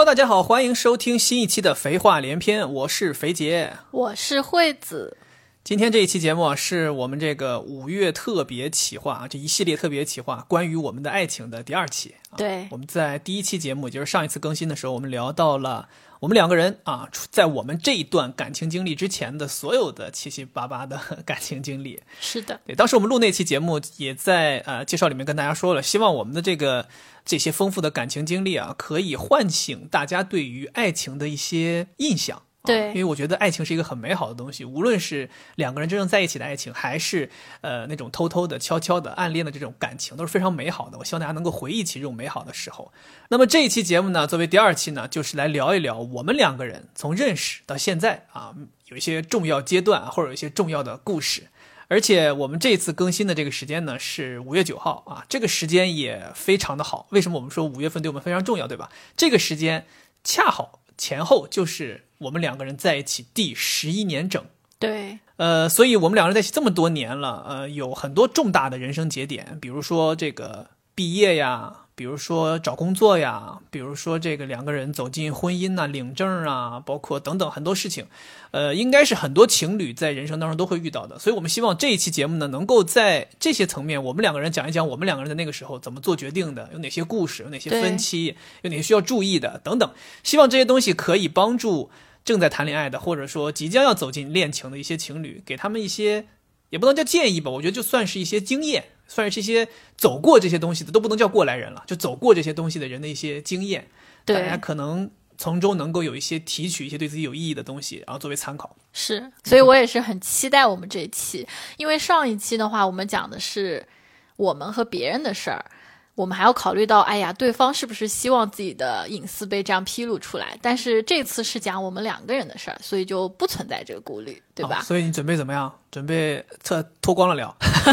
大家好，欢迎收听新一期的肥话连篇，我是肥杰， 我是惠子。 今天这一期节目是我们这个5月特别企划，这一系列特别企划关于我们的爱情的第2期。 对， 我们在第1期节目，也就是上一次更新的时候，我们聊到了我们2个人啊，在我们这一段感情经历之前的所有的七七八八的感情经历。 是的， 对，当时我们录那期节目也在介绍里面跟大家说了，希望我们的这些丰富的感情经历啊，可以唤醒大家对于爱情的一些印象。 对， 因为我觉得爱情是一个很美好的东西，无论是2个人真正在一起的爱情，还是那种偷偷的悄悄的暗恋的这种感情，都是非常美好的。我希望大家能够回忆起这种美好的时候。那么这一期节目呢，作为第2期呢，就是来聊一聊我们2个人从认识到现在啊，有一些重要阶段或者有一些重要的故事。而且我们这次更新的这个时间呢是5月9号啊，这个时间也非常的好。为什么我们说5月份对我们非常重要，对吧？这个时间恰好前后就是我们2个人在一起第11年整。 对， 所以我们2个人在一起这么多年了，有很多重大的人生节点，比如说这个毕业呀，比如说找工作呀，比如说这个2个人走进婚姻啊、领证啊，包括等等很多事情，应该是很多情侣在人生当中都会遇到的。所以我们希望这一期节目呢，能够在这些层面，我们2个人讲一讲我们2个人的那个时候怎么做决定的，有哪些故事，有哪些分歧，有哪些需要注意的等等。希望这些东西可以帮助正在谈恋爱的，或者说即将要走进恋情的一些情侣，给他们一些也不能叫建议吧，我觉得就算是一些经验，算是一些走过这些东西的，都不能叫过来人了，就走过这些东西的人的一些经验，大家可能从中能够有一些提取一些对自己有意义的东西，然后作为参考。 是，所以我也是很期待我们这一期，因为上一期的话，我们讲的是我们和别人的事儿。我们还要考虑到，哎呀，对方是不是希望自己的隐私被这样披露出来？但是这次是讲我们2个人的事儿，所以就不存在这个顾虑，对吧？ 所以你准备怎么样？准备脱光了聊？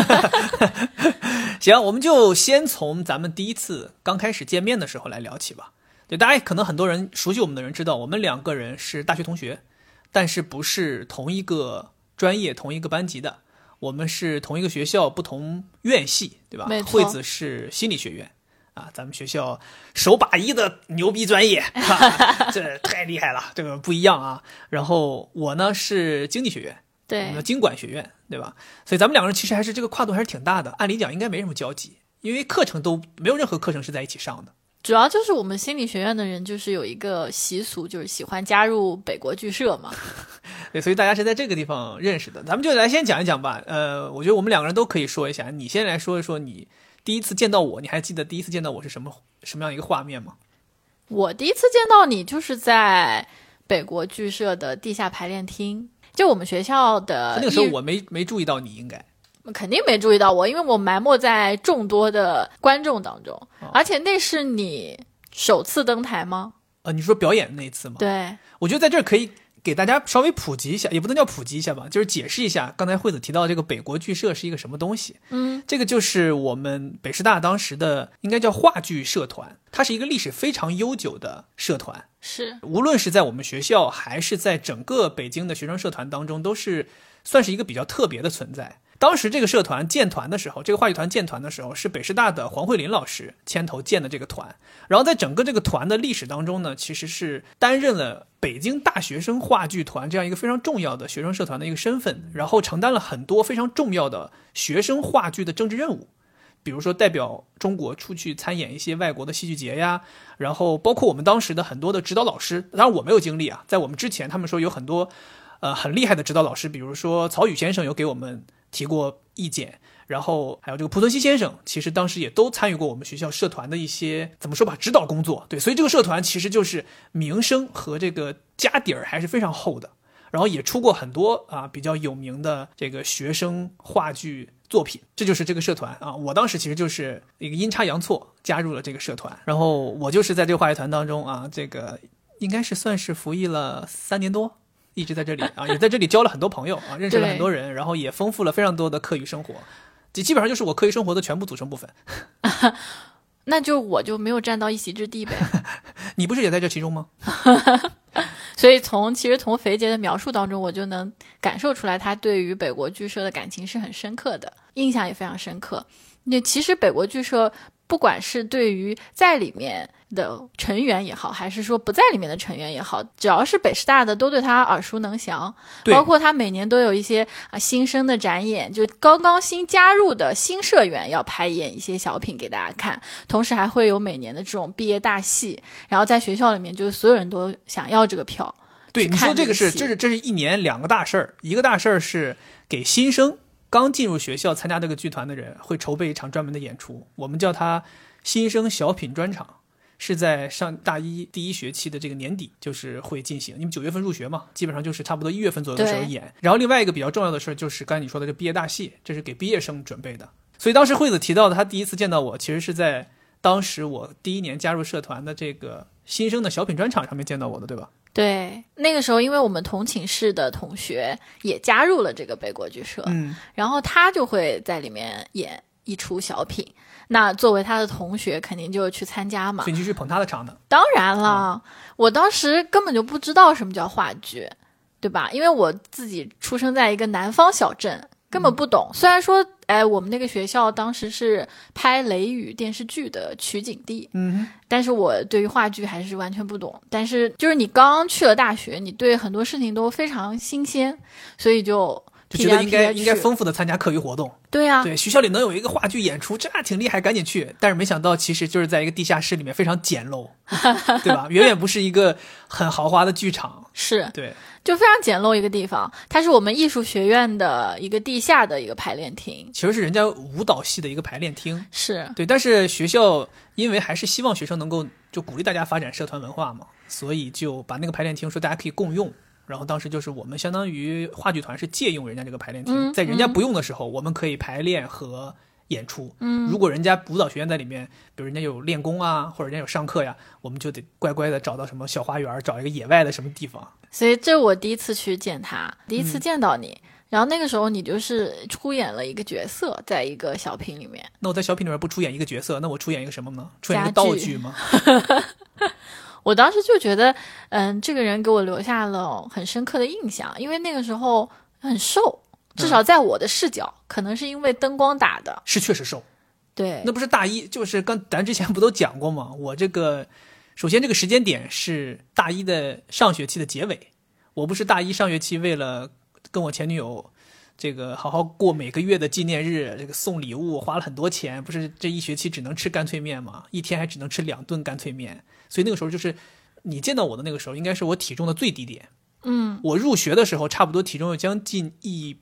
行，我们就先从咱们第一次刚开始见面的时候来聊起吧。对，大家可能很多人熟悉我们的人知道，我们2个人是大学同学，但是不是同一个专业、同一个班级的。我们是同一个学校不同院系，对吧？惠子是心理学院啊，咱们学校首把一的牛逼专业，这太厉害了，这个不一样啊。然后我呢是经济学院， 对， 经管学院，对吧？所以咱们2个人其实还是这个跨度还是挺大的，按理讲应该没什么交集，因为课程都没有任何课程是在一起上的。 主要就是我们心理学院的人就是有一个习俗，就是喜欢加入北国剧社嘛。 对，所以大家是在这个地方认识的。咱们就来先讲一讲吧。我觉得我们2个人都可以说一下。你先来说一说你第一次见到我，你还记得第一次见到我是什么样一个画面吗？ 我第一次见到你就是在北国剧社的地下排练厅，就我们学校的。 那个时候我没注意到你，应该。 肯定没注意到我，因为我埋没在众多的观众当中，而且那是你首次登台吗？ 你说表演那一次吗？ 对， 我觉得在这儿可以给大家稍微普及一下，也不能叫普及一下吧，就是解释一下刚才惠子提到这个北国剧社是一个什么东西。这个就是我们北师大当时的应该叫话剧社团，它是一个历史非常悠久的社团， 是无论是在我们学校还是在整个北京的学生社团当中，都是算是一个比较特别的存在。当时这个社团建团的时候，这个话剧团建团的时候，是北师大的黄慧林老师牵头建的这个团。然后在整个这个团的历史当中呢，其实是担任了北京大学生话剧团这样一个非常重要的学生社团的一个身份，然后承担了很多非常重要的学生话剧的政治任务。比如说代表中国出去参演一些外国的戏剧节呀，然后包括我们当时的很多的指导老师，当然我没有经历啊，在我们之前他们说有很多很厉害的指导老师，比如说曹禺先生有给我们提过意见，然后还有这个濮存昕先生，其实当时也都参与过我们学校社团的一些怎么说吧指导工作。对，所以这个社团其实就是名声和这个家底儿还是非常厚的，然后也出过很多比较有名的这个学生话剧作品，这就是这个社团啊。我当时其实就是一个阴差阳错加入了这个社团，然后我就是在这个话剧团当中啊，这个应该是算是服役了3年多。一直在这里啊，也在这里交了很多朋友啊，认识了很多人，然后也丰富了非常多的课余生活，基本上就是我课余生活的全部组成部分。 那就我就没有占到一席之地呗。 你不是也在这其中吗？ 所以其实从肥杰的描述当中，我就能感受出来他对于北国剧社的感情是很深刻的，印象也非常深刻。那其实北国剧社不管是对于在里面的成员也好，还是说不在里面的成员也好，只要是北师大的都对他耳熟能详。包括他每年都有一些新生的展演，就刚刚新加入的新社员要排演一些小品给大家看，同时还会有每年的这种毕业大戏，然后在学校里面就是所有人都想要这个票。 对，你说这个这是一年2个大事儿，一个大事儿是给新生刚进入学校参加这个剧团的人会筹备一场专门的演出，我们叫它新生小品专场，是在上大一第1学期的这个年底就是会进行，因为9月份入学嘛，基本上就是差不多1月份左右的时候演。然后另外一个比较重要的事就是刚才你说的这毕业大戏，这是给毕业生准备的。所以当时惠子提到的他第一次见到我，其实是在当时我第1年加入社团的这个新生的小品专场上面见到我的，对吧？ 对，那个时候因为我们同寝室的同学也加入了这个北国剧社，然后他就会在里面演一出小品，那作为他的同学肯定就去参加嘛。 所以你就去捧他的场的？ 当然了，我当时根本就不知道什么叫话剧，对吧？因为我自己出生在一个南方小镇，根本不懂。虽然说我们那个学校当时是拍雷雨电视剧的取景地，但是我对于话剧还是完全不懂。但是就是你刚去了大学，你对很多事情都非常新鲜，所以就觉得应该丰富的参加课余活动。 对啊， 对，学校里能有一个话剧演出，这挺厉害，赶紧去。但是没想到其实就是在一个地下室里面，非常简陋对吧？远远不是一个很豪华的剧场。 是， 对， 就非常简陋一个地方，它是我们艺术学院的一个地下的一个排练厅， 其实是人家舞蹈系的一个排练厅。 是， 对，但是学校因为还是希望学生能够就鼓励大家发展社团文化嘛，所以就把那个排练厅说大家可以共用。然后当时就是我们相当于话剧团是借用人家这个排练厅，在人家不用的时候，我们可以排练和演出。如果人家舞蹈学院在里面，比如人家有练功啊，或者人家有上课呀，我们就得乖乖的找到什么小花园，找一个野外的什么地方。 所以这是我第一次去见他，第一次见到你。然后那个时候你就是出演了一个角色，在一个小品里面。 那我在小品里面不出演一个角色，那我出演一个什么呢？出演一个道具吗？ 我当时就觉得这个人给我留下了很深刻的印象，因为那个时候很瘦，至少在我的视角，可能是因为灯光打的， 是确实瘦。 对， 那不是大一，就是咱之前不都讲过吗？我这个首先这个时间点是大一的上学期的结尾，我不是大一上学期为了跟我前女友这个好好过每个月的纪念日，这个送礼物花了很多钱，不是这一学期只能吃干脆面吗？一天还只能吃2顿干脆面。所以那个时候就是你见到我的那个时候，应该是我体重的最低点。我入学的时候差不多体重有将近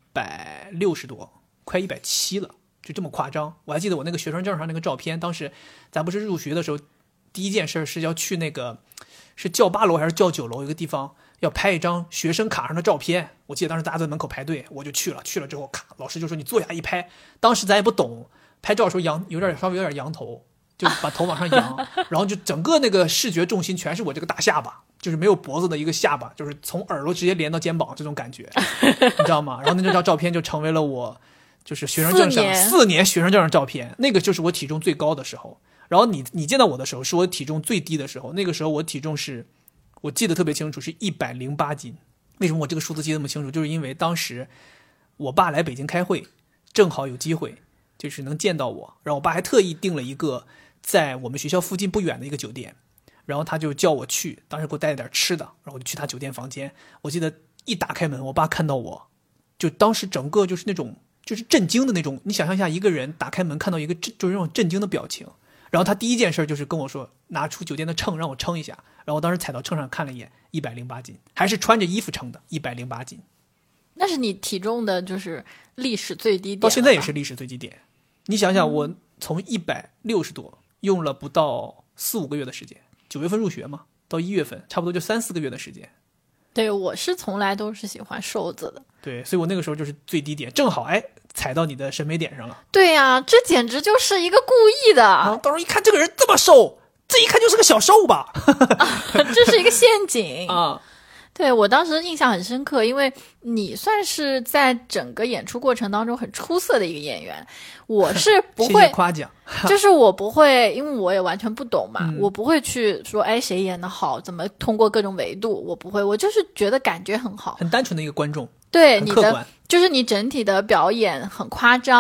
160多，快170了，就这么夸张。我还记得我那个学生证上那个照片，当时咱不是入学的时候第一件事是要去那个是叫8楼还是叫9楼一个地方要拍一张学生卡上的照片。我记得当时大家在门口排队，我就去了之后咔，老师就说你坐下一拍。当时咱也不懂，拍照的时候稍微有点扬头，就把头往上扬然后就整个那个视觉重心全是我这个大下巴，就是没有脖子的一个下巴，就是从耳朵直接连到肩膀这种感觉你知道吗？然后那张照片就成为了我就是学生证上4年学生证上照片，那个就是我体重最高的时候。然后你见到我的时候是我体重最低的时候，那个时候我体重是我记得特别清楚，是108斤。为什么我这个数字记得那么清楚？就是因为当时我爸来北京开会，正好有机会就是能见到我，然后我爸还特意订了一个在我们学校附近不远的一个酒店，然后他就叫我去，当时给我带了点吃的，然后我就去他酒店房间。我记得一打开门，我爸看到我就当时整个就是那种就是震惊的那种，你想象一下一个人打开门看到一个就是那种震惊的表情。然后他第一件事就是跟我说拿出酒店的秤让我称一下，然后我当时踩到秤上看了一眼，108斤，还是穿着衣服称的108斤。 那是你体重的就是历史最低点， 到现在也是历史最低点。你想想我从160多用了不到4-5个月的时间，9月份入学嘛，到1月份差不多就3-4个月的时间。 对，我是从来都是喜欢瘦子的。 对，所以我那个时候就是最低点，正好踩到你的审美点上了。 对呀，这简直就是一个故意的。 到时候一看这个人这么瘦，这一看就是个小瘦吧这是一个陷阱啊。 对，我当时印象很深刻，因为你算是在整个演出过程当中很出色的一个演员，我是不会谢谢夸奖就是我不会，因为我也完全不懂嘛，我不会去说谁演得好，怎么通过各种维度，我不会，我就是觉得感觉很好， 很单纯的一个观众。 对， 你的就是你整体的表演很夸张，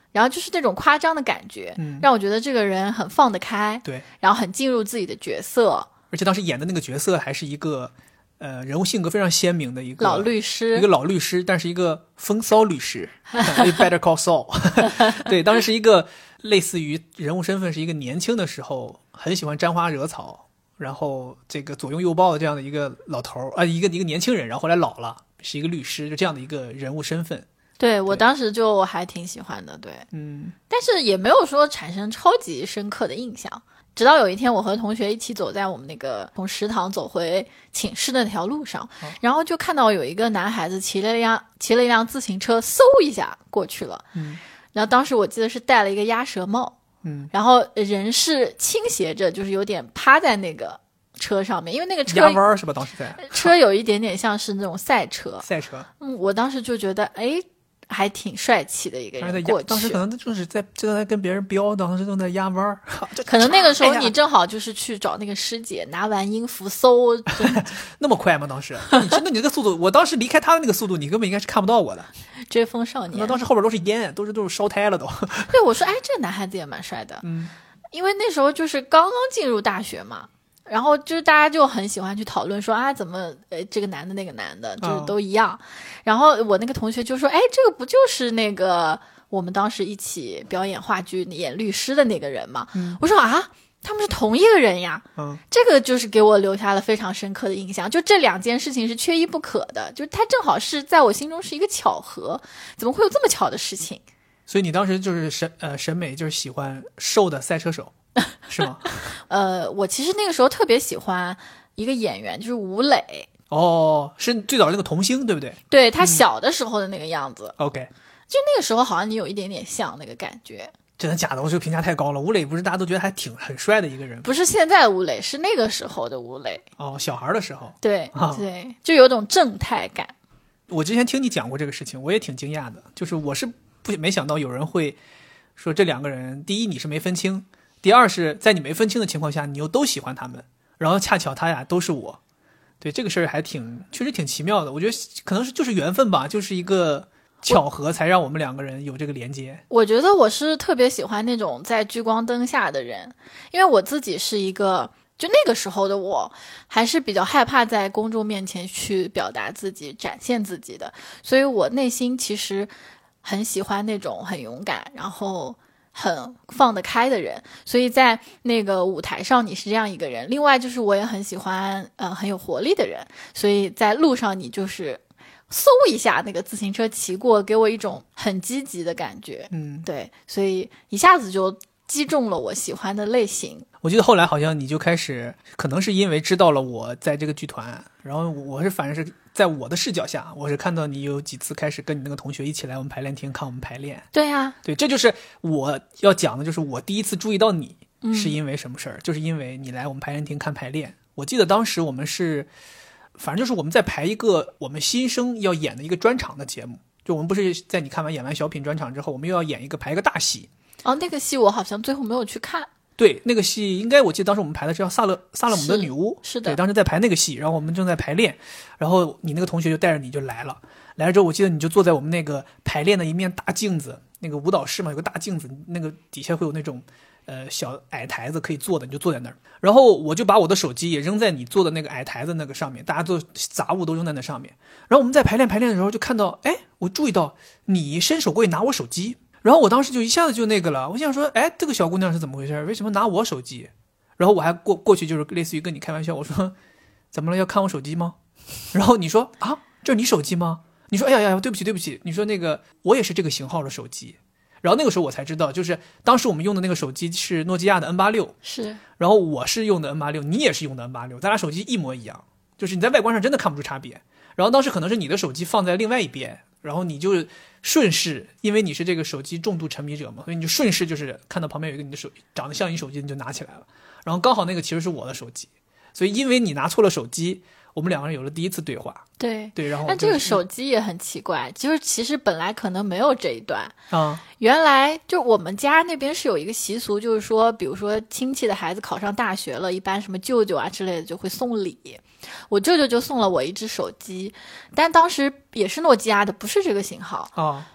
然后就是那种夸张的感觉，让我觉得这个人很放得开， 对， 然后很进入自己的角色。 而且当时演的那个角色还是一个人物性格非常鲜明的一个老律师， 一个老律师，但是一个风骚律师，Better Call Saul 对，当时是一个类似于人物身份是一个年轻的时候很喜欢沾花惹草，然后这个左拥右抱的这样的一个老头一个年轻人，然后后来老了是一个律师，就这样的一个人物身份。 对，我当时就还挺喜欢的，对，但是也没有说产生超级深刻的印象。直到有一天，我和同学一起走在我们那个从食堂走回寝室的那条路上，然后就看到有一个男孩子骑了一辆自行车，嗖一下过去了。然后当时我记得是戴了一个鸭舌帽，然后人是倾斜着，就是有点趴在那个车上面，因为那个车压弯是吧？当时在车有一点点像是那种赛车。我当时就觉得，哎。还挺帅气的一个人过去， 当时可能就是正在跟别人飙，当时正在压弯儿， 可能那个时候你正好就是去找那个师姐，拿完音符嗖， 那么快吗？当时你这个速度，我当时离开他的那个速度，你根本应该是看不到我的。 追风少年， 那当时后边都是烟，都是烧胎了都。 对，我说，哎，这个男孩子也蛮帅的，因为那时候就是刚刚进入大学嘛。然后就是大家就很喜欢去讨论说啊，怎么这个男的那个男的就是都一样。然后我那个同学就说，哎，这个不就是那个我们当时一起表演话剧演律师的那个人吗？我说啊，他们是同一个人呀。这个就是给我留下了非常深刻的印象，就这两件事情是缺一不可的，就是他正好是在我心中是一个巧合，怎么会有这么巧的事情？ 所以你当时就是审美就是喜欢瘦的赛车手是吗？ 我其实那个时候特别喜欢一个演员，就是吴磊。 哦，是最早那个童星对不对？ 对，他小的时候的那个样子。 OK， 就那个时候好像你有一点点像那个感觉。 真的假的？我这个评价太高了。吴磊不是大家都觉得还很帅的一个人？ 不是现在的吴磊，是那个时候的吴磊。 哦，小孩的时候。 对，对，就有种正态感。 我之前听你讲过这个事情，我也挺惊讶的。就是我是没想到有人会说这两个人，第一你是没分清，第二是在你没分清的情况下，你又都喜欢他们，然后恰巧他俩都是我。对，这个事儿还确实挺奇妙的。我觉得可能就是缘分吧，就是一个巧合才让我们两个人有这个连接。 我觉得我是特别喜欢那种在聚光灯下的人，因为我自己是一个，就那个时候的我还是比较害怕在公众面前去表达自己展现自己的，所以我内心其实很喜欢那种很勇敢然后很放得开的人，所以在那个舞台上你是这样一个人。另外就是我也很喜欢很有活力的人，所以在路上你就是嗖一下那个自行车骑过，给我一种很积极的感觉。对，所以一下子就击中了我喜欢的类型。 我记得后来好像你就开始，可能是因为知道了我在这个剧团，然后我是反正是在我的视角下，我是看到你有几次开始跟你那个同学一起来我们排练厅看我们排练。 对呀， 对，这就是我要讲的，就是我第一次注意到你是因为什么事儿，就是因为你来我们排练厅看排练。我记得当时我们是，反正就是我们在排一个我们新生要演的一个专场的节目，就我们不是在你看完演完小品专场之后，我们又要排一个大戏。 哦，那个戏我好像最后没有去看。 对，那个戏应该我记得当时我们排的是叫萨勒姆的女巫。 是的。 对，当时在排那个戏，然后我们正在排练，然后你那个同学就带着你就来了之后，我记得你就坐在我们那个排练的一面大镜子，那个舞蹈室嘛有个大镜子，那个底下会有那种小矮台子可以坐的，你就坐在那儿。然后我就把我的手机也扔在你坐的那个矮台子那个上面，大家做杂物都扔在那上面。然后我们在排练的时候就看到，哎，我注意到你伸手过去拿我手机。然后我当时就一下子就那个了，我想说，哎，这个小姑娘是怎么回事？为什么拿我手机？然后我还过去，就是类似于跟你开玩笑，我说怎么了？要看我手机吗？然后你说啊，这是你手机吗？你说哎呀，对不起，你说那个我也是这个型号的手机。然后那个时候我才知道，就是当时我们用的那个手机是诺基亚的 N86， 是。 然后我是用的 N86，你也是用的 N86，咱俩手机一模一样，就是你在外观上真的看不出差别。然后当时可能是你的手机放在另外一边，然后你就顺势，因为你是这个手机重度沉迷者嘛，所以你就顺势就是看到旁边有一个你的手长得像你手机，你就拿起来了。然后刚好那个其实是我的手机，所以因为你拿错了手机，我们两个人有了第一次对话。 对， 然后但这个手机也很奇怪，就是其实本来可能没有这一段啊。 原来就我们家那边是有一个习俗，就是说比如说亲戚的孩子考上大学了，一般什么舅舅啊之类的就会送礼。我舅舅就送了我一只手机，但当时也是诺基亚的，不是这个型号啊。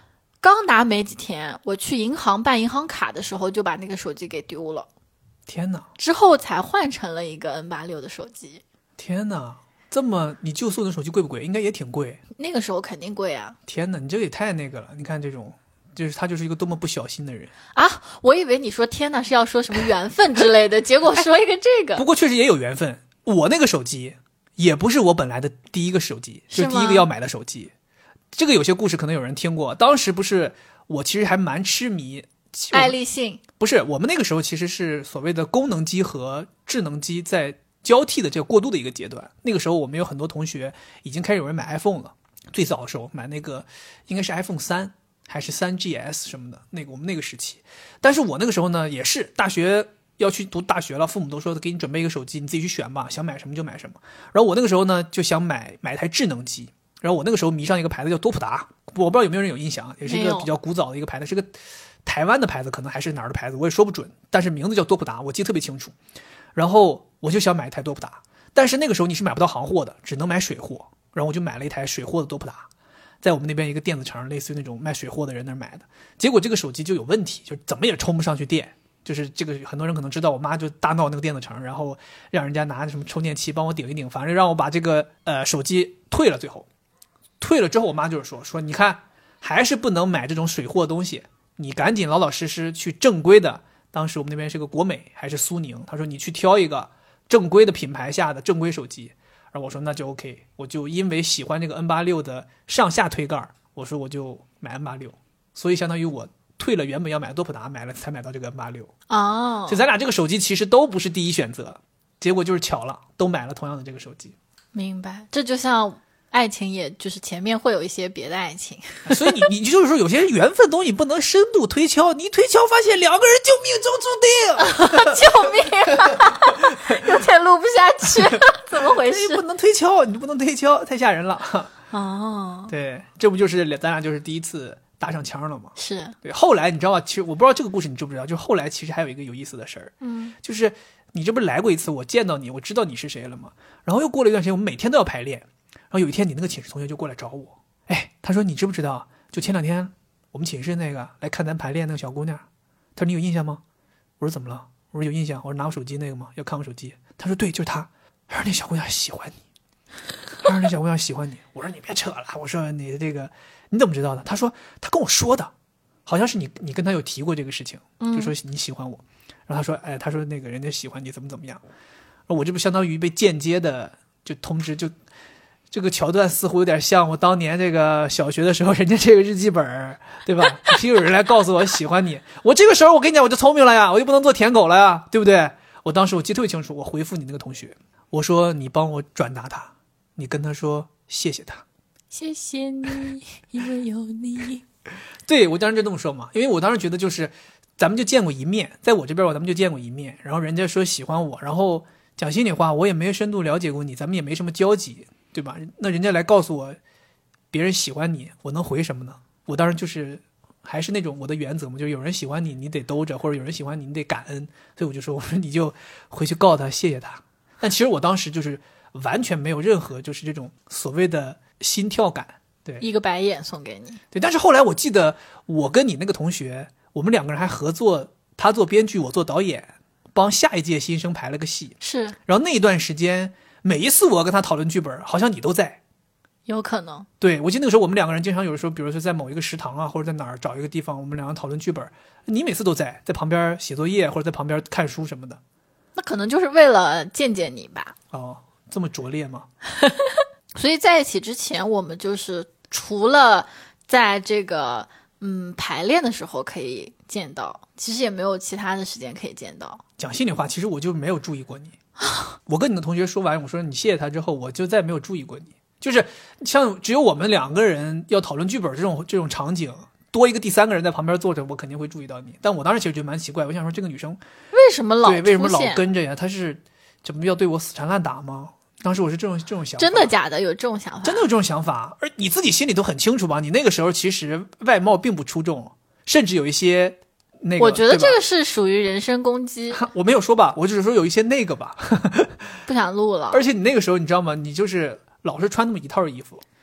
刚拿没几天，我去银行办银行卡的时候就把那个手机给丢了， 天哪！ 之后才换成了一个 N86 的手机。 天哪！这么你旧送的手机贵不贵？应该也挺贵。 那个时候肯定贵啊！ 天哪，你这个也太那个了！你看这种，就是他就是一个多么不小心的人啊！我以为你说天哪是要说什么缘分之类的，结果说一个这个。 不过确实也有缘分。我那个手机也不是我本来的第一个手机，就是第一个要买的手机。这个有些故事可能有人听过。当时不是我其实还蛮痴迷爱立信， 不是我们那个时候其实是所谓的功能机和智能机在交替的这个过渡的一个阶段。那个时候我们有很多同学已经开始有人买 iPhone 了，最早的时候买那个应该是 iPhone 3还是 3GS 什么的，那个我们那个时期。但是我那个时候呢也是大学要去读大学了，父母都说给你准备一个手机，你自己去选吧，想买什么就买什么。然后我那个时候呢就想买一台智能机，然后我那个时候迷上一个牌子叫多普达，我不知道有没有人有印象，也是一个比较古早的一个牌子，是个台湾的牌子，可能还是哪儿的牌子我也说不准，但是名字叫多普达，我记得特别清楚。然后我就想买一台多普达，但是那个时候你是买不到行货的，只能买水货，然后我就买了一台水货的多普达，在我们那边一个电子城，类似于那种卖水货的人那儿买的。结果这个手机就有问题，就怎么也充不上去电，就是这个很多人可能知道，我妈就大闹那个电子城，然后让人家拿什么充电器帮我顶一顶，反正让我把这个手机退了。最后退了之后，我妈就是说你看还是不能买这种水货的东西，你赶紧老老实实去正规的，当时我们那边是个国美还是苏宁，她说你去挑一个正规的品牌下的正规手机。然后我说那就 OK， 我就因为喜欢这个 N86 的上下推盖，我说我就买 N86， 所以相当于我退了原本要买的多普达，才买到这个 N86。 哦， 所以咱俩这个手机其实都不是第一选择，结果就是巧了，都买了同样的这个手机。 明白，这就像爱情，也就是前面会有一些别的爱情， 所以你就是说有些缘分东西不能深度推敲，你一推敲发现两个人就命中注定， 救命啊！有点录不下去，怎么回事？ 不能推敲，你不能推敲，太吓人了。 哦， 对，这不就是咱俩就是第一次搭上腔了吗？ 是。 对，后来你知道吧？其实我不知道这个故事你知不知道，就后来其实还有一个有意思的事儿，就是你这不是来过一次，我见到你，我知道你是谁了吗？然后又过了一段时间，我们每天都要排练。然后有一天你那个寝室同学就过来找我，哎，他说你知不知道就前2天我们寝室那个来看咱排练那个小姑娘，他说你有印象吗？我说怎么了？我说有印象，我说拿我手机那个吗？要看我手机。他说对，就是她。他说那小姑娘喜欢你，他说那小姑娘喜欢你。我说你别扯了，我说你这个你怎么知道的？他说他跟我说的，好像是你跟他有提过这个事情，就说你喜欢我。然后他说哎，他说那个人家喜欢你怎么样。我这不相当于被间接的就通知，就这个桥段似乎有点像我当年这个小学的时候，人家这个日记本，对吧？有人来告诉我喜欢你，我这个时候我跟你讲我就聪明了呀，我就不能做舔狗了呀，对不对？我当时我记得特别清楚，我回复你那个同学，我说你帮我转达他，你跟他说谢谢他， 谢谢你，因为有你。 对，我当时就这么说嘛，因为我当时觉得就是咱们就见过一面，在我这边咱们就见过一面，然后人家说喜欢我，然后讲心里话，我也没深度了解过你，咱们也没什么交集，对吧？那人家来告诉我别人喜欢你，我能回什么呢？我当然就是还是那种我的原则嘛，就是有人喜欢你你得兜着，或者有人喜欢你你得感恩，所以我就说你就回去告诉他谢谢他。但其实我当时就是完全没有任何就是这种所谓的心跳感，对， 一个白眼送给你。 对，但是后来我记得我跟你那个同学，我们2个人还合作，他做编剧我做导演，帮下一届新生排了个戏。 是， 然后那一段时间每一次我跟他讨论剧本，好像你都在。 有可能。 对，我记得那个时候我们2个人经常有时候比如说在某一个食堂啊，或者在哪儿找一个地方，我们2个讨论剧本，你每次都在旁边写作业或者在旁边看书什么的。 那可能就是为了见见你吧。 哦，这么拙劣吗？ 所以在一起之前，我们就是除了在这个排练的时候可以见到，其实也没有其他的时间可以见到。 讲心里话，其实我就没有注意过你。我跟你的同学说完，我说你谢谢他之后，我就再没有注意过你。就是像只有我们2个人要讨论剧本这种场景，多一个第3个人在旁边坐着，我肯定会注意到你。但我当时其实觉得蛮奇怪，我想说这个女生为什么老跟着呀？她是怎么要对我死缠烂打吗？当时我是这种想法。 真的假的？有这种想法？ 真的有这种想法，而你自己心里都很清楚吧？你那个时候其实外貌并不出众，甚至有一些那个。 我觉得这个是属于人身攻击。 我没有说吧，我只是说有一些那个吧。 不想录了。 而且你那个时候你知道吗？你就是老是穿那么一套衣服。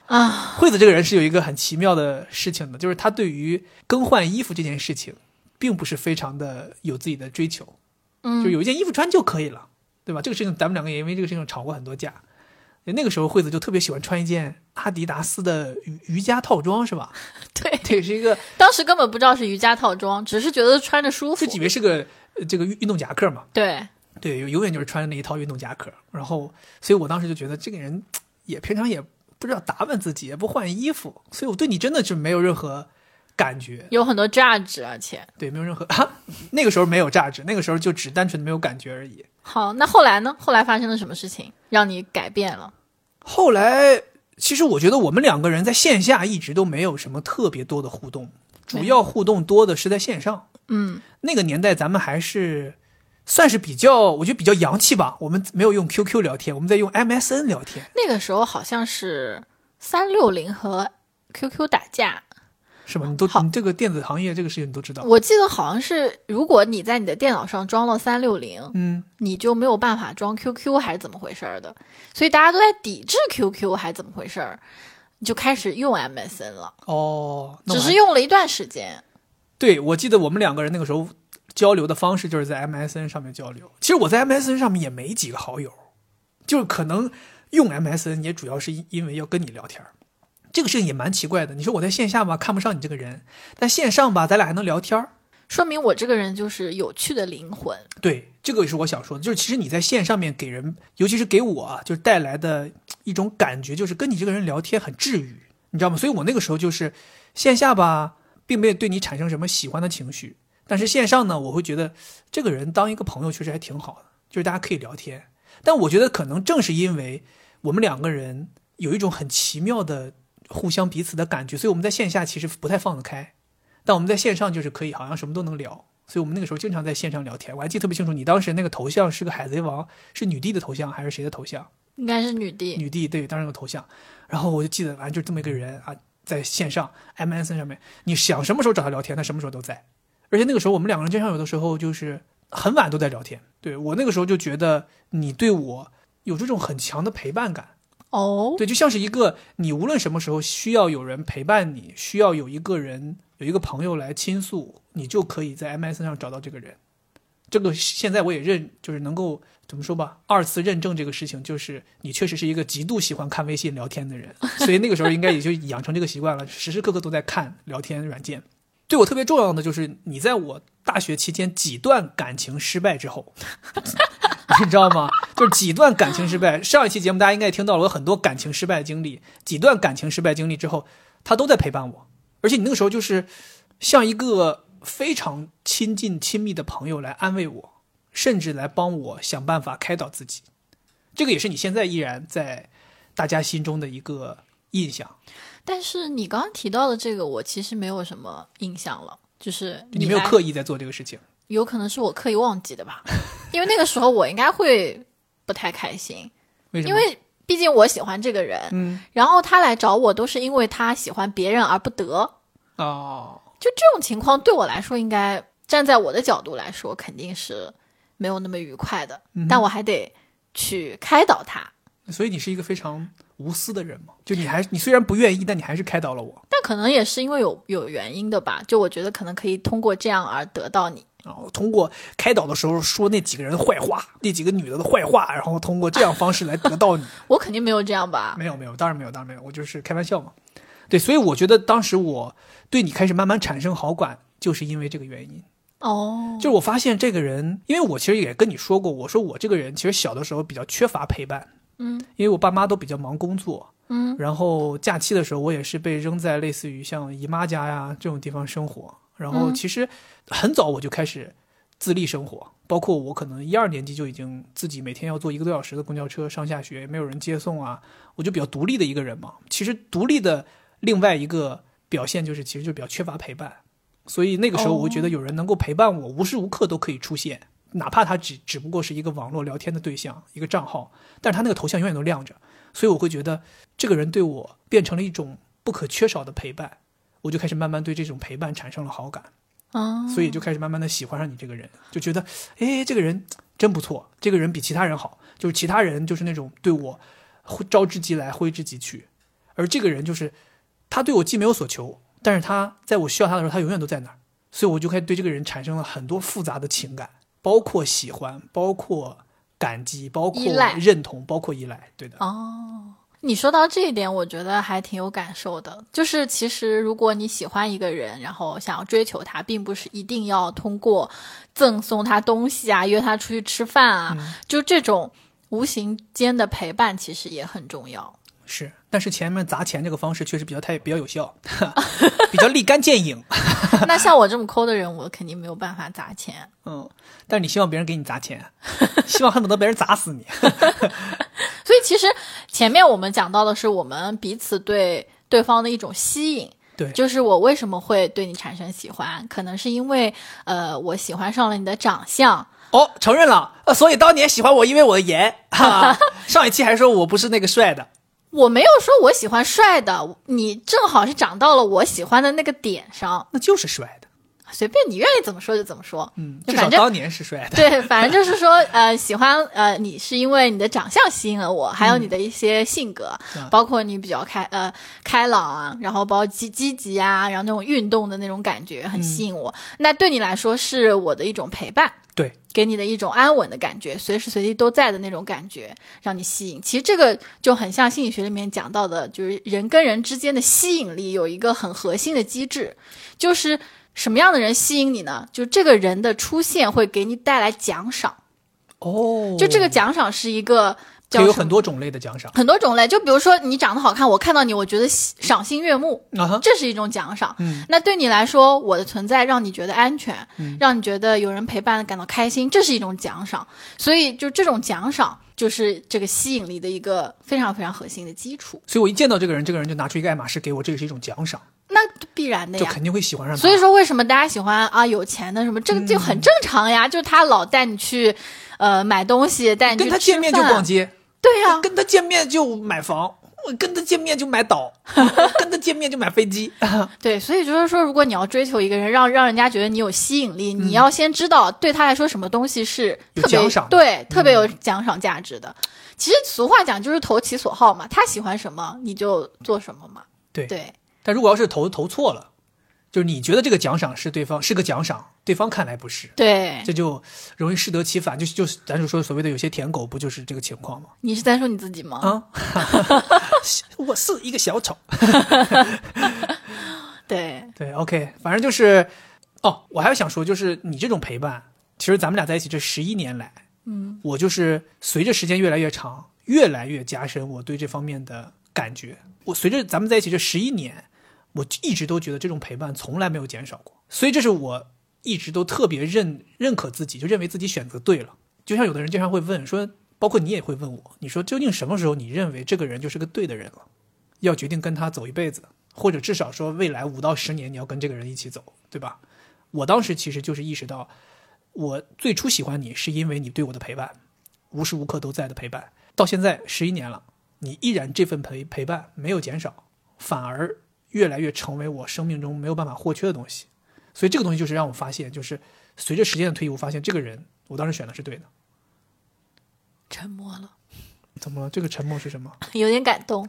啊。 惠子这个人是有一个很奇妙的事情的，就是他对于更换衣服这件事情并不是非常的有自己的追求，就有一件衣服穿就可以了，对吧？这个事情咱们两个也因为这个事情吵过很多架。那个时候惠子就特别喜欢穿一件阿迪达斯的瑜伽套装，是吧？ 对， 这是一个当时根本不知道是瑜伽套装，只是觉得穿着舒服， 就以为是个这个运动夹克嘛。 对， 永远就是穿那一套运动夹克。然后，所以我当时就觉得这个人也平常也不知道打扮自己，也不换衣服，所以我对你真的是没有任何感觉， 有很多价值，而且对，没有任何那个时候没有价值，那个时候就只单纯的没有感觉而已。 好，那后来呢？后来发生了什么事情让你改变了？ 后来，其实我觉得我们两个人在线下一直都没有什么特别多的互动，主要互动多的是在线上。那个年代咱们还是算是比较，我觉得比较洋气吧。我们没有用 QQ 聊天，我们在用 MSN 聊天。 那个时候好像是360和 QQ 打架。 是吧？你这个电子行业这个事情你都知道。 我记得好像是，如果你在你的电脑上装了360，你就没有办法装 QQ 还是怎么回事的？所以大家都在抵制 QQ 还是怎么回事？你就开始用 MSN 了。 哦， 只是用了一段时间。 对，我记得我们两个人那个时候交流的方式就是在 MSN 上面交流。其实我在 MSN 上面也没几个好友，就是可能用 MSN 也主要是因为要跟你聊天。这个事情也蛮奇怪的，你说我在线下吧看不上你这个人，但线上吧咱俩还能聊天， 说明我这个人就是有趣的灵魂。 对，这个也是我想说的，就是其实你在线上面给人，尤其是给我啊，就是带来的一种感觉，就是跟你这个人聊天很治愈，你知道吗？所以我那个时候就是线下吧并没有对你产生什么喜欢的情绪，但是线上呢我会觉得这个人当一个朋友确实还挺好的，就是大家可以聊天。但我觉得可能正是因为我们两个人有一种很奇妙的互相彼此的感觉，所以我们在线下其实不太放得开，但我们在线上就是可以好像什么都能聊，所以我们那个时候经常在线上聊天。我还记得特别清楚，你当时那个头像是个海贼王，是女帝的头像还是谁的头像？ 应该是女帝。 女帝，对，当时有个头像。然后我就记得反正就这么一个人啊，在线上 MSN 上面，你想什么时候找他聊天他什么时候都在。而且那个时候我们两个人经常有的时候就是很晚都在聊天。对，我那个时候就觉得你对我有这种很强的陪伴感。 哦， 对，就像是一个你无论什么时候需要有人陪伴你，需要有一个人有一个朋友来倾诉，你就可以在 MSN 上找到这个人。这个现在我也就是能够怎么说吧，二次认证这个事情，就是你确实是一个极度喜欢看微信聊天的人，所以那个时候应该也就养成这个习惯了，时时刻刻都在看聊天软件。对我特别重要的就是你在我大学期间几段感情失败之后你知道吗？就是几段感情失败，上一期节目大家应该也听到了我很多感情失败的经历，几段感情失败经历之后他都在陪伴我，而且你那个时候就是像一个非常亲近亲密的朋友来安慰我，甚至来帮我想办法开导自己。这个也是你现在依然在大家心中的一个印象。 但是你刚刚提到的这个我其实没有什么印象了，就是你没有刻意在做这个事情。 有可能是我刻意忘记的吧，因为那个时候我应该会不太开心。 为什么？ 因为毕竟我喜欢这个人，然后他来找我都是因为他喜欢别人而不得。 哦， 就这种情况对我来说，应该站在我的角度来说肯定是没有那么愉快的，但我还得去开导他。 所以你是一个非常无私的人嘛？就你虽然不愿意，但你还是开导了我。 但可能也是因为有原因的吧，就我觉得可能可以通过这样而得到你。 通过开导的时候说那几个人坏话，那几个女的的坏话，然后通过这样方式来得到你。 我肯定没有这样吧？ 没有，当然没有，我就是开玩笑嘛。对，所以我觉得当时我对你开始慢慢产生好感，就是因为这个原因。 哦， 就是我发现这个人，因为我其实也跟你说过，我说我这个人其实小的时候比较缺乏陪伴。因为我爸妈都比较忙工作，然后假期的时候我也是被扔在类似于像姨妈家呀这种地方生活，然后其实很早我就开始自立生活，包括我可能1、2年级就已经自己每天要坐1个多小时的公交车上下学，没有人接送啊，我就比较独立的一个人嘛。其实独立的另外一个表现就是其实就比较缺乏陪伴，所以那个时候我会觉得有人能够陪伴我，无时无刻都可以出现，哪怕他只不过是一个网络聊天的对象，一个账号，但是他那个头像永远都亮着，所以我会觉得这个人对我变成了一种不可缺少的陪伴，我就开始慢慢对这种陪伴产生了好感。所以就开始慢慢的喜欢上你这个人，就觉得这个人真不错，这个人比其他人好，就是其他人就是那种对我招之即来挥之即去， 而这个人就是他对我既没有所求，但是他在我需要他的时候他永远都在那儿，所以我就开始对这个人产生了很多复杂的情感，包括喜欢，包括感激，包括认同，包括依赖。对的。 哦，你说到这一点我觉得还挺有感受的，就是其实如果你喜欢一个人，然后想要追求他，并不是一定要通过赠送他东西啊，约他出去吃饭啊，就这种无形间的陪伴其实也很重要。 是，但是前面砸钱这个方式确实比较有效比较立竿见影那像我这么抠的人，我肯定没有办法砸钱。 但是你希望别人给你砸钱，希望恨不得别人砸死你所以其实前面我们讲到的是我们彼此对对方的一种吸引， 对， 就是我为什么会对你产生喜欢，可能是因为我喜欢上了你的长相。 承认了，所以当年喜欢我因为我的颜上一期还说我不是那个帅的。 我没有说我喜欢帅的，你正好是长到了我喜欢的那个点上， 那就是帅的， 随便你愿意怎么说就怎么说。 至少当年是帅的。 对，反正就是说喜欢你是因为你的长相吸引了我，还有你的一些性格，包括你比较开朗啊，然后包括积极啊，然后那种运动的那种感觉很吸引我。那对你来说是我的一种陪伴， 对， 给你的一种安稳的感觉，随时随地都在的那种感觉，让你吸引。其实这个就很像心理学里面讲到的，就是人跟人之间的吸引力有一个很核心的机制，就是什么样的人吸引你呢？就这个人的出现会给你带来奖赏。就这个奖赏是一个有很多种类的奖赏， 很多种类。就比如说你长得好看，我看到你我觉得赏心悦目，这是一种奖赏。那对你来说，我的存在让你觉得安全，让你觉得有人陪伴感到开心，这是一种奖赏。所以就这种奖赏就是这个吸引力的一个非常非常核心的基础。 所以我一见到这个人，这个人就拿出一个爱马仕给我，这个是一种奖赏， 那必然的呀， 就肯定会喜欢上他。 所以说为什么大家喜欢啊有钱的什么，这个就很正常呀，就是他老带你去买东西，带你去吃饭， 跟他见面就逛街， 对呀， 跟他见面就买房，跟他见面就买岛跟他见面就买飞机对，所以就是说如果你要追求一个人，让人家觉得你有吸引力，你要先知道对他来说什么东西是特别有奖赏， 对，特别有奖赏价值的。其实俗话讲就是投其所好嘛，他喜欢什么你就做什么嘛。对， 但如果要是投错了，就是你觉得这个奖赏是对方是个奖赏，对方看来不是， 对， 这就容易适得其反，就是咱就说所谓的有些舔狗不就是这个情况吗？ 你是在说你自己吗？ 我是一个小丑对 OK， 反正就是我还想说，就是你这种陪伴，其实咱们俩在一起这11年来，我就是随着时间越来越长，越来越加深我对这方面的感觉。我随着咱们在一起这11年，我一直都觉得这种陪伴从来没有减少过，所以这是我一直都特别认可自己，就认为自己选择对了。就像有的人经常会问说，包括你也会问我，你说究竟什么时候你认为这个人就是个对的人了，要决定跟他走一辈子，或者至少说未来5到10年你要跟这个人一起走，对吧？我当时其实就是意识到，我最初喜欢你是因为你对我的陪伴，无时无刻都在的陪伴，到现在11年了，你依然这份陪伴没有减少，反而越来越成为我生命中没有办法或缺的东西。所以这个东西就是让我发现，就是随着时间的推移，我发现这个人我当时选的是对的。 沉默了， 怎么了？这个沉默是什么？ 有点感动。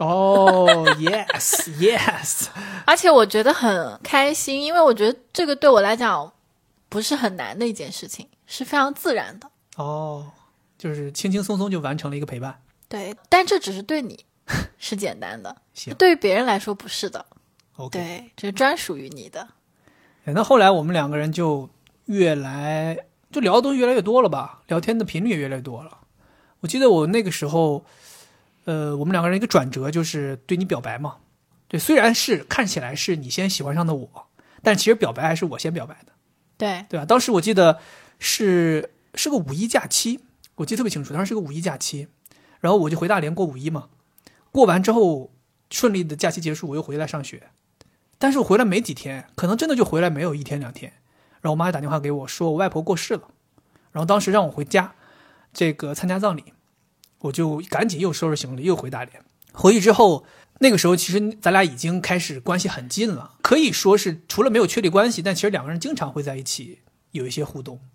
yes 而且我觉得很开心，因为我觉得这个对我来讲不是很难的一件事情，是非常自然的。 就是轻轻松松就完成了一个陪伴。 对，但这只是对你是简单的行， 对于别人来说不是的。 OK， 对，这是专属于你的。 那后来我们两个人就聊的东西越来越多了吧，聊天的频率也越来越多了。我记得我那个时候我们两个人一个转折就是对你表白嘛。对，虽然是看起来是你先喜欢上的我，但其实表白还是我先表白的。对吧？当时我记得是个5·1假期，我记得特别清楚，当时是个5·1假期，然后我就回大连过5·1嘛。过完之后顺利的假期结束，我又回来上学。但是我回来没几天，可能真的就回来没有1天2天，然后我妈就打电话给我说我外婆过世了，然后当时让我回家这个参加葬礼，我就赶紧又收拾行李又回大连。回去之后，那个时候其实咱俩已经开始关系很近了，可以说是除了没有确立关系，但其实两个人经常会在一起有一些互动。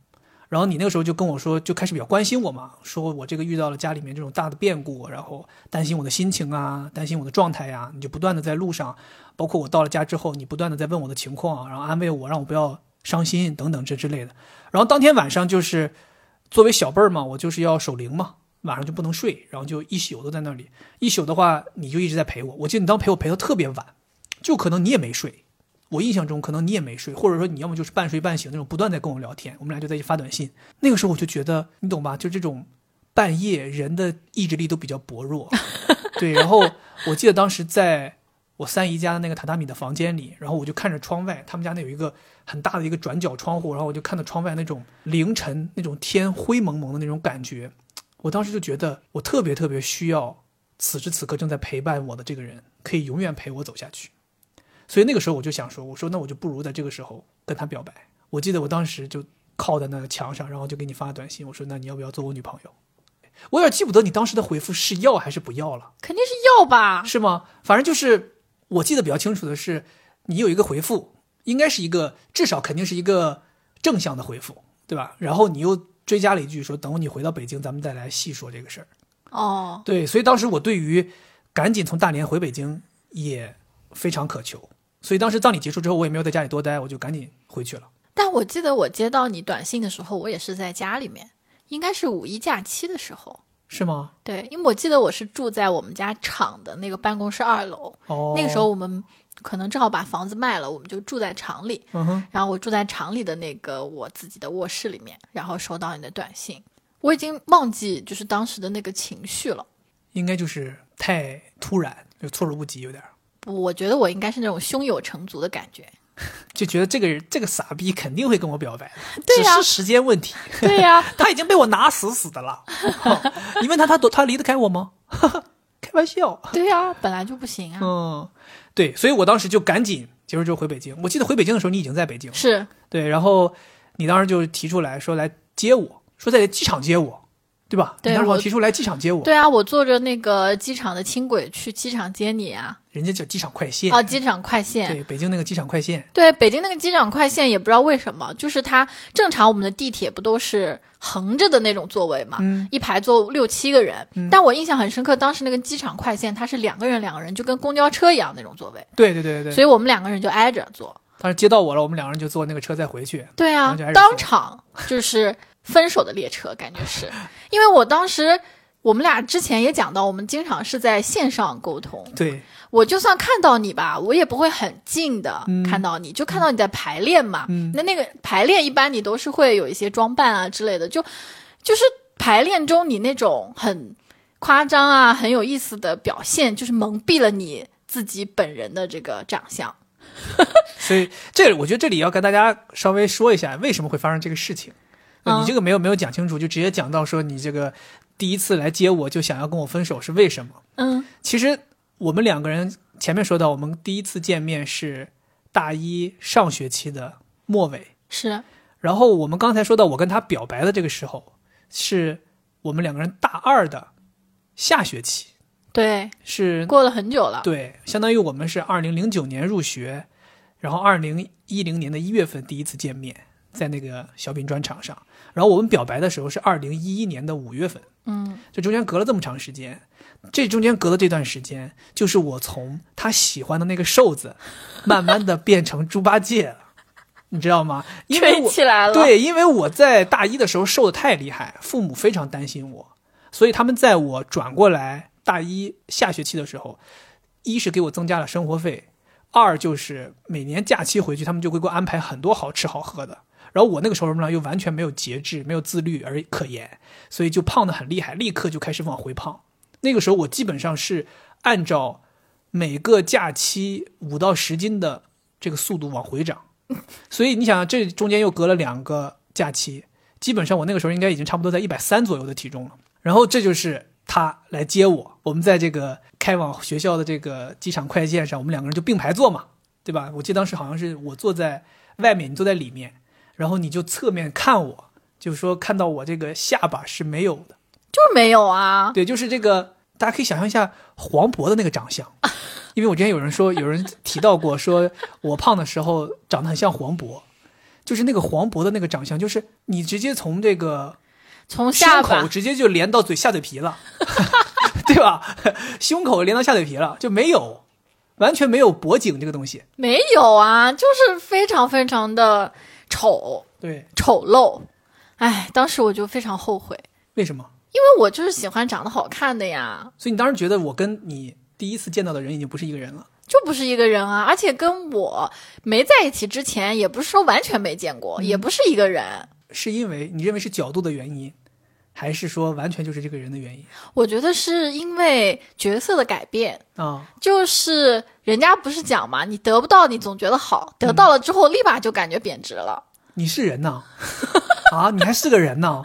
然后你那个时候就跟我说，就开始比较关心我嘛，说我这个遇到了家里面这种大的变故，然后担心我的心情啊，担心我的状态呀，你就不断的在路上，包括我到了家之后，你不断的在问我的情况，然后安慰我，让我不要伤心等等这之类的。然后当天晚上就是作为小辈儿嘛，我就是要守灵嘛，晚上就不能睡，然后就一宿都在那里。一宿的话，你就一直在陪我。我记得你当陪我陪到特别晚，就可能你也没睡。我印象中可能你也没睡，或者说你要么就是半睡半醒那种，不断在跟我聊天，我们俩就在一起发短信。那个时候我就觉得，你懂吧？就这种半夜人的意志力都比较薄弱。对，然后我记得当时在我三姨家的那个榻榻米的房间里，然后我就看着窗外，他们家那有一个很大的一个转角窗户，然后我就看到窗外那种凌晨那种天灰蒙蒙的那种感觉。我当时就觉得我特别特别需要此时此刻正在陪伴我的这个人，可以永远陪我走下去。所以那个时候我就想说，我说那我就不如在这个时候跟他表白。我记得我当时就靠在那个墙上，然后就给你发短信，我说那你要不要做我女朋友？我有点记不得你当时的回复是要还是不要了。 肯定是要吧？ 是吗？反正就是我记得比较清楚的是，你有一个回复，应该是一个至少肯定是一个正向的回复，对吧？然后你又追加了一句说，等你回到北京咱们再来细说这个事儿。 哦， 对，所以当时我对于赶紧从大连回北京也非常渴求。所以当时葬礼结束之后，我也没有在家里多待，我就赶紧回去了。 但我记得我接到你短信的时候，我也是在家里面，应该是五一假期的时候。 是吗？ 对，因为我记得我是住在我们家厂的那个办公室2楼。 哦， 那个时候我们可能正好把房子卖了，我们就住在厂里。然后我住在厂里的那个我自己的卧室里面，然后收到你的短信，我已经忘记就是当时的那个情绪了。 应该就是太突然，就措手不及有点。 不，我觉得我应该是那种胸有成竹的感觉， 就觉得这个傻逼肯定会跟我表白的， 对呀， 只是时间问题。 对呀， 他已经被我拿死死的了。你问他离得开我吗？开玩笑。 对呀，本来就不行啊。 对，所以我当时就赶紧结束之后回北京。我记得回北京的时候你已经在北京。 是。 对，然后你当时就提出来说来接我，说在机场接我。对吧？ 对， 你当时好像提出来机场接我。 对啊，我坐着那个机场的轻轨去机场接你啊。 人家叫机场快线。 机场快线。 对，北京那个机场快线。 对，北京那个机场快线也不知道为什么，就是它正常我们的地铁不都是横着的那种座位嘛，一排坐6、7个人。但我印象很深刻，当时那个机场快线它是2个人，就跟公交车一样那种座位。 对对对对。 所以我们2个人就挨着坐。 当时接到我了，我们2个人就坐那个车再回去。 对啊，当场就是分手的列车，感觉是。因为我当时我们俩之前也讲到，我们经常是在线上沟通。 对， 我就算看到你吧，我也不会很近的看到你，就看到你在排练嘛。那个排练一般你都是会有一些装扮啊之类的，就是排练中你那种很夸张啊很有意思的表现，就是蒙蔽了你自己本人的这个长相。 所以我觉得这里要跟大家稍微说一下为什么会发生这个事情。你这个没有讲清楚，就直接讲到说你这个第一次来接我就想要跟我分手是为什么。其实我们2个人前面说到，我们第一次见面是大一上学期的末尾。 是。 然后我们刚才说到我跟他表白的这个时候，是我们2个人大2的下学期。 对， 是过了很久了。 对，相当于我们是2009年入学，然后2010年的1月份第一次见面，在那个小品专场上。然后我们表白的时候是2011年的5月份。这中间隔了这么长时间。这中间隔的这段时间，就是我从他喜欢的那个瘦子，慢慢的变成猪八戒了。你知道吗？因为吹起来了。 对，因为我在大一的时候瘦的太厉害，父母非常担心我，所以他们在我转过来大一下学期的时候，一是给我增加了生活费，2就是每年假期回去他们就会给我安排很多好吃好喝的。然后我那个时候呢又完全没有节制，没有自律而可言，所以就胖得很厉害，立刻就开始往回胖。那个时候我基本上是按照每个假期5到10斤的这个速度往回涨。所以你想这中间又隔了2个假期，基本上我那个时候应该已经差不多在130左右的体重了。然后这就是他来接我们在这个开往学校的这个机场快线上，我们2个人就并排坐嘛，对吧？我记得当时好像是我坐在外面，你坐在里面，然后你就侧面看我，就是说看到我这个下巴是没有的。 就是没有啊。 对，就是这个大家可以想象一下黄渤的那个长相。因为我之前有人提到过，说我胖的时候长得很像黄渤， 就是那个黄渤的那个长相，就是你直接从这个从下巴胸口直接就连到下嘴皮了，对吧？胸口连到下嘴皮了，就没有，完全没有脖颈这个东西。 没有啊，就是非常非常的丑， 对， 丑陋。哎，当时我就非常后悔。 为什么？ 因为我就是喜欢长得好看的呀。 所以你当时觉得我跟你第一次见到的人已经不是一个人了？ 就不是一个人啊，而且跟我没在一起之前，也不是说完全没见过，也不是一个人。 是因为你认为是角度的原因，还是说完全就是这个人的原因？ 我觉得是因为角色的改变啊， 就是人家不是讲嘛，你得不到你总觉得好，得到了之后立马就感觉贬值了。 你是人呐？啊，你还是个人呐？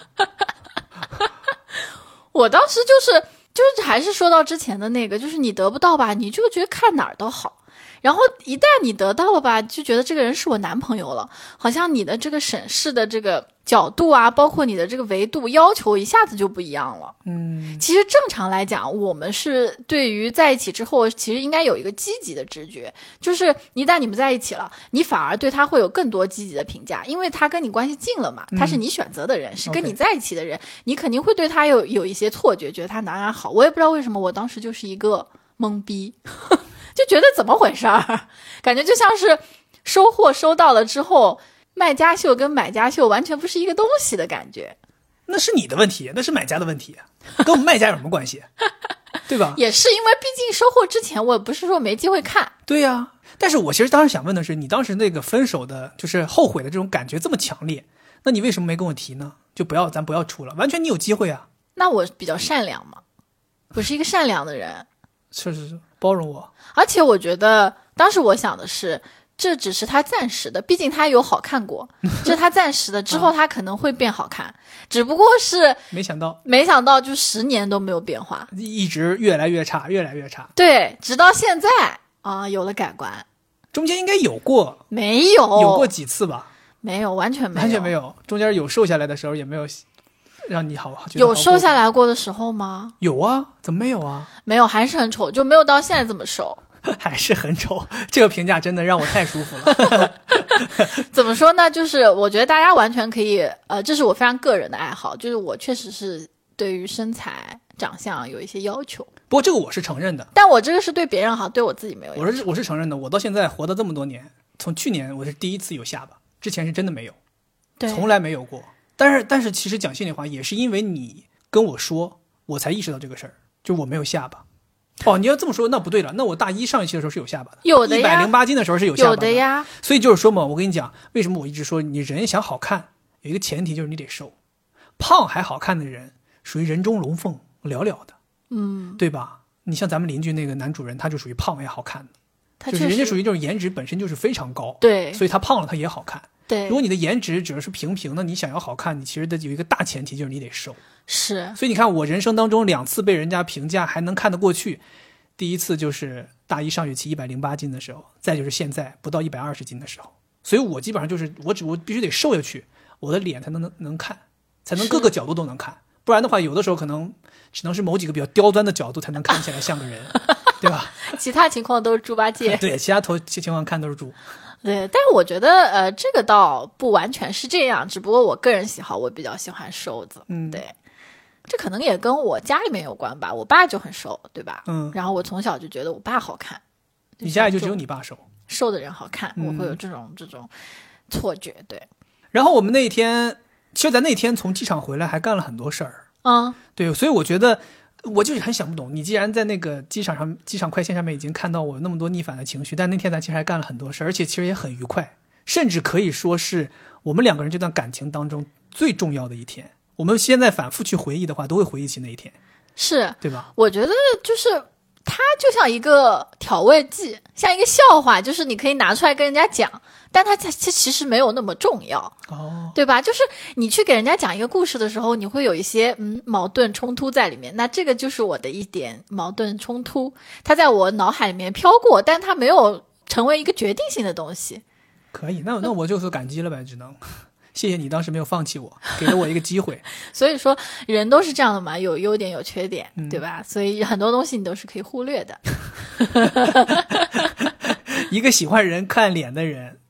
我当时就是还是说到之前的那个，就是你得不到吧，你就觉得看哪儿都好，然后一旦你得到了吧，就觉得这个人是我男朋友了，好像你的这个审视的这个角度啊，包括你的这个维度要求一下子就不一样了。其实正常来讲，我们是对于在一起之后，其实应该有一个积极的直觉，就是一旦你们在一起了，你反而对他会有更多积极的评价，因为他跟你关系近了嘛，他是你选择的人，是跟你在一起的人，你肯定会对他有一些错觉，觉得他哪好。我也不知道为什么，我当时就是一个懵逼，就觉得怎么回事儿，感觉就像是收货收到了之后，卖家秀跟买家秀完全不是一个东西的感觉。 那是你的问题，那是买家的问题，跟我们卖家有什么关系？对吧？ 也是因为毕竟收货之前我也不是说没机会看。 对呀，但是我其实当时想问的是，你当时那个分手的就是后悔的这种感觉这么强烈，那你为什么没跟我提呢？就咱不要处了，完全你有机会啊。 那我比较善良嘛，我是一个善良的人。 是包容我。 而且我觉得当时我想的是，这只是他暂时的，毕竟他有好看过，这是他暂时的，之后他可能会变好看，只不过是没想到就10年都没有变化， 一直越来越差，越来越差。 对，直到现在啊，有了改观。 中间应该有过？ 没有？ 有过几次吧？ 没有，完全没有， 完全没有。中间有瘦下来的时候，也没有让你好。 有瘦下来过的时候吗？ 有啊，怎么没有啊？ 没有，还是很丑，就没有到现在这么瘦。 还是很丑，这个评价真的让我太舒服了。 怎么说呢？就是我觉得大家完全可以，这是我非常个人的爱好，就是我确实是对于身材、长相有一些要求。 不过这个我是承认的， 但我这个是对别人好，对我自己没有要求。 我是承认的，我到现在活到这么多年，从去年我是第一次有下巴，之前是真的没有， 对， 从来没有过。但是其实讲心里话，也是因为你跟我说，我才意识到这个事儿，就我没有下巴。哦，你要这么说那不对了，那我大一上一期的时候是有下巴的， 有的呀 ，108斤的时候是有下巴有的呀。 所以就是说嘛，我跟你讲，为什么我一直说你人想好看，有一个前提就是你得瘦，胖还好看的人属于人中龙凤，寥寥的，对吧？你像咱们邻居那个男主人，他就属于胖也好看的，就是人家属于这种颜值本身就是非常高， 对， 所以他胖了他也好看。 对， 如果你的颜值只是平平的，你想要好看，你其实有一个大前提就是你得瘦。 是， 所以你看我人生当中2次被人家评价还能看得过去，第一次就是大一上学期108斤的时候，再就是现在不到120斤的时候。所以我基本上就是我必须得瘦下去，我的脸才能看，才能各个角度都能看，不然的话有的时候可能只能是某几个比较刁钻的角度才能看起来像个人，对吧？ 其他情况都是猪八戒。 对，其他情况看都是猪。 对，但是我觉得这个倒不完全是这样，只不过我个人喜好，我比较喜欢瘦子。对，这可能也跟我家里面有关吧，我爸就很瘦，对吧？然后我从小就觉得我爸好看。 你家里就只有你爸瘦？ 瘦的人好看，我会有这种错觉。对。然后我们那一天，其实咱那天从机场回来还干了很多事儿。对，所以我觉得我就是很想不懂，你既然在那个机场快线上面已经看到我那么多逆反的情绪，但那天咱其实还干了很多事，而且其实也很愉快，甚至可以说是我们2个人这段感情当中最重要的一天。我们现在反复去回忆的话，都会回忆起那一天， 是对吧？ 我觉得就是它就像一个调味剂，像一个笑话，就是你可以拿出来跟人家讲，但它其实没有那么重要，对吧？就是你去给人家讲一个故事的时候，你会有一些矛盾冲突在里面，那这个就是我的一点矛盾冲突，它在我脑海里面飘过，但它没有成为一个决定性的东西。 可以，那我就是感激了呗，只能谢谢你当时没有放弃我，给了我一个机会。 所以说人都是这样的嘛，有优点有缺点，对吧？所以很多东西你都是可以忽略的。 一个喜欢人看脸的人，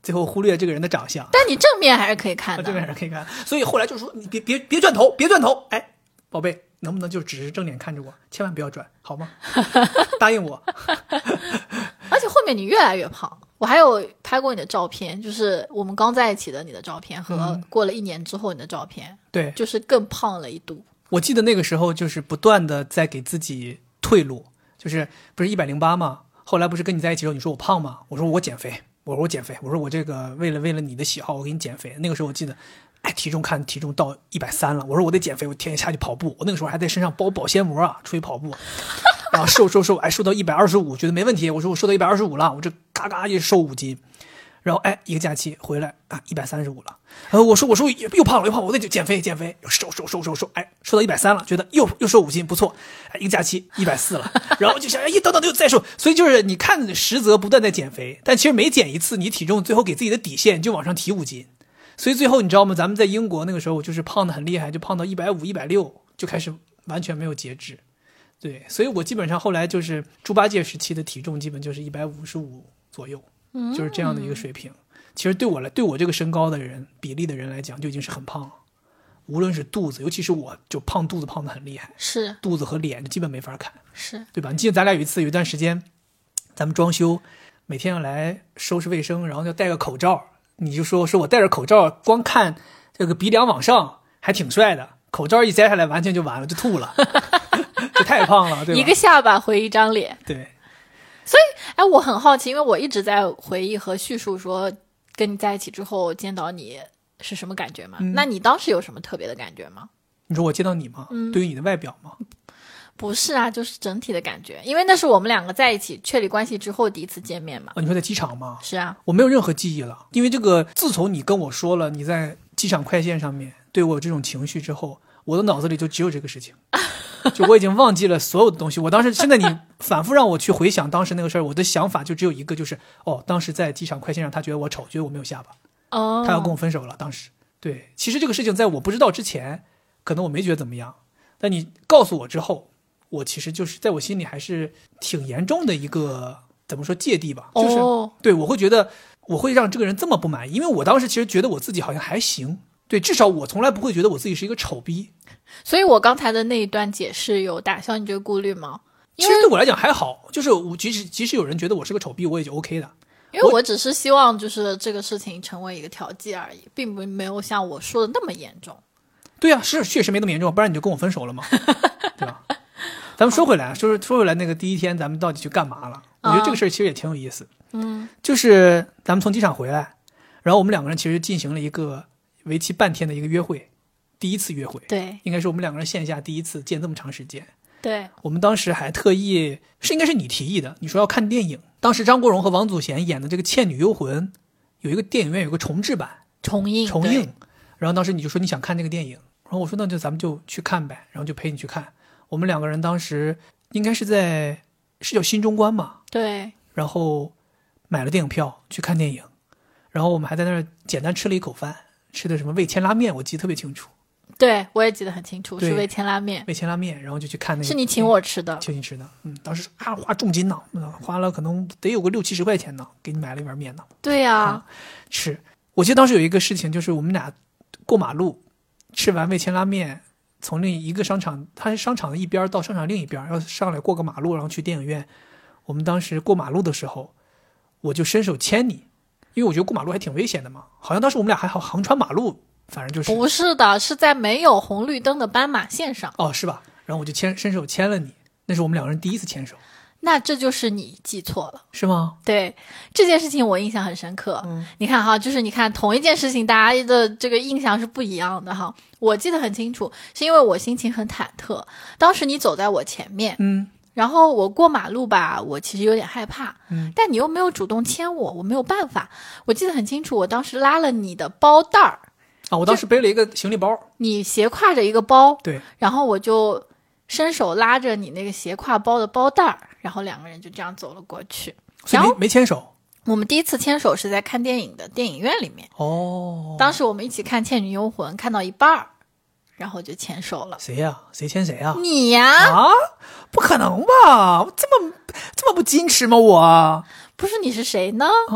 最后忽略这个人的长相。 但你正面还是可以看的， 正面还是可以看。所以后来就说你别转头，别转头，哎，宝贝，能不能就只是正脸看着我，千万不要转，好吗？答应我。 而且后面你越来越胖，我还有拍过你的照片，就是我们刚在一起的你的照片和过了1年之后你的照片， 对， 就是更胖了一度。 我记得那个时候就是不断的在给自己退路，就是不是108吗？后来不是跟你在一起之后，你说我胖吗？我说我减肥，我说我减肥，我说我这个为了你的喜好，我给你减肥。那个时候我记得，哎，体重到130了，我说我得减肥，我天天下去跑步。我那个时候还在身上包保鲜膜啊，出去跑步，然后瘦，哎，瘦到125，觉得没问题。我说我瘦到125了，我这嘎嘎就瘦5斤。然后哎，一个假期回来啊，135了。我说又胖了，我得减肥，瘦，哎，瘦到130了，觉得又瘦5斤，不错。哎，一个假期140了，然后就想哎，等又再瘦。所以就是你看实则不断在减肥，但其实每减一次，你体重最后给自己的底线就往上提5斤。所以最后你知道吗？咱们在英国那个时候就是胖的很厉害，就胖到150、160，就开始完全没有节制。对，所以我基本上后来就是猪八戒时期的体重基本就是155左右。就是这样的一个水平。其实对我这个身高的人比例的人来讲就已经是很胖了，无论是肚子，尤其是我就胖肚子胖得很厉害， 是肚子和脸基本没法看， 是对吧？你记得咱俩有一段时间咱们装修，每天要来收拾卫生，然后要戴个口罩，你就说我戴着口罩光看这个鼻梁往上还挺帅的，口罩一摘下来完全就完了，就吐了。就太胖了，对吧？ 一个下巴回一张脸。 对， 所以哎，我很好奇，因为我一直在回忆和叙述说跟你在一起之后见到你是什么感觉吗？那你当时有什么特别的感觉吗？ 你说我见到你吗？对于你的外表吗？ 不是啊，就是整体的感觉，因为那是我们两个在一起确立关系之后第一次见面嘛。 你说在机场吗？ 是啊， 我没有任何记忆了，因为这个自从你跟我说了你在机场快线上面对我有这种情绪之后，我的脑子里就只有这个事情。就我已经忘记了所有的东西。我当时现在你反复让我去回想当时那个事儿，我的想法就只有一个，就是当时在机场快线上他觉得我丑，觉得我没有下巴，他要跟我分手了。当时对，其实这个事情在我不知道之前可能我没觉得怎么样，但你告诉我之后，我其实就是在我心里还是挺严重的一个怎么说芥蒂吧，就是对，我会觉得我会让这个人这么不满意，因为我当时其实觉得我自己好像还行，对，至少我从来不会觉得我自己是一个丑逼。 所以我刚才的那一段解释有打消你这个顾虑吗？ 其实对我来讲还好，就是我即使有人觉得我是个丑逼，我也就 OK 的。 因为我只是希望就是这个事情成为一个调剂而已，并没有像我说的那么严重。 对啊，是确实没那么严重，不然你就跟我分手了嘛，对吧？咱们说回来，说回来那个第一天咱们到底去干嘛了？我觉得这个事儿其实也挺有意思。就是咱们从机场回来，然后我们两个人其实进行了一个为期半天的一个约会。第一次约会， 对， 应该是我们两个人线下第一次见这么长时间。 对， 我们当时还特意应该是你提议的，你说要看电影。当时张国荣和王祖贤演的这个《倩女幽魂》有一个电影院有个重制版重映， 然后当时你就说你想看这个电影，然后我说那就咱们就去看呗，然后就陪你去看。我们两个人当时应该是叫新中关嘛， 对， 然后买了电影票去看电影，然后我们还在那儿简单吃了一口饭，吃的什么味千拉面，我记得特别清楚。 对，我也记得很清楚，是味千拉面。然后就去看那个，是你请我吃的， 请你吃的。当时花重金呢，花了可能得有个60-70块钱呢，给你买了一碗面呢。 对呀， 吃。我记得当时有一个事情，就是我们俩过马路，吃完味千拉面，从另一个商场，它是商场的一边到商场另一边，要上来过个马路，然后去电影院。我们当时过马路的时候，我就伸手牵你，因为我觉得过马路还挺危险的嘛。好像当时我们俩还好横穿马路。反正就是不是的，是在没有红绿灯的斑马线上。 是吧？然后我就伸手牵了你，那是我们两个人第一次牵手。 那这就是你记错了， 是吗？ 对，这件事情我印象很深刻。你看哈，就是你看同一件事情，大家的这个印象是不一样的哈。我记得很清楚，是因为我心情很忐忑，当时你走在我前面，然后我过马路吧，我其实有点害怕，但你又没有主动牵我没有办法。我记得很清楚，我当时拉了你的包带儿。 我当时背了一个行李包， 你斜挎着一个包， 对， 然后我就伸手拉着你那个斜挎包的包带，然后两个人就这样走了过去， 所以没牵手。 我们第一次牵手是在看电影的电影院里面，当时我们一起看《倩女幽魂》，看到一半，然后就牵手了。 谁呀？谁牵谁啊？ 你呀？ 不可能吧？这么不矜持吗？我不是，你是谁呢？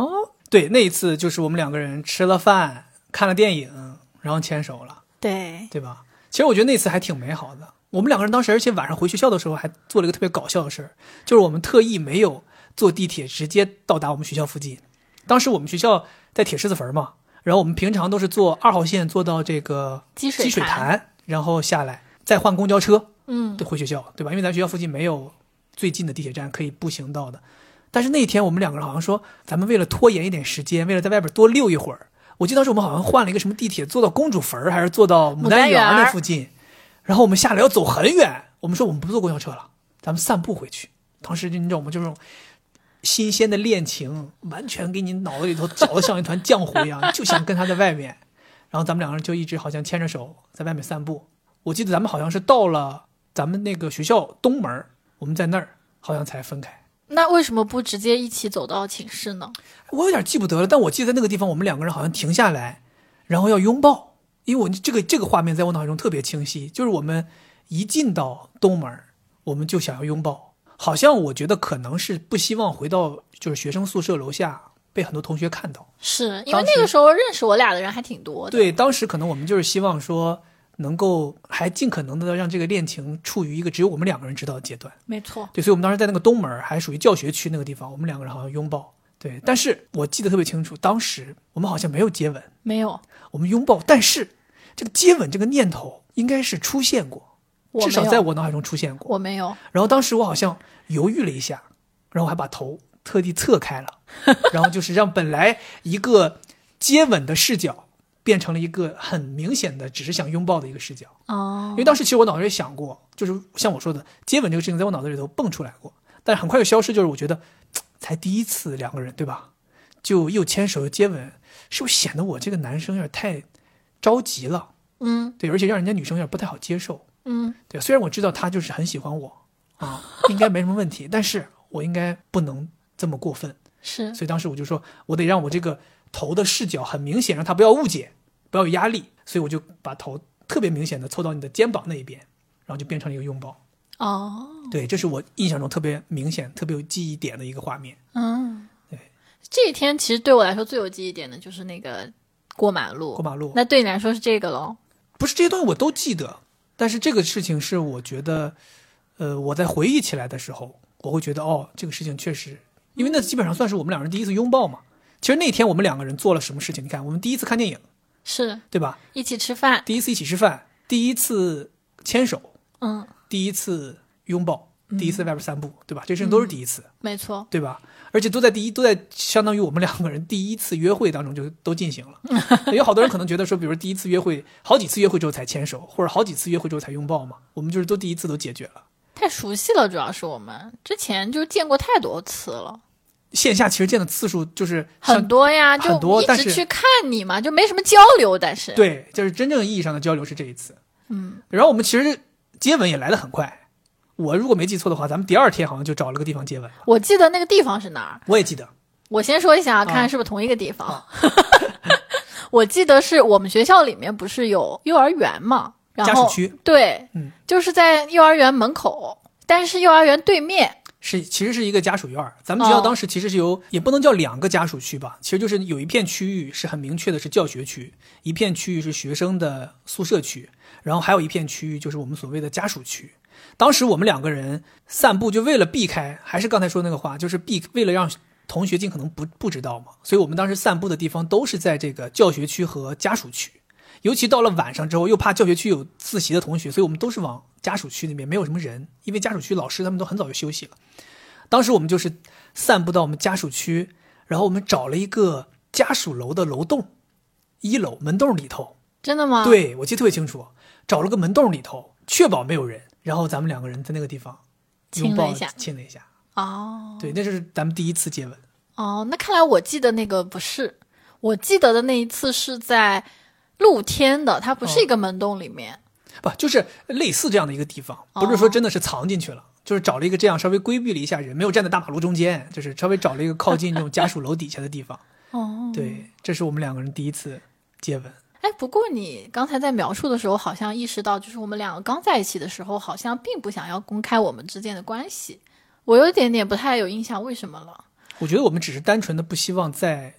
对，那一次就是我们两个人吃了饭，看了电影，然后牵手了，对吧？其实我觉得那次还挺美好的。我们两个人当时，而且晚上回学校的时候还做了一个特别搞笑的事儿，就是我们特意没有坐地铁直接到达我们学校附近。当时我们学校在铁狮子坟嘛，然后我们平常都是坐2号线坐到这个积水潭，然后下来再换公交车，回学校，对吧？因为咱学校附近没有最近的地铁站可以步行到的。但是那天我们两个人好像说，咱们为了拖延一点时间，为了在外边多溜一会儿，我记得当时我们好像换了一个什么地铁，坐到公主坟还是坐到牡丹园那附近，然后我们下来要走很远，我们说我们不坐公交车了，咱们散步回去。当时你知道我们这种新鲜的恋情完全给你脑子里头搅得像一团浆糊一样，就想跟他在外面。然后咱们两个人就一直好像牵着手在外面散步。我记得咱们好像是到了咱们那个学校东门，我们在那儿好像才分开。 那为什么不直接一起走到寝室呢？ 我有点记不得了，但我记得在那个地方我们两个人好像停下来，然后要拥抱。因为我这个画面在我脑海中特别清晰，就是我们一进到东门，我们就想要拥抱。好像我觉得可能是不希望回到就是学生宿舍楼下被很多同学看到， 是因为那个时候认识我俩的人还挺多的。 对，当时可能我们就是希望说能够还尽可能的让这个恋情处于一个只有我们两个人知道的阶段。 没错， 对，所以我们当时在那个东门还属于教学区那个地方，我们两个人好像拥抱。对，但是我记得特别清楚，当时我们好像没有接吻， 没有， 我们拥抱，但是这个接吻这个念头应该是出现过，至少在我脑海中出现过。 我没有。 然后当时我好像犹豫了一下，然后我还把头特地侧开了，然后就是让本来一个接吻的视角变成了一个很明显的只是想拥抱的一个视角。因为当时其实我脑子里想过，就是像我说的，接吻这个事情在我脑子里头蹦出来过，但是很快就消失。就是我觉得才第一次两个人，对吧，就又牵手又接吻，是不是显得我这个男生有点太着急了？对，而且让人家女生有点不太好接受。对，虽然我知道他就是很喜欢我啊，应该没什么问题，但是我应该不能这么过分。 是， 所以当时我就说我得让我这个头的视角很明显，让他不要误解，不要有压力，所以我就把头特别明显的凑到你的肩膀那一边，然后就变成了一个拥抱。对，这是我印象中特别明显特别有记忆点的一个画面。对， 这一天其实对我来说最有记忆点的就是那个过马路。那对你来说是这个咯？ 不是，这些东西我都记得，但是这个事情是我觉得我在回忆起来的时候，我会觉得这个事情确实，因为那基本上算是我们两人第一次拥抱嘛。其实那天我们两个人做了什么事情？你看，我们第一次看电影， 是对吧？ 一起吃饭， 第一次一起吃饭，第一次牵手，第一次拥抱，第一次在外边散步，对吧？这事情都是第一次， 没错， 对吧？而且都在相当于我们两个人第一次约会当中就都进行了。有好多人可能觉得说，比如第一次约会，好几次约会之后才牵手，或者好几次约会之后才拥抱嘛。我们就是都第一次都解决了， 太熟悉了，主要是我们之前就见过太多次了。 线下其实见的次数就是很多呀， 很多， 就一直去看你嘛，就没什么交流。但是对，就是真正意义上的交流是这一次。然后我们其实接吻也来得很快。我如果没记错的话，咱们第二天好像就找了个地方接吻。 我记得那个地方是哪儿？ 我也记得。 我先说一下，看看是不是同一个地方。我记得是我们学校里面不是有幼儿园嘛，然后家属区。 对，就是在幼儿园门口，但是幼儿园对面其实是一个家属院。咱们学校当时其实是也不能叫2个家属区吧，其实就是有一片区域是很明确的是教学区，一片区域是学生的宿舍区，然后还有一片区域就是我们所谓的家属区。当时我们两个人散步，就为了避开，还是刚才说那个话，就是为了让同学尽可能不知道嘛，所以我们当时散步的地方都是在这个教学区和家属区。尤其到了晚上之后，又怕教学区有自习的同学，所以我们都是往家属区那边，没有什么人，因为家属区老师他们都很早就休息了。当时我们就是散步到我们家属区，然后我们找了一个家属楼的楼栋，1楼门洞里头。 真的吗？ 对，我记得特别清楚，找了个门洞里头，确保没有人，然后咱们两个人在那个地方拥抱亲了一下。对，那就是咱们第一次接吻。 那看来我记得那个不是，我记得的那一次是在露天的，它不是一个门洞里面。 不，就是类似这样的一个地方，不是说真的是藏进去了，就是找了一个这样稍微规避了一下人，没有站在大马路中间，就是稍微找了一个靠近这种家属楼底下的地方。对，这是我们两个人第一次接吻。 不过你刚才在描述的时候好像意识到，就是我们两个刚在一起的时候好像并不想要公开我们之间的关系，我有一点点不太有印象为什么了。 我觉得我们只是单纯的不希望在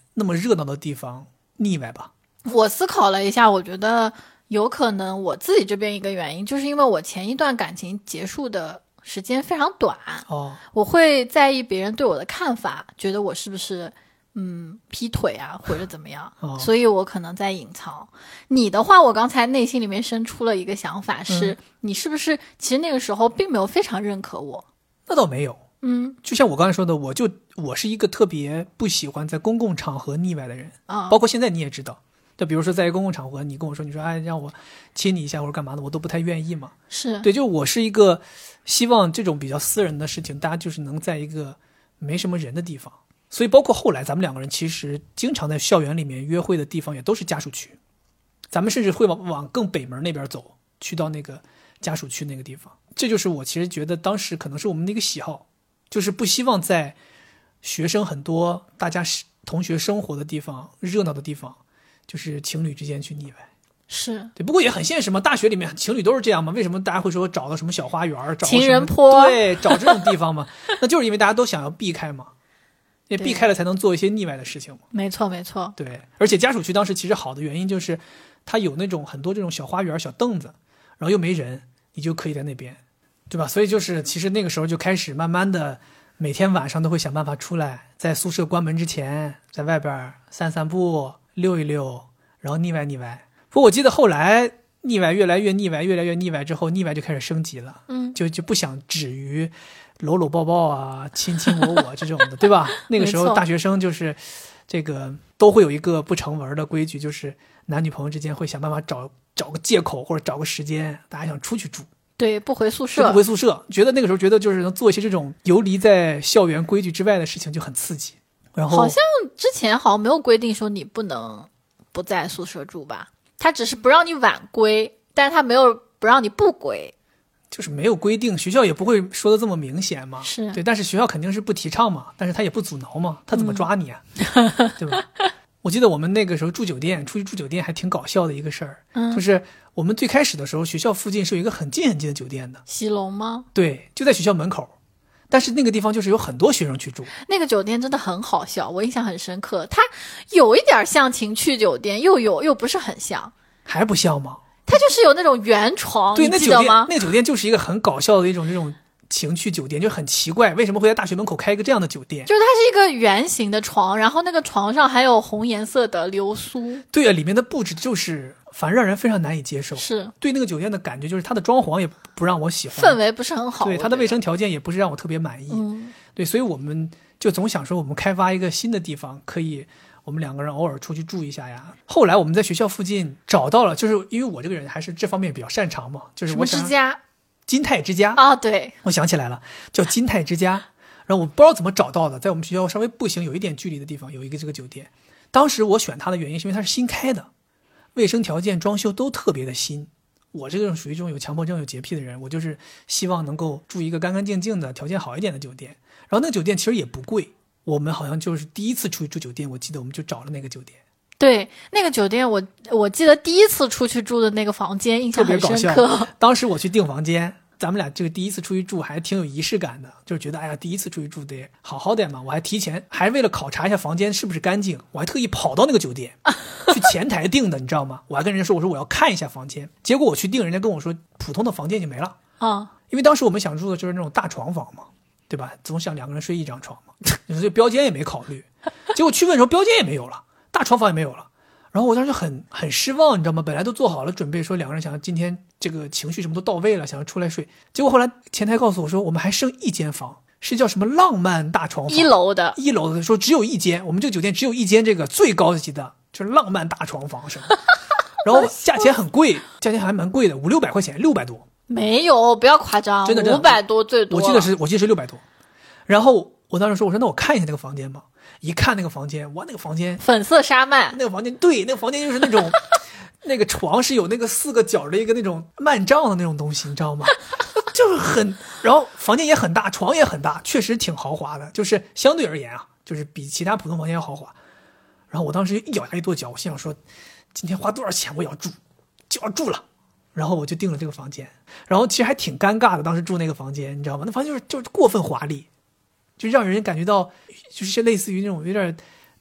那么热闹的地方腻歪吧？ 我思考了一下，我觉得有可能我自己这边一个原因，就是因为我前一段感情结束的时间非常短，我会在意别人对我的看法，觉得我是不是劈腿啊或者怎么样，所以我可能在隐藏。你的话，我刚才内心里面生出了一个想法是，你是不是其实那个时候并没有非常认可我？ 那倒没有，就像我刚才说的，我是一个特别不喜欢在公共场合腻歪的人，包括现在你也知道。就比如说在一个公共场合，你跟我说，你说哎让我亲你一下或者干嘛的，我都不太愿意嘛。 是对，就我是一个希望这种比较私人的事情，大家就是能在一个没什么人的地方。所以包括后来咱们两个人其实经常在校园里面约会的地方也都是家属区，咱们甚至会往更北门那边走，去到那个家属区那个地方。这就是我其实觉得当时可能是我们的一个喜好，就是不希望在学生很多大家同学生活的地方热闹的地方就是情侣之间去腻歪。 是对，不过也很现实嘛，大学里面情侣都是这样嘛，为什么大家会说找到什么小花园，找情人坡， 对，找这种地方嘛？那就是因为大家都想要避开嘛，也避开了才能做一些腻歪的事情嘛。 没错没错。 对，而且家属区当时其实好的原因就是它有那种很多这种小花园小凳子，然后又没人，你就可以在那边，对吧？所以就是其实那个时候就开始慢慢的每天晚上都会想办法出来，在宿舍关门之前在外边散散步溜一溜，然后腻歪腻歪。不过我记得后来腻歪越来越腻歪，越来越腻歪之后，腻歪就开始升级了，就不想止于搂搂抱抱啊、亲亲我我这种的，对吧？那个时候大学生就是这个都会有一个不成文的规矩，就是男女朋友之间会想办法找个借口或者找个时间，大家想出去住。 对，不回宿舍， 不回宿舍，觉得那个时候觉得就是能做一些这种游离在校园规矩之外的事情就很刺激。然后好像之前好像没有规定说你不能不在宿舍住吧？他只是不让你晚归，但是他没有不让你不归， 就是没有规定，学校也不会说的这么明显嘛。 是对，但是学校肯定是不提倡嘛，但是他也不阻挠嘛，他怎么抓你啊？对吧？我记得我们那个时候住酒店，出去住酒店还挺搞笑的一个事儿，就是我们最开始的时候，学校附近是有一个很近很近的酒店的， 西龙吗？ 对，就在学校门口。但是那个地方就是有很多学生去住， 那个酒店真的很好笑，我印象很深刻。它有一点像情趣酒店，又不是很像， 还不像吗？ 它就是有那种圆床， 对， 你记得吗？ 那酒店就是一个很搞笑的一种这种情趣酒店，就很奇怪，为什么会在大学门口开一个这样的酒店？ 就是它是一个圆形的床，然后那个床上还有红颜色的流苏。 对啊，里面的布置就是反正让人非常难以接受。 是对那个酒店的感觉，就是它的装潢也不让我喜欢， 氛围不是很好。 对它的卫生条件也不是让我特别满意。对，所以我们就总想说，我们开发一个新的地方，可以我们两个人偶尔出去住一下呀。后来我们在学校附近找到了，就是因为我这个人还是这方面比较擅长嘛，就是我想什么之家。 金泰之家啊，对， 我想起来了，叫金泰之家。然后我不知道怎么找到的，在我们学校稍微步行有一点距离的地方有一个这个酒店。当时我选它的原因是因为它是新开的，卫生条件、装修都特别的新。我这个属于这种有强迫症、有洁癖的人，我就是希望能够住一个干干净净的、条件好一点的酒店。然后那个酒店其实也不贵，我们好像就是第一次出去住酒店，我记得我们就找了那个酒店。 对，那个酒店我记得第一次出去住的那个房间印象很深刻。 特别搞笑，当时我去订房间，咱们俩这个第一次出去住还挺有仪式感的，就是觉得哎呀，第一次出去住得好好点嘛。我还提前还为了考察一下房间是不是干净，我还特意跑到那个酒店去前台订的，你知道吗？我还跟人家说，我说我要看一下房间。结果我去订，人家跟我说普通的房间就没了啊， 因为当时我们想住的就是那种大床房嘛，对吧？总想两个人睡一张床嘛，所以标间也没考虑。结果去问的时候，标间也没有了，大床房也没有了。然后我当时很失望，你知道吗？本来都做好了准备，说两个人想要今天这个情绪什么都到位了，想要出来睡。结果后来前台告诉我说，我们还剩一间房，是叫什么浪漫大床房，一楼的，说只有一间，我们这个酒店只有一间这个最高级的，就是浪漫大床房什么。然后价钱很贵，价钱还蛮贵的，500-600块钱，600多。 没有，不要夸张，真的500多最多。 我记得是600多。然后我当时说，我说那我看一下那个房间吧。一看那个房间，哇，那个房间粉色纱幔， 那个房间对，那个房间就是那种那个床是有那个4个角的一个那种幔帐的那种东西，你知道吗？就是很，然后房间也很大，床也很大，确实挺豪华的，就是相对而言啊，就是比其他普通房间要豪华。然后我当时一咬牙一跺脚，我心想说，今天花多少钱我也要住，就要住了。然后我就订了这个房间，然后其实还挺尴尬的，当时住那个房间，你知道吗？那房间就是过分华丽。就让人感觉到，就是类似于那种有点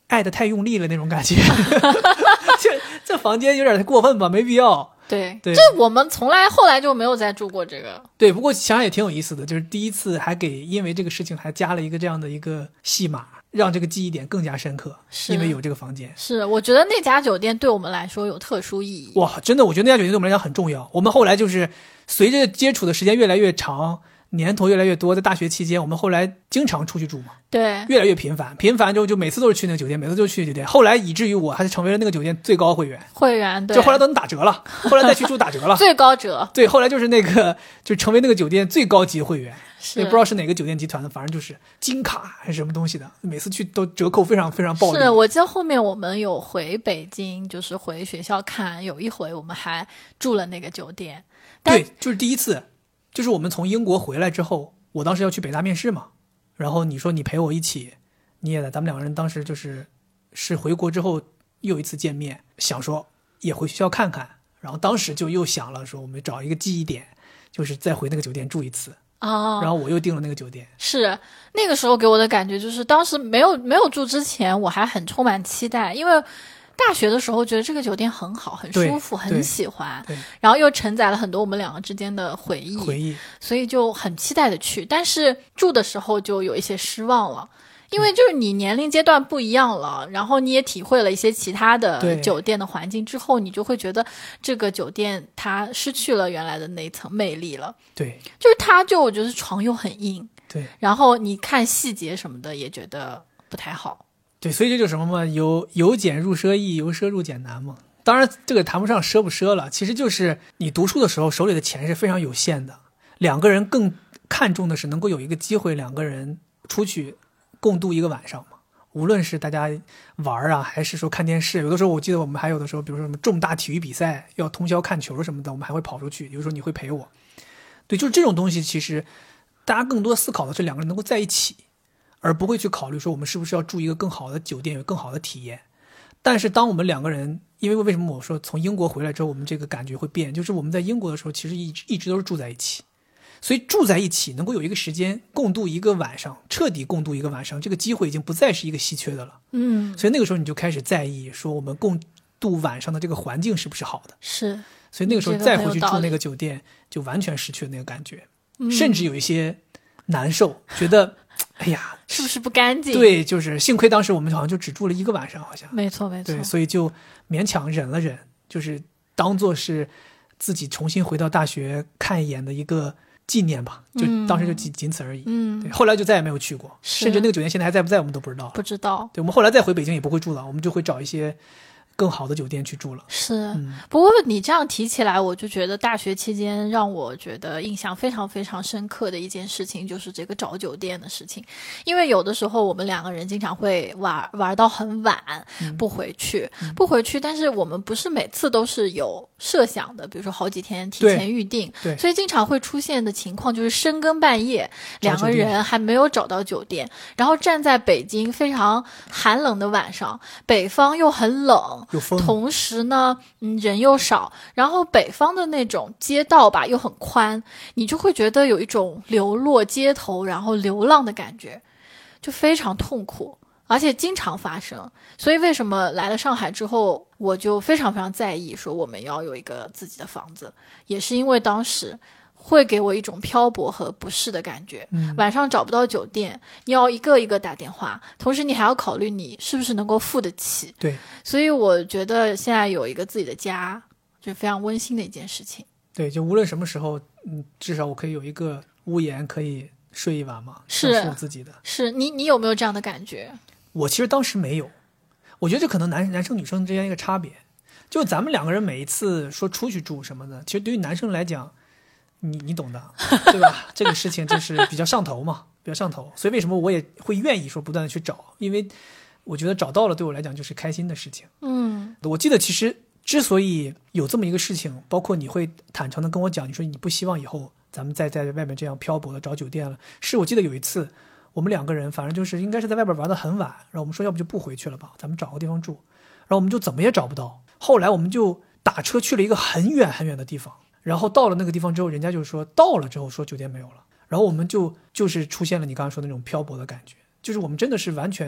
爱的太用力了那种感觉。这房间有点太过分吧，没必要。 对， 对， 这我们后来就没有再住过这个。 对，不过想想也挺有意思的，就是第一次还因为这个事情还加了一个这样的一个戏码，让这个记忆点更加深刻，因为有这个房间。 是，我觉得那家酒店对我们来说有特殊意义。 哇，真的，我觉得那家酒店对我们来讲很重要。我们后来就是随着接触的时间越来越长，年头越来越多，在大学期间我们后来经常出去住嘛， 对， 越来越频繁之后就每次都是去那个酒店，每次都去酒店，后来以至于我还是成为了那个酒店最高会员， 对， 就后来都能打折了，后来再去住打折了。 最高折。 对，后来就是那个就成为那个酒店最高级会员，也不知道是哪个酒店集团的，反正就是金卡还是什么东西的，每次去都折扣非常非常暴利。 是，我记得后面我们有回北京，就是回学校看，有一回我们还住了那个酒店。 对，就是第一次，就是我们从英国回来之后，我当时要去北大面试嘛，然后你说你陪我一起，你也来，咱们两个人当时是回国之后又一次见面，想说也回学校看看，然后当时就又想了说我们找一个记忆点，就是再回那个酒店住一次。然后我又订了那个酒店。 是那个时候给我的感觉就是，当时没有住之前，我还很充满期待，因为大学的时候觉得这个酒店很好，很舒服，很喜欢，然后又承载了很多我们两个之间的回忆，所以就很期待的去。但是住的时候就有一些失望了。因为就是你年龄阶段不一样了，然后你也体会了一些其他的酒店的环境之后，你就会觉得这个酒店它失去了原来的那层魅力了。 对， 就是它我觉得床又很硬， 对， 然后你看细节什么的也觉得不太好。 对，所以这就是什么嘛，由俭入奢易，由奢入俭难嘛。当然这个谈不上奢不奢了，其实就是你读书的时候手里的钱是非常有限的，两个人更看重的是能够有一个机会，两个人出去共度一个晚上嘛，无论是大家玩啊，还是说看电视，有的时候我记得我们还有的时候，比如说什么重大体育比赛要通宵看球什么的，我们还会跑出去，有时候你会陪我。对，就是这种东西，其实大家更多思考的是两个人能够在一起，而不会去考虑说我们是不是要住一个更好的酒店，有更好的体验。但是当我们两个人，因为什么我说从英国回来之后，我们这个感觉会变，就是我们在英国的时候其实一直都是住在一起。所以住在一起能够有一个时间共度一个晚上，彻底共度一个晚上，这个机会已经不再是一个稀缺的了。所以那个时候你就开始在意说我们共度晚上的这个环境是不是好的。 是， 所以那个时候再回去住那个酒店就完全失去了那个感觉，甚至有一些难受，觉得哎呀是不是不干净。 对，就是幸亏当时我们好像就只住了一个晚上，好像没错对，所以就勉强忍了忍，就是当做是自己重新回到大学看一眼的一个纪念吧，就当时就仅此而已。对，后来就再也没有去过，甚至那个酒店现在还在不在我们都不知道。 不知道。 对，我们后来再回北京也不会住了，我们就会找一些更好的酒店去住了。 是，不过你这样提起来，我就觉得大学期间让我觉得印象非常非常深刻的一件事情，就是这个找酒店的事情。因为有的时候我们两个人经常会玩到很晚，不回去，但是我们不是每次都是有设想的，比如说好几天提前预定， 对， 所以经常会出现的情况就是深更半夜，两个人还没有找到酒店，然后站在北京非常寒冷的晚上，北方又很冷， 有风， 同时呢，人又少，然后北方的那种街道吧又很宽，你就会觉得有一种流落街头，然后流浪的感觉，就非常痛苦，而且经常发生。所以为什么来了上海之后，我就非常非常在意说我们要有一个自己的房子，也是因为当时会给我一种漂泊和不适的感觉。晚上找不到酒店，你要一个一个打电话，同时你还要考虑你是不是能够付得起。 对， 所以我觉得现在有一个自己的家，就非常温馨的一件事情。 对，就无论什么时候，至少我可以有一个屋檐可以睡一晚嘛，是我自己的。 是你有没有这样的感觉？ 我其实当时没有，我觉得这可能男生女生之间一个差别，就咱们两个人每一次说出去住什么的，其实对于男生来讲，你懂的，对吧？这个事情就是比较上头嘛，比较上头。所以为什么我也会愿意说不断的去找，因为我觉得找到了对我来讲就是开心的事情。我记得其实之所以有这么一个事情，包括你会坦诚的跟我讲，你说你不希望以后咱们再在外面这样漂泊的找酒店了，是我记得有一次我们两个人反正就是应该是在外边玩得很晚，然后我们说要不就不回去了吧，咱们找个地方住，然后我们就怎么也找不到，后来我们就打车去了一个很远很远的地方，然后到了那个地方之后，人家就说到了之后说酒店没有了，然后我们就是出现了你刚刚说的那种漂泊的感觉，就是我们真的是完全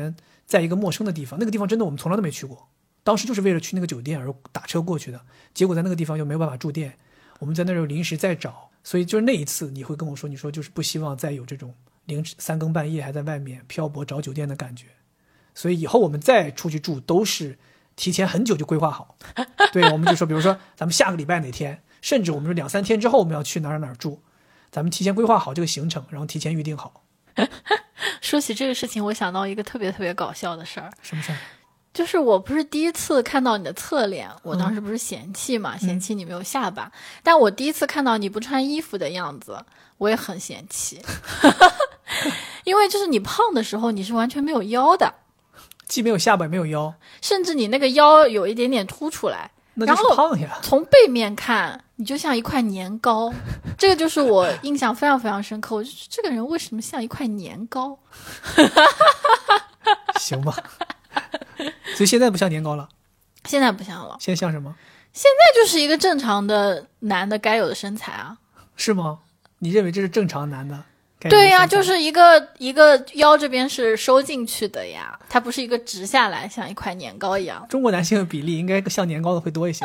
在一个陌生的地方，那个地方真的我们从来都没去过，当时就是为了去那个酒店而打车过去的，结果在那个地方又没有办法住店，我们在那儿又临时再找，所以就是那一次你会跟我说，你说就是不希望再有这种3更半夜还在外面漂泊找酒店的感觉，所以以后我们再出去住都是提前很久就规划好。对，我们就说比如说咱们下个礼拜哪天，甚至我们说2-3天之后我们要去哪儿住，咱们提前规划好这个行程，然后提前预定好。 说起这个事情，我想到一个特别特别搞笑的事儿。 什么事儿？ 就是我不是第一次看到你的侧脸，我当时不是嫌弃嘛，嫌弃你没有下巴，但我第一次看到你不穿衣服的样子，我也很嫌弃。因为就是你胖的时候你是完全没有腰的， 既没有下巴也没有腰， 甚至你那个腰有一点点凸出来， 那就是胖呀。 从背面看你就像一块年糕，这个就是我印象非常非常深刻，我就这个人为什么像一块年糕。 行吧。所以现在不像年糕了？ 现在不像了。 现在像什么？ 现在就是一个正常的男的该有的身材啊。 是吗？你认为这是正常男的该有的身材？ 对呀，就是一个腰这边是收进去的呀，它不是一个直下来像一块年糕一样。 中国男性的比例应该像年糕的会多一些。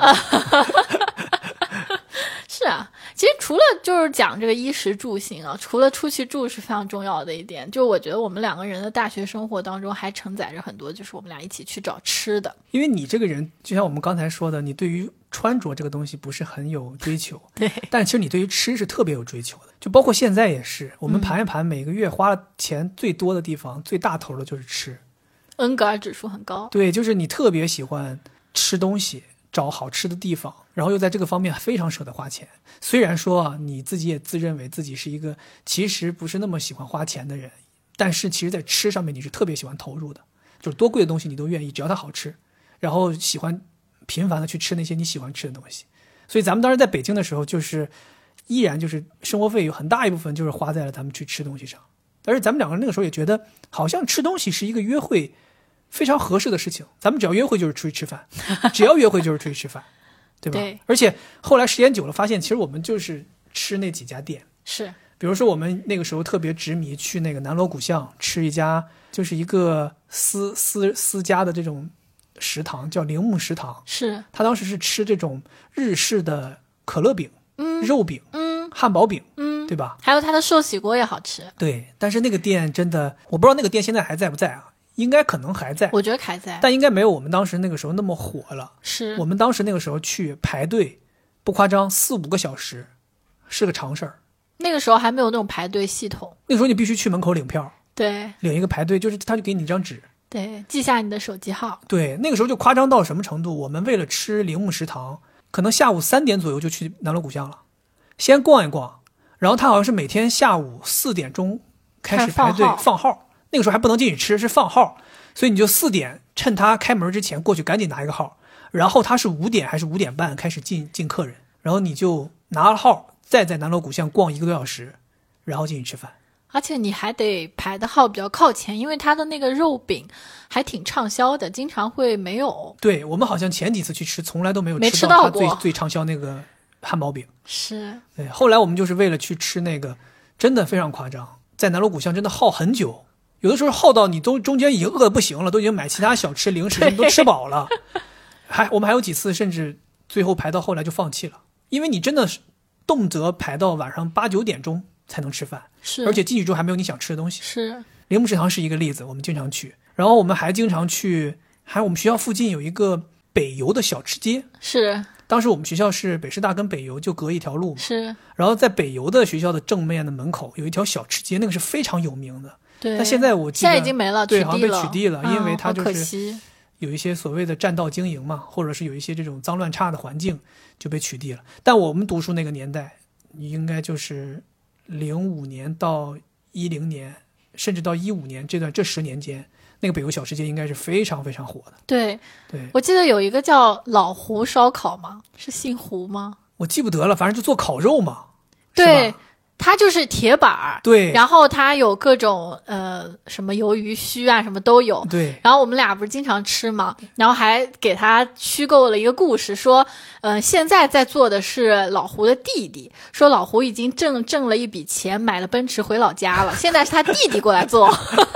是啊，其实除了就是讲这个衣食住行啊，除了出去住是非常重要的一点，就我觉得我们2个人的大学生活当中还承载着很多就是我们俩一起去找吃的。 因为你这个人就像我们刚才说的，你对于穿着这个东西不是很有追求， 对， 但其实你对于吃是特别有追求的，就包括现在也是，我们盘一盘每个月花了钱最多的地方，最大头的就是吃， 恩格尔指数很高。 对，就是你特别喜欢吃东西，找好吃的地方，然后又在这个方面非常舍得花钱。虽然说啊，你自己也自认为自己是一个其实不是那么喜欢花钱的人，但是其实在吃上面你是特别喜欢投入的，就是多贵的东西你都愿意，只要它好吃，然后喜欢频繁的去吃那些你喜欢吃的东西。所以咱们当时在北京的时候，就是依然就是生活费有很大一部分就是花在了咱们去吃东西上，而且咱们2个人那个时候也觉得好像吃东西是一个约会非常合适的事情，咱们只要约会就是出去吃饭，只要约会就是出去吃饭，对吧？ 对。 而且后来时间久了发现，其实我们就是吃那几家店， 是， 比如说我们那个时候特别执迷去那个南锣鼓巷吃一家，就是一个私家的这种食堂，叫铃木食堂。 是， 他当时是吃这种日式的可乐饼、肉饼、汉堡饼，对吧？ 还有他的寿喜锅也好吃。 对，但是那个店真的，我不知道那个店现在还在不在啊？应该可能还在， 我觉得还在， 但应该没有我们当时那个时候那么火了。 是， 我们当时那个时候去排队，不夸张，4-5个小时是个常事儿。 那个时候还没有那种排队系统， 那个时候你必须去门口领票， 对， 领一个排队，就是他就给你一张纸， 对，记下你的手机号。 对，那个时候就夸张到什么程度？我们为了吃铃木食堂，可能下午3点左右就去南锣鼓巷了，先逛一逛，然后他好像是每天下午4点钟开始排队放号。那个时候还不能进去吃，是放号，所以你就4点趁他开门之前过去赶紧拿一个号，然后他是5点还是5点半开始进客人，然后你就拿了号，再在南锣鼓巷逛1个多小时，然后进去吃饭。 而且你还得排的号比较靠前，因为他的那个肉饼还挺畅销的，经常会没有。 对，我们好像前几次去吃从来都没有没吃到过他最畅销那个汉堡饼。 是， 对，后来我们就是为了去吃那个，真的非常夸张，在南锣鼓巷真的耗很久，有的时候耗到你都中间已经饿得不行了，都已经买其他小吃零食都吃饱了，我们还有几次甚至最后排到后来就放弃了，因为你真的是动辄排到晚上8-9点钟才能吃饭， 是， 而且进去之后还没有你想吃的东西。 是， 铃木食堂是一个例子，我们经常去，然后我们还经常去，还有我们学校附近有一个北邮的小吃街， 是， 当时我们学校是北师大跟北邮就隔一条路嘛， 是， 然后在北邮的学校的正面的门口有一条小吃街，那个是非常有名的。 对， 但现在我记得现在已经没了， 对， 好像被取缔了，因为它就是可惜有一些所谓的占道经营嘛，或者是有一些这种脏乱差的环境就被取缔了。但我们读书那个年代，应该就是05年到10年，甚至到15年这10年间，那个北邮小吃街应该是非常非常火的。 对， 对， 我记得有一个叫老胡烧烤吗？是姓胡吗？ 我记不得了，反正就做烤肉嘛。 对，它就是铁板儿， 对， 然后它有各种什么鱿鱼须啊，什么都有。 对， 然后我们俩不是经常吃嘛，然后还给他虚构了一个故事，说现在在做的是老胡的弟弟，说老胡已经挣了一笔钱，买了奔驰回老家了，现在是他弟弟过来做。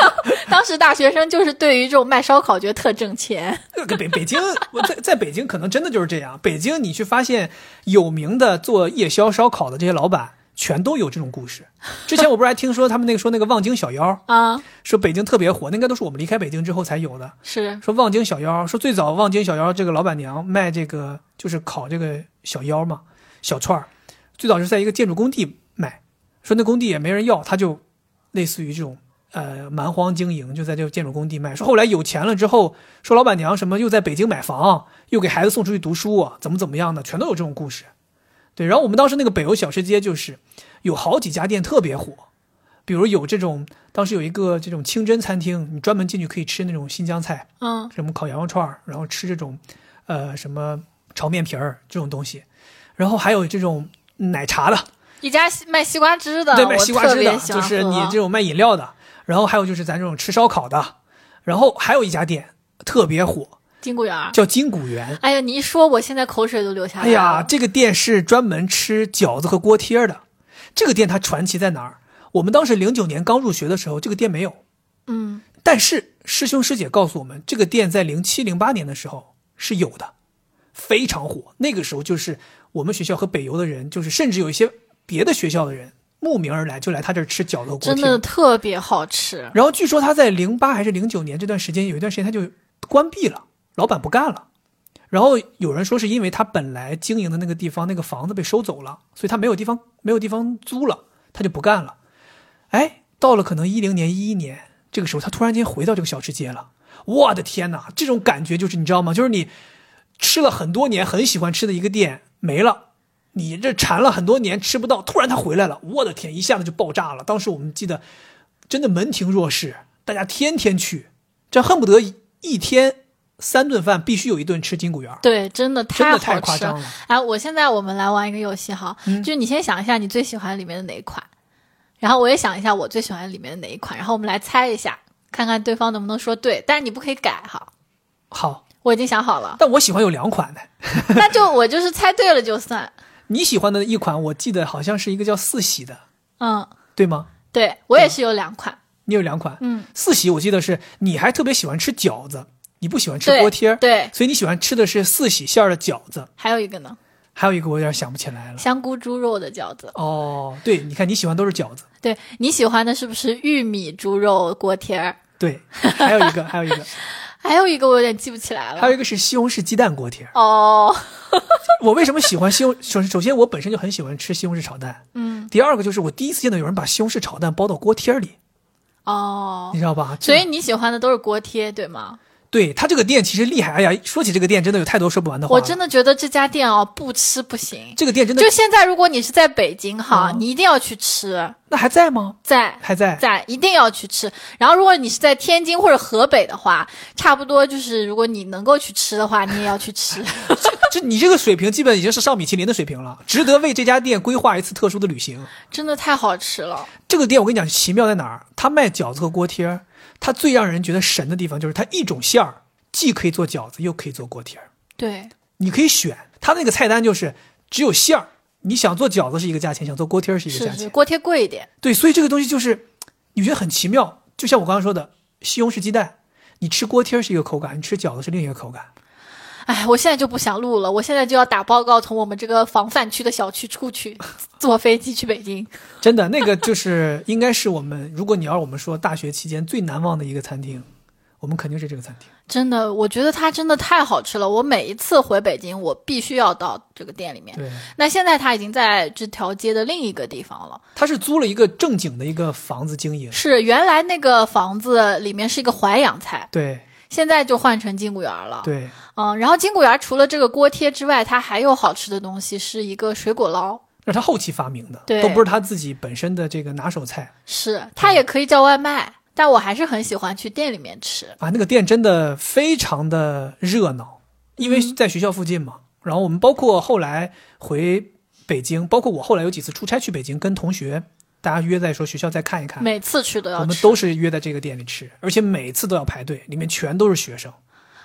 当时大学生就是对于这种卖烧烤觉得特挣钱。 北京，我在北京可能真的就是这样。北京你去发现有名的做夜宵烧烤的这些老板，全都有这种故事。之前我不是还听说他们那个望京小腰啊， 说北京特别火，那应该都是我们离开北京之后才有的。 是说望京小腰，说最早望京小腰这个老板娘卖这个就是烤这个小腰嘛，小串儿，最早是在一个建筑工地卖，说那工地也没人要，他就类似于这种蛮荒经营，就在这个建筑工地卖。说后来有钱了之后，说老板娘什么又在北京买房，又给孩子送出去读书，怎么样的，全都有这种故事。对，然后我们当时那个北欧小吃街就是有好几家店特别火，比如有这种当时有一个这种清真餐厅，你专门进去可以吃那种新疆菜，什么烤羊肉串，然后吃这种什么炒面皮儿这种东西，然后还有这种奶茶的， 一家卖西瓜汁的， 对，卖西瓜汁的， 就是你这种卖饮料的，然后还有就是咱这种吃烧烤的，然后还有一家店特别火， 金谷园， 叫金谷园。 哎呀，你一说，我现在口水都流下来了。 哎呀，这个店是专门吃饺子和锅贴的。这个店它传奇在哪儿？我们当时09年刚入学的时候，这个店没有。但是师兄师姐告诉我们，这个店在07、08年的时候是有的，非常火。那个时候就是我们学校和北邮的人，就是甚至有一些别的学校的人慕名而来，就来他这儿吃饺子和锅贴， 真的特别好吃。 然后据说他在08还是09年这段时间，有一段时间他就关闭了，老板不干了。然后有人说是因为他本来经营的那个地方那个房子被收走了，所以他没有地方租了，他就不干了。哎，到了可能10年11年，这个时候他突然间回到这个小吃街了。我的天哪，这种感觉就是你知道吗？就是你吃了很多年很喜欢吃的一个店没了，你这馋了很多年吃不到，突然他回来了，我的天，一下子就爆炸了。当时我们记得真的门庭若市，大家天天去，这恨不得一天3顿饭必须有一顿吃金谷园。 对，真的太好吃， 太夸张了。 哎，我们来玩一个游戏哈，就是你先想一下你最喜欢里面的哪一款，然后我也想一下我最喜欢里面的哪一款，然后我们来猜一下，看看对方能不能说对，但是你不可以改哈。 好， 我已经想好了。 但我喜欢有2款的。 那就我就是猜对了就算。 你喜欢的一款我记得好像是一个叫四喜的，对吗？ 对，我也是有2款。 你有2款，四喜我记得是你还特别喜欢吃饺子，你不喜欢吃锅贴， 对， 所以你喜欢吃的是四喜馅的饺子。 还有一个呢？ 还有一个我有点想不起来了， 香菇猪肉的饺子。 哦，对，你看你喜欢都是饺子。 对，你喜欢的是不是玉米猪肉锅贴？ 对，还有一个还有一个我有点记不起来了。 还有一个是西红柿鸡蛋锅贴。 哦， 我为什么喜欢西红柿？首先我本身就很喜欢吃西红柿炒蛋。第二个就是我第一次见到有人把西红柿炒蛋包到锅贴里。 哦， 你知道吧？ 所以你喜欢的都是锅贴，对吗？ 对，他这个店其实厉害。哎呀，说起这个店真的有太多说不完的话。 我真的觉得这家店不吃不行。 这个店真的， 就现在如果你是在北京哈，你一定要去吃。 那还在吗？还在， 一定要去吃。然后如果你是在天津或者河北的话，差不多就是如果你能够去吃的话，你也要去吃。 你这个水平基本已经是上米其林的水平了，值得为这家店规划一次特殊的旅行。 真的太好吃了。 这个店我跟你讲奇妙在哪儿？他卖饺子和锅贴，他最让人觉得神的地方就是他一种馅儿既可以做饺子又可以做锅贴。 对， 你可以选他那个菜单，就是只有馅儿，你想做饺子是一个价钱，想做锅贴是一个价钱。 是锅贴贵一点。 对，所以这个东西就是你觉得很奇妙。就像我刚刚说的西红柿鸡蛋，你吃锅贴是一个口感，你吃饺子是另一个口感。 哎，我现在就不想录了，我现在就要打报告，从我们这个防范区的小区出去，坐飞机去北京。 真的，那个就是应该是我们，如果你要我们说大学期间最难忘的一个餐厅，我们肯定是这个餐厅。 真的，我觉得它真的太好吃了。我每一次回北京，我必须要到这个店里面。 对， 那现在它已经在这条街的另一个地方了。 它是租了一个正经的一个房子经营。 是，原来那个房子里面是一个淮扬菜。 对。 现在就换成金谷园了。 对， 然后金谷园除了这个锅贴之外，它还有好吃的东西，是一个水果捞， 那是他后期发明的， 对， 都不是他自己本身的这个拿手菜。 是，他也可以叫外卖，但我还是很喜欢去店里面吃。 那个店真的非常的热闹，因为在学校附近嘛。然后我们包括后来回北京，包括我后来有几次出差去北京，跟同学大家约在说学校再看一看， 每次去都要吃， 我们都是约在这个店里吃，而且每次都要排队，里面全都是学生。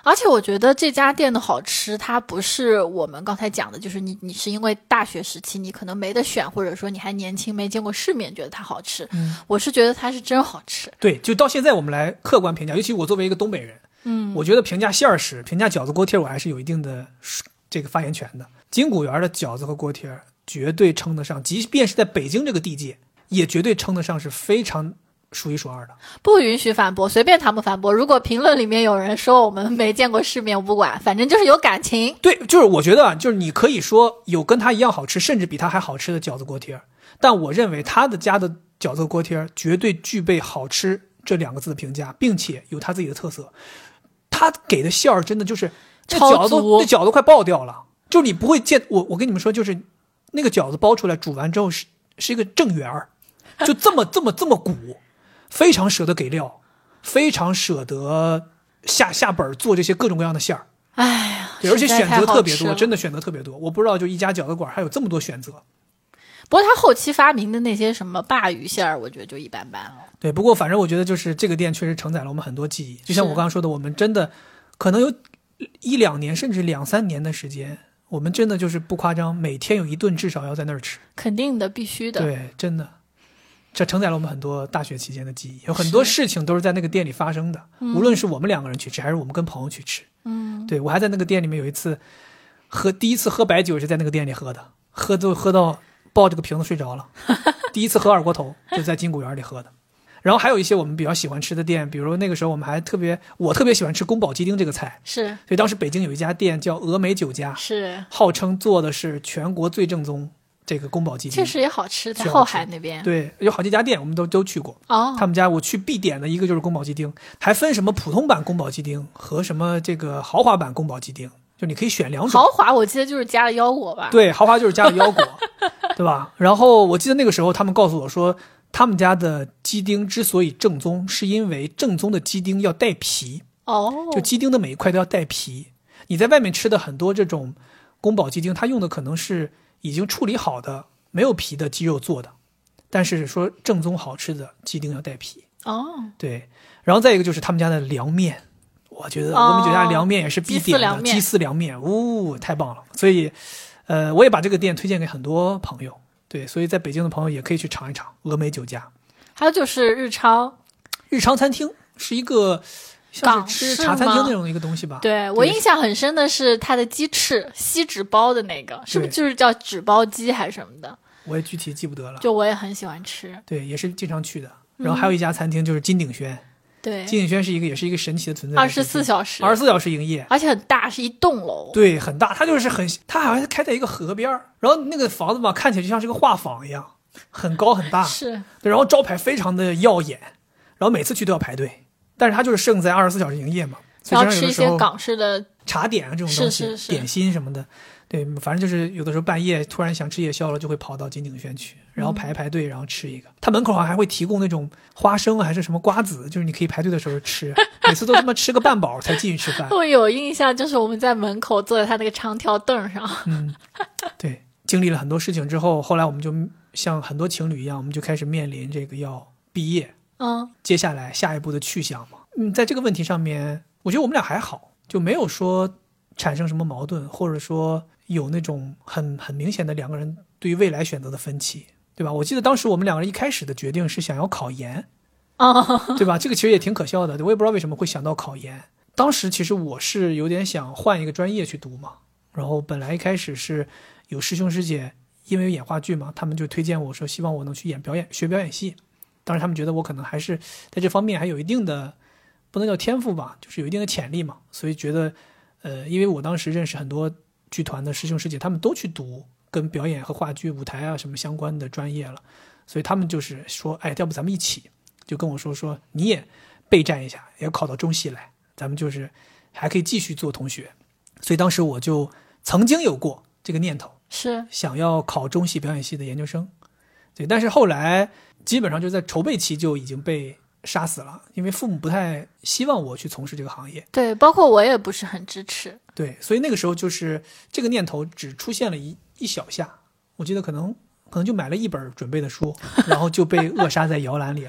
而且我觉得这家店的好吃，它不是我们刚才讲的，就是你是因为大学时期你可能没得选，或者说你还年轻没见过世面，觉得它好吃。我是觉得它是真好吃。 对，就到现在我们来客观评价，尤其我作为一个东北人，我觉得评价馅儿食、评价饺子锅贴，我还是有一定的这个发言权的。金谷园的饺子和锅贴绝对称得上，即便是在北京这个地界，也绝对称得上是非常数一数二的。 不允许反驳，随便他们反驳。如果评论里面有人说我们没见过世面，我不管，反正就是有感情。 对，就是我觉得就是你可以说有跟他一样好吃，甚至比他还好吃的饺子锅贴，但我认为他的家的饺子锅贴绝对具备好吃这2个字的评价，并且有他自己的特色。他给的馅儿真的就是这饺子快爆掉了，就你不会见我跟你们说，就是那个饺子包出来煮完之后是一个正圆儿，就这么鼓，非常舍得给料，非常舍得下本做这些各种各样的馅儿。 哎呀， 而且选择特别多，真的选择特别多。我不知道就一家饺子馆还有这么多选择。 不过他后期发明的那些什么鲅鱼馅儿，我觉得就一般般了。 对，不过反正我觉得就是这个店确实承载了我们很多记忆。就像我刚刚说的，我们真的可能有1-2年甚至2-3年的时间，我们真的就是不夸张，每天有一顿至少要在那儿吃。 肯定的，必须的。 对，真的，这承载了我们很多大学期间的记忆，有很多事情都是在那个店里发生的，无论是我们2个人去吃，还是我们跟朋友去吃。对，我还在那个店里面有一次第一次喝白酒是在那个店里喝的，喝到抱着个瓶子睡着了。第一次喝二锅头就在金谷园里喝的。然后还有一些我们比较喜欢吃的店，比如那个时候我特别喜欢吃宫保鸡丁这个菜， 是， 所以当时北京有一家店叫峨眉酒家， 是号称做的是全国最正宗这个宫保鸡丁， 确实也好吃，在后海那边。 对，有好几家店我们都去过。他们家我去必点的一个就是宫保鸡丁，还分什么普通版宫保鸡丁和什么这个豪华版宫保鸡丁，就你可以选2种。 豪华我记得就是加了腰果吧？ 对，豪华就是加了腰果，对吧？然后我记得那个时候他们告诉我说，他们家的鸡丁之所以正宗，是因为正宗的鸡丁要带皮。就鸡丁的每一块都要带皮。你在外面吃的很多这种宫保鸡丁，它用的可能是已经处理好的没有皮的鸡肉做的，但是说正宗好吃的鸡丁要带皮。对。然后再一个就是他们家的凉面，我觉得峨眉酒家凉面也是必点的，鸡丝凉面，太棒了。所以我也把这个店推荐给很多朋友。对，所以在北京的朋友也可以去尝一尝峨眉酒家。 还有就是日昌餐厅是一个像是吃茶餐厅那种一个东西吧。 对，我印象很深的是它的鸡翅锡纸包的那个，是不是就是叫纸包鸡还是什么的？ 我也具体记不得了。 就我也很喜欢吃。 对，也是经常去的。然后还有一家餐厅就是金鼎轩。 对， 金鼎轩也是一个神奇的存在 ，24小时营业， 而且很大，是一栋楼。 对，很大，它好像是开在一个河边，然后那个房子吧看起来就像是个画舫一样，很高很大。 是。 对，然后招牌非常的耀眼，然后每次去都要排队，但是它就是胜在24小时营业嘛。 然后吃一些港式的茶点啊这种东西，点心什么的。对，反正就是有的时候半夜突然想吃夜宵了，就会跑到金鼎轩去，然后排队，然后吃一个。他门口好像还会提供那种花生还是什么瓜子，就是你可以排队的时候吃，每次都他妈吃个半饱才继续吃饭。 我有印象，就是我们在门口坐在他那个长条凳上。 对，经历了很多事情之后，后来我们就像很多情侣一样，我们就开始面临这个要毕业，接下来下一步的去向嘛。在这个问题上面，我觉得我们俩还好，就没有说产生什么矛盾，或者说有那种很明显的2个人对于未来选择的分歧，对吧？我记得当时我们2个人一开始的决定是想要考研，对吧？这个其实也挺可笑的，我也不知道为什么会想到考研。当时其实我是有点想换一个专业去读嘛，然后本来一开始是有师兄师姐因为有演话剧嘛，他们就推荐我说希望我能去学表演系。当时他们觉得我可能还是在这方面还有一定的，不能叫天赋吧，就是有一定的潜力嘛，所以觉得因为我当时认识很多剧团的师兄师姐，他们都去读跟表演和话剧舞台啊什么相关的专业了，所以他们就是说要不咱们一起，就跟我说你也备战一下，也考到中戏来，咱们就是还可以继续做同学。所以当时我就曾经有过这个念头， 是想要考中戏表演系的研究生。对，但是后来基本上就在筹备期就已经被杀死了，因为父母不太希望我去从事这个行业。 对，包括我也不是很支持。 对，所以那个时候就是这个念头只出现了一小下，我记得可能就买了1本准备的书，然后就被扼杀在摇篮里了。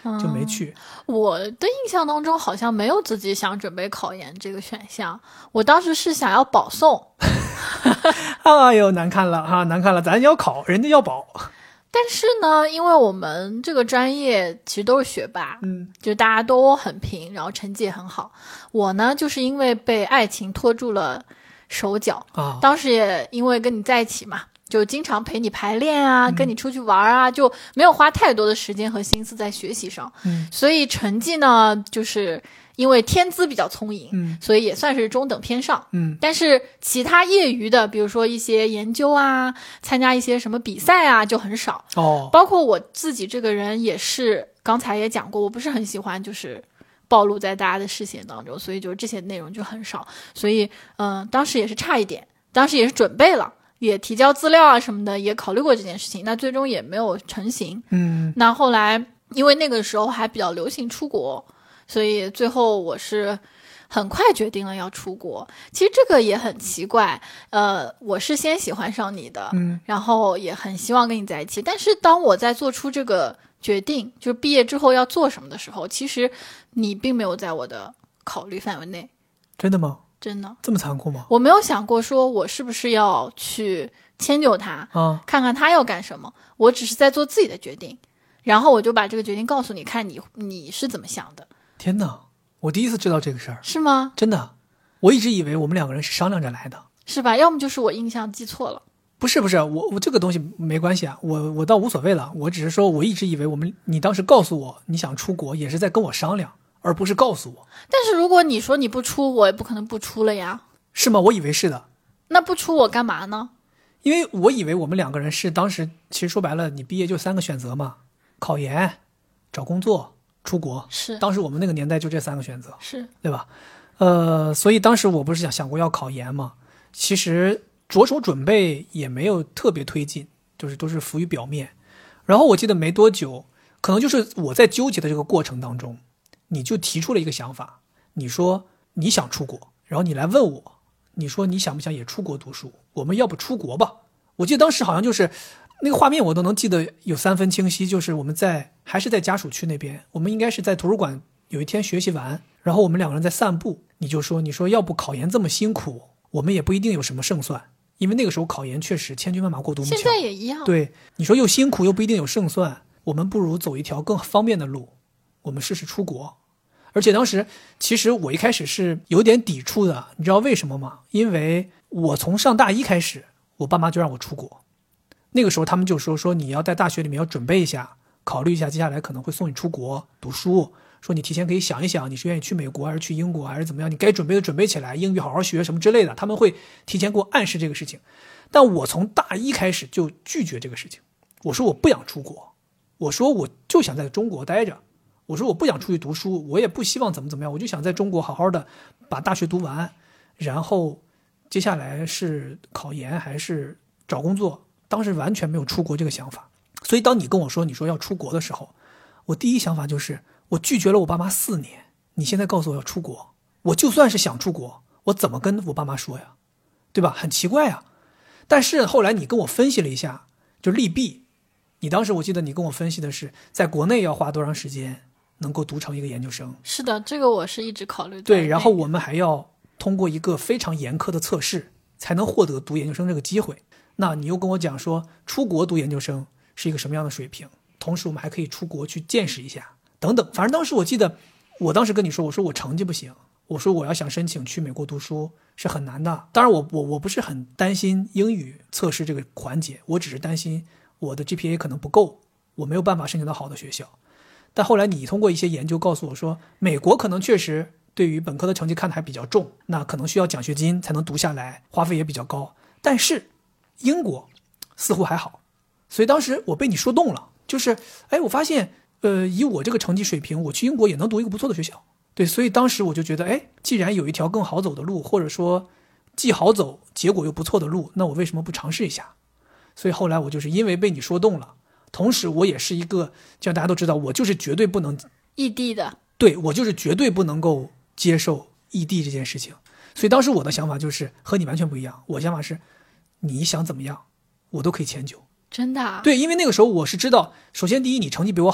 就没去。 我的印象当中好像没有自己想准备考研这个选项，我当时是想要保送。 哎呦，难看了哈，难看了，咱要考，人家要保。 但是呢，因为我们这个专业其实都是学霸，就大家都很拼，然后成绩也很好。我呢，就是因为被爱情拖住了手脚啊， 当时也因为跟你在一起嘛，就经常陪你排练啊，跟你出去玩啊，就没有花太多的时间和心思在学习上。所以成绩呢，就是因为天资比较聪颖，所以也算是中等偏上。但是其他业余的，比如说一些研究啊，参加一些什么比赛啊，就很少。包括我自己这个人也是，刚才也讲过，我不是很喜欢就是暴露在大家的视线当中，所以就这些内容就很少。所以当时也是差一点，当时也是准备了，也提交资料啊什么的，也考虑过这件事情，那最终也没有成型。那后来因为那个时候还比较流行出国，所以最后我是很快决定了要出国。其实这个也很奇怪，我是先喜欢上你的，然后也很希望跟你在一起，但是当我在做出这个决定，就是毕业之后要做什么的时候，其实你并没有在我的考虑范围内。 真的吗？ 真的。 这么残酷吗？ 我没有想过说我是不是要去迁就他，看看他要干什么，我只是在做自己的决定，然后我就把这个决定告诉你，看你是怎么想的。 天哪，我第一次知道这个事儿。 是吗？ 真的，我一直以为我们两个人是商量着来的。 是吧？要么就是我印象记错了。 不是，我这个东西没关系啊，我倒无所谓了。我只是说我一直以为你当时告诉我你想出国也是在跟我商量，而不是告诉我。 但是如果你说你不出，我也不可能不出了呀。 是吗？我以为是的。 那不出我干嘛呢？ 因为我以为我们两个人是当时其实说白了，你毕业就3个选择嘛，考研、找工作、出国。 是， 当时我们那个年代就这3个选择， 是， 对吧？所以当时我不是想过要考研嘛，其实着手准备也没有特别推进，就是都是浮于表面。然后我记得没多久，可能就是我在纠结的这个过程当中，你就提出了一个想法，你说你想出国，然后你来问我，你说你想不想也出国读书，我们要不出国吧。我记得当时好像就是那个画面我都能记得有3分清晰，就是我们还是在家属区那边，我们应该是在图书馆有一天学习完，然后我们两个人在散步，你说要不考研这么辛苦，我们也不一定有什么胜算，因为那个时候考研确实千军万马过独木桥， 现在也一样。 对，你说又辛苦又不一定有胜算，我们不如走一条更方便的路，我们试试出国。而且当时其实我一开始是有点抵触的，你知道为什么吗？因为我从上大一开始，我爸妈就让我出国，那个时候他们就说你要在大学里面要准备一下，考虑一下接下来可能会送你出国读书，说你提前可以想一想你是愿意去美国还是去英国还是怎么样，你该准备的准备起来，英语好好学什么之类的，他们会提前给我暗示这个事情。但我从大一开始就拒绝这个事情，我说我不想出国，我说我就想在中国待着，我说我不想出去读书，我也不希望怎么样，我就想在中国好好的把大学读完，然后接下来是考研还是找工作，当时完全没有出国这个想法。所以当你跟我说你说要出国的时候，我第一想法就是我拒绝了我爸妈4年，你现在告诉我要出国，我就算是想出国，我怎么跟我爸妈说呀？对吧？很奇怪啊。但是后来你跟我分析了一下就利弊，你当时我记得你跟我分析的是在国内要花多长时间能够读成一个研究生。 是的，这个我是一直考虑的。 对，然后我们还要通过一个非常严苛的测试才能获得读研究生这个机会。那你又跟我讲说出国读研究生是一个什么样的水平，同时我们还可以出国去见识一下等等。反正当时我记得我当时跟你说，我说我成绩不行，我说我要想申请去美国读书是很难的。当然我不是很担心英语测试这个环节，我只是担心我的 GPA 可能不够，我没有办法申请到好的学校。但后来你通过一些研究告诉我说，美国可能确实对于本科的成绩看得还比较重，那可能需要奖学金才能读下来，花费也比较高。但是英国似乎还好，所以当时我被你说动了，就是我发现以我这个成绩水平，我去英国也能读一个不错的学校。对，所以当时我就觉得既然有一条更好走的路，或者说既好走结果又不错的路，那我为什么不尝试一下？所以后来我就是因为被你说动了，同时我也是一个，就像大家都知道，我就是绝对不能异地的， 对，我就是绝对不能够接受异地这件事情。所以当时我的想法就是和你完全不一样，我想法是你想怎么样我都可以迁就。 真的啊？ 对，因为那个时候我是知道，首先第一你成绩比我好，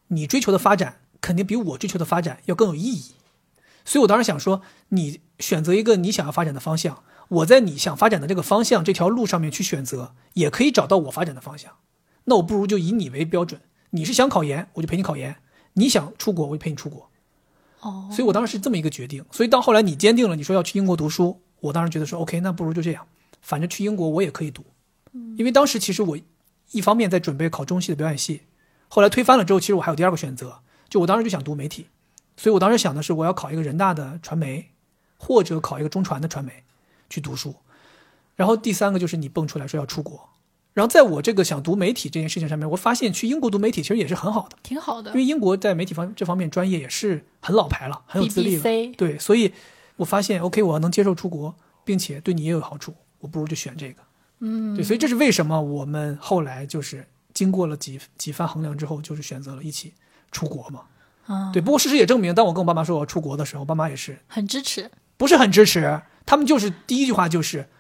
你追求的发展肯定比我追求的发展要更有意义。所以我当时想说，你选择一个你想要发展的方向，我在你想发展的这个方向这条路上面去选择，也可以找到我发展的方向。那我不如就以你为标准，你是想考研，我就陪你考研；你想出国，我就陪你出国。所以我当时是这么一个决定。所以到后来你坚定了你说要去英国读书，我当时觉得说 OK， 那不如就这样，反正去英国我也可以读。因为当时其实我一方面在准备考中戏的表演系，后来推翻了之后，其实我还有第二个选择，就我当时就想读媒体。所以我当时想的是我要考一个人大的传媒，或者考一个中传的传媒去读书。然后第三个就是你蹦出来说要出国。然后在我这个想读媒体这件事情上面，我发现去英国读媒体其实也是很好的， 挺好的。 因为英国在媒体这方面专业也是很老牌了，很有资历了。 BBC 对，所以我发现 OK， 我要能接受出国，并且对你也有好处，我不如就选这个。对，所以这是为什么我们后来就是经过了几番衡量之后，就是选择了一起出国嘛。对，不过事实也证明，当我跟我爸妈说我要出国的时候，我爸妈也是很支持， 不是很支持，他们就是第一句话就是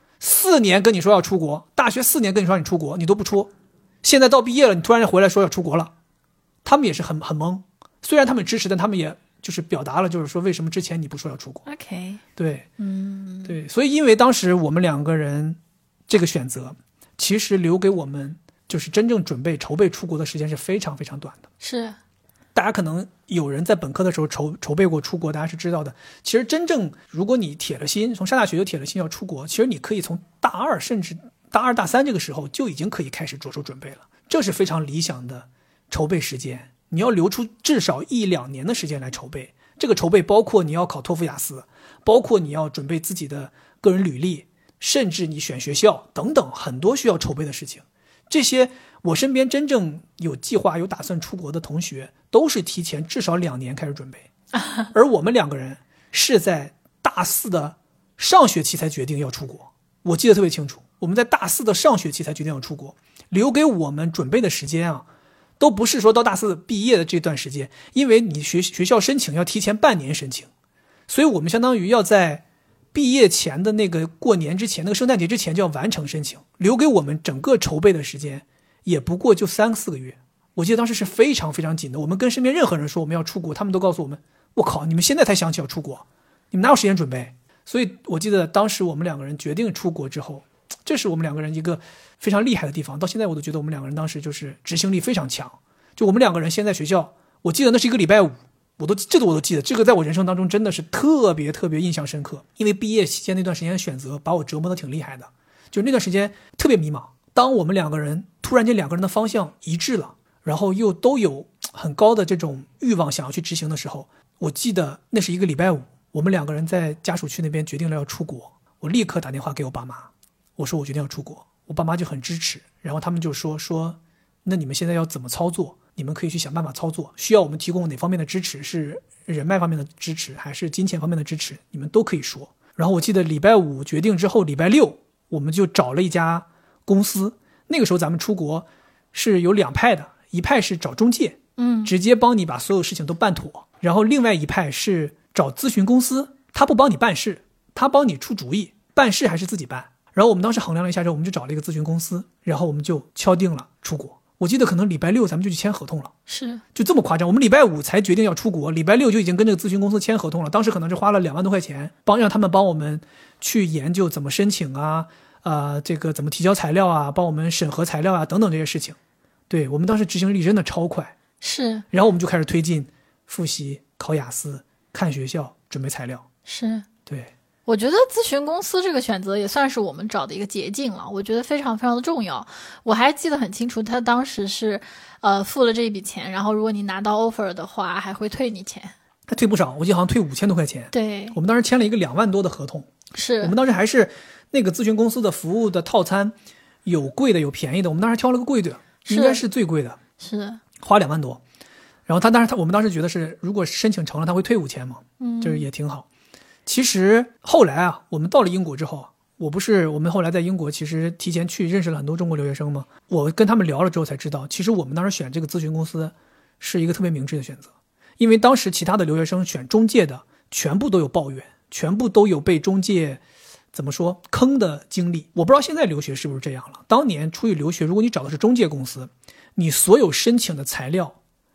4年跟你说要出国，大学4年跟你说你出国，你都不出，现在到毕业了，你突然回来说要出国了，他们也是很懵。虽然他们支持，但他们也就是表达了，就是说为什么之前你不说要出国。 OK， 对，对，所以因为当时我们2个人这个选择，其实留给我们就是真正准备筹备出国的时间是非常非常短的。 是。 大家可能有人在本科的时候筹备过出国，大家是知道的。其实真正如果你铁了心，从上大学就铁了心要出国，其实你可以从大2甚至大2大3这个时候就已经可以开始着手准备了，这是非常理想的筹备时间。你要留出至少1-2年的时间来筹备，这个筹备包括你要考托福雅思，包括你要准备自己的个人履历，甚至你选学校等等，很多需要筹备的事情。这些我身边真正有计划有打算出国的同学都是提前至少2年开始准备，而我们2个人是在大4的上学期才决定要出国。我记得特别清楚，我们在大4的上学期才决定要出国，留给我们准备的时间啊，都不是说到大4毕业的这段时间，因为你学校申请要提前半年申请，所以我们相当于要在毕业前的那个过年之前，那个圣诞节之前就要完成申请，留给我们整个筹备的时间也不过就3-4个月。我记得当时是非常非常紧的，我们跟身边任何人说我们要出国，他们都告诉我们，我靠，你们现在才想起要出国，你们哪有时间准备？所以我记得当时我们2个人决定出国之后，这是我们2个人一个非常厉害的地方，到现在我都觉得我们2个人当时就是执行力非常强。就我们2个人先在学校，我记得那是一个礼拜5，这个我都记得，这个在我人生当中真的是特别特别印象深刻，因为毕业期间那段时间的选择把我折磨得挺厉害的，就那段时间特别迷茫。当我们2个人突然间2个人的方向一致了，然后又都有很高的这种欲望想要去执行的时候，我记得那是一个礼拜5，我们2个人在家属区那边决定了要出国，我立刻打电话给我爸妈，我说我决定要出国，我爸妈就很支持，然后他们就说那你们现在要怎么操作？你们可以去想办法操作，需要我们提供哪方面的支持，是人脉方面的支持还是金钱方面的支持，你们都可以说。然后我记得礼拜5决定之后，礼拜6我们就找了一家公司，那个时候咱们出国是有2派的，一派是找中介，直接帮你把所有事情都办妥，然后另外一派是找咨询公司，他不帮你办事，他帮你出主意，办事还是自己办。然后我们当时衡量了一下之后，我们就找了一个咨询公司，然后我们就敲定了出国。我记得可能礼拜6咱们就去签合同了，是就这么夸张。我们礼拜5才决定要出国，礼拜6就已经跟这个咨询公司签合同了。当时可能是花了2万多块钱，让他们帮我们去研究怎么申请啊，这个怎么提交材料啊，帮我们审核材料啊等等这些事情。对，我们当时执行力真的超快，是。然后我们就开始推进复习、考雅思、看学校、准备材料。是，对。 我觉得咨询公司这个选择也算是我们找的一个捷径了，我觉得非常非常的重要。我还记得很清楚，他当时是付了这一笔钱，然后如果你拿到 offer 的话还会退你钱。 他退不少，我记得好像退5000多块钱。对，我们当时签了一个2万多的合同。是，我们当时还是那个咨询公司的服务的套餐，有贵的有便宜的，我们当时挑了个贵的，应该是最贵的，是花2万多。然后我们当时觉得是如果申请成了他会退5000嘛，就是也挺好。其实后来啊，我们到了英国之后，我们后来在英国其实提前去认识了很多中国留学生嘛，我跟他们聊了之后才知道，其实我们当时选这个咨询公司是一个特别明智的选择。因为当时其他的留学生选中介的全部都有抱怨，全部都有被中介怎么说坑的经历。我不知道现在留学是不是这样了，当年出去留学如果你找的是中介公司，你所有申请的材料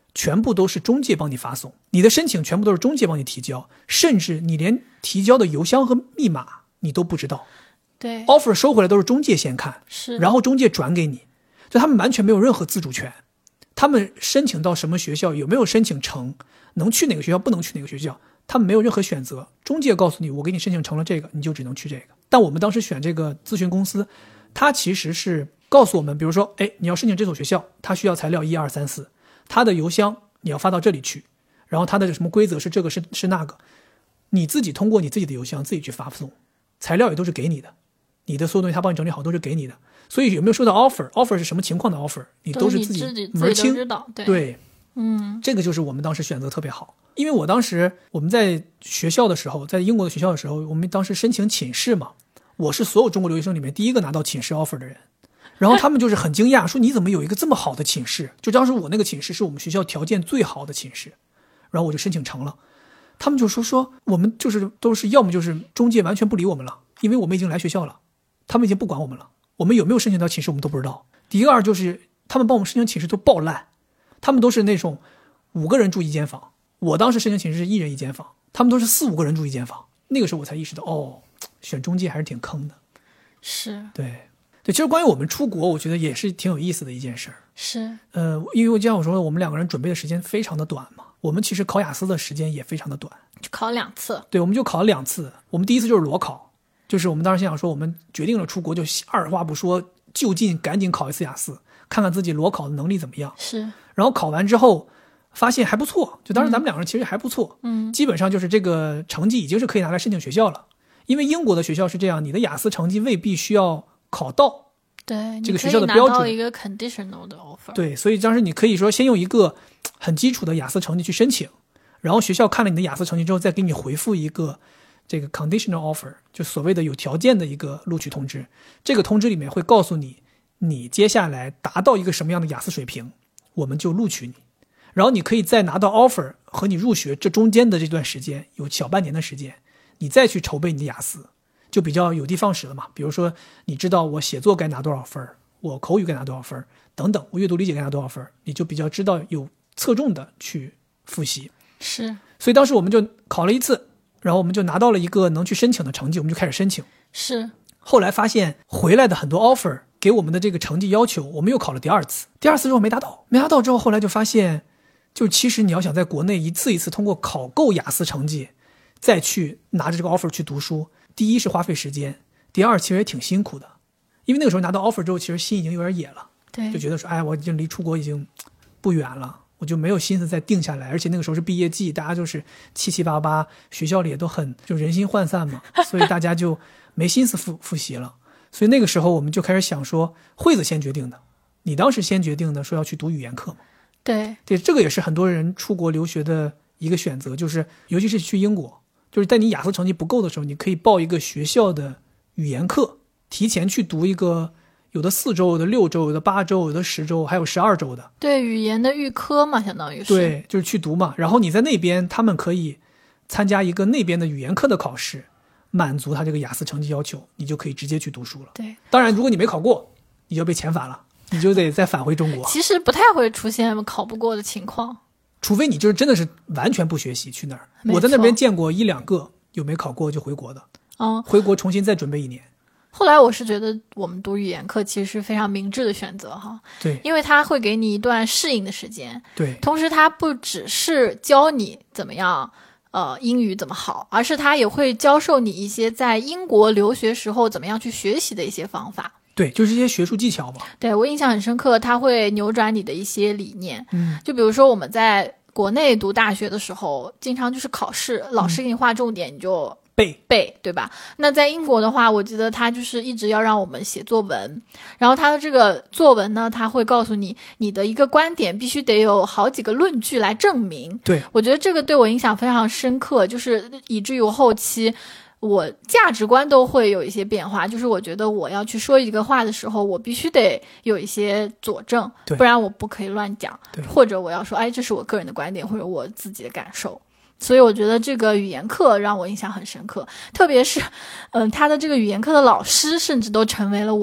全部都是中介帮你发送，你的申请全部都是中介帮你提交，甚至你连提交的邮箱和密码你都不知道。 对 offer 收回来都是中介先看， 是， 然后中介转给你，所以他们完全没有任何自主权。他们申请到什么学校，有没有申请成，能去哪个学校，不能去哪个学校，他们没有任何选择。中介告诉你，我给你申请成了这个，你就只能去这个。但我们当时选这个咨询公司，它其实是告诉我们，比如说，你要申请这所学校，它需要材料1、2、3、4，它的邮箱你要发到这里去，然后它的什么规则是这个是那个，你自己通过你自己的邮箱自己去发送，材料也都是给你的，你的所有东西他帮你整理好都是给你的。所以有没有收到 offer 是什么情况的 offer， 你都是自己门清。对，这个就是我们当时选择特别好。因为我们在学校的时候，在英国的学校的时候，我们当时申请寝室嘛，我是所有中国留学生里面第一个拿到寝室 offer 的人。然后他们就是很惊讶，说你怎么有一个这么好的寝室？就当时我那个寝室是我们学校条件最好的寝室，然后我就申请成了。他们就说我们都是要么就是中介完全不理我们了，因为我们已经来学校了，他们已经不管我们了，我们有没有申请到寝室我们都不知道。第二就是他们帮我们申请寝室都爆烂，他们都是那种5个人住一间房，我当时申请寝室是1人1间房，他们都是4、5个人住一间房。那个时候我才意识到，选中介还是挺坑的。 是， 对，其实关于我们出国，我觉得也是挺有意思的一件事儿。 是， 因为就像我说，我们2个人准备的时间非常的短嘛，我们其实考雅思的时间也非常的短， 就考2次。 对，我们就考了2次。我们第一次就是裸考，就是我们当时想说，我们决定了出国，就二话不说，就近赶紧考一次雅思，看看自己裸考的能力怎么样。 是， 然后考完之后发现还不错，就当时咱们2个人其实还不错，基本上就是这个成绩已经是可以拿来申请学校了。因为英国的学校是这样，你的雅思成绩未必需要考到对这个学校的标准， 你可以拿到一个 conditional 的 offer。 对，所以当时你可以说先用一个很基础的雅思成绩去申请，然后学校看了你的雅思成绩之后再给你回复一个这个 conditional offer， 就所谓的有条件的一个录取通知。这个通知里面会告诉你，你接下来达到一个什么样的雅思水平，我们就录取你。然后你可以在拿到 offer 和你入学这中间的这段时间，有小半年的时间，你再去筹备你的雅思，就比较有的放矢了嘛。比如说你知道我写作该拿多少分，我口语该拿多少分等等，我阅读理解该拿多少分，你就比较知道有侧重的去复习。 是， 所以当时我们就考了1次，然后我们就拿到了一个能去申请的成绩，我们就开始申请。 是， 后来发现回来的很多 offer 给我们的这个成绩要求，我们又考了第2次，第2次之后没达到之后，后来就发现，就其实你要想在国内一次一次通过考够雅思成绩再去拿着这个 offer 去读书，第一是花费时间，第二其实也挺辛苦的。因为那个时候拿到 offer 之后，其实心已经有点野了， 对， 就觉得说，我已经离出国已经不远了，我就没有心思再定下来。而且那个时候是毕业季，大家就是七七八八，学校里也都很就人心涣散嘛，所以大家就没心思复习了。所以那个时候我们就开始想说，惠子先决定的，你当时先决定的说要去读语言课嘛？ 对， 这个也是很多人出国留学的一个选择，就是尤其是去英国，就是在你雅思成绩不够的时候，你可以报一个学校的语言课，提前去读一个，有的4周，有的6周，有的8周，有的10周，还有12周的。 对，语言的预科嘛，相当于是。 对，就是去读嘛。然后你在那边，他们可以参加一个那边的语言课的考试，满足他这个雅思成绩要求，你就可以直接去读书了。 对， 当然如果你没考过，你就被遣返了，你就得再返回中国。 其实不太会出现考不过的情况， 除非你就是真的是完全不学习去那儿。我在那边见过1、2个有没考过就回国的，回国重新再准备1年。 后来我是觉得我们读语言课其实是非常明智的选择哈， 对， 因为它会给你一段适应的时间， 对， 同时它不只是教你怎么样英语怎么好，而是它也会教授你一些在英国留学时候怎么样去学习的一些方法。 对，就是一些学术技巧嘛。 对，我印象很深刻，它会扭转你的一些理念。就比如说我们在国内读大学的时候，经常就是考试，老师给你划重点，你就背，对吧？那在英国的话，我记得他就是一直要让我们写作文，然后他的这个作文呢，他会告诉你，你的一个观点必须得有好几个论据来证明。 对， 我觉得这个对我影响非常深刻，就是以至于我后期我价值观都会有一些变化，就是我觉得我要去说一个话的时候，我必须得有一些佐证，不然我不可以乱讲，或者我要说，这是我个人的观点，或者我自己的感受。所以我觉得这个语言课让我印象很深刻，特别是他的这个语言课的老师甚至都成为了我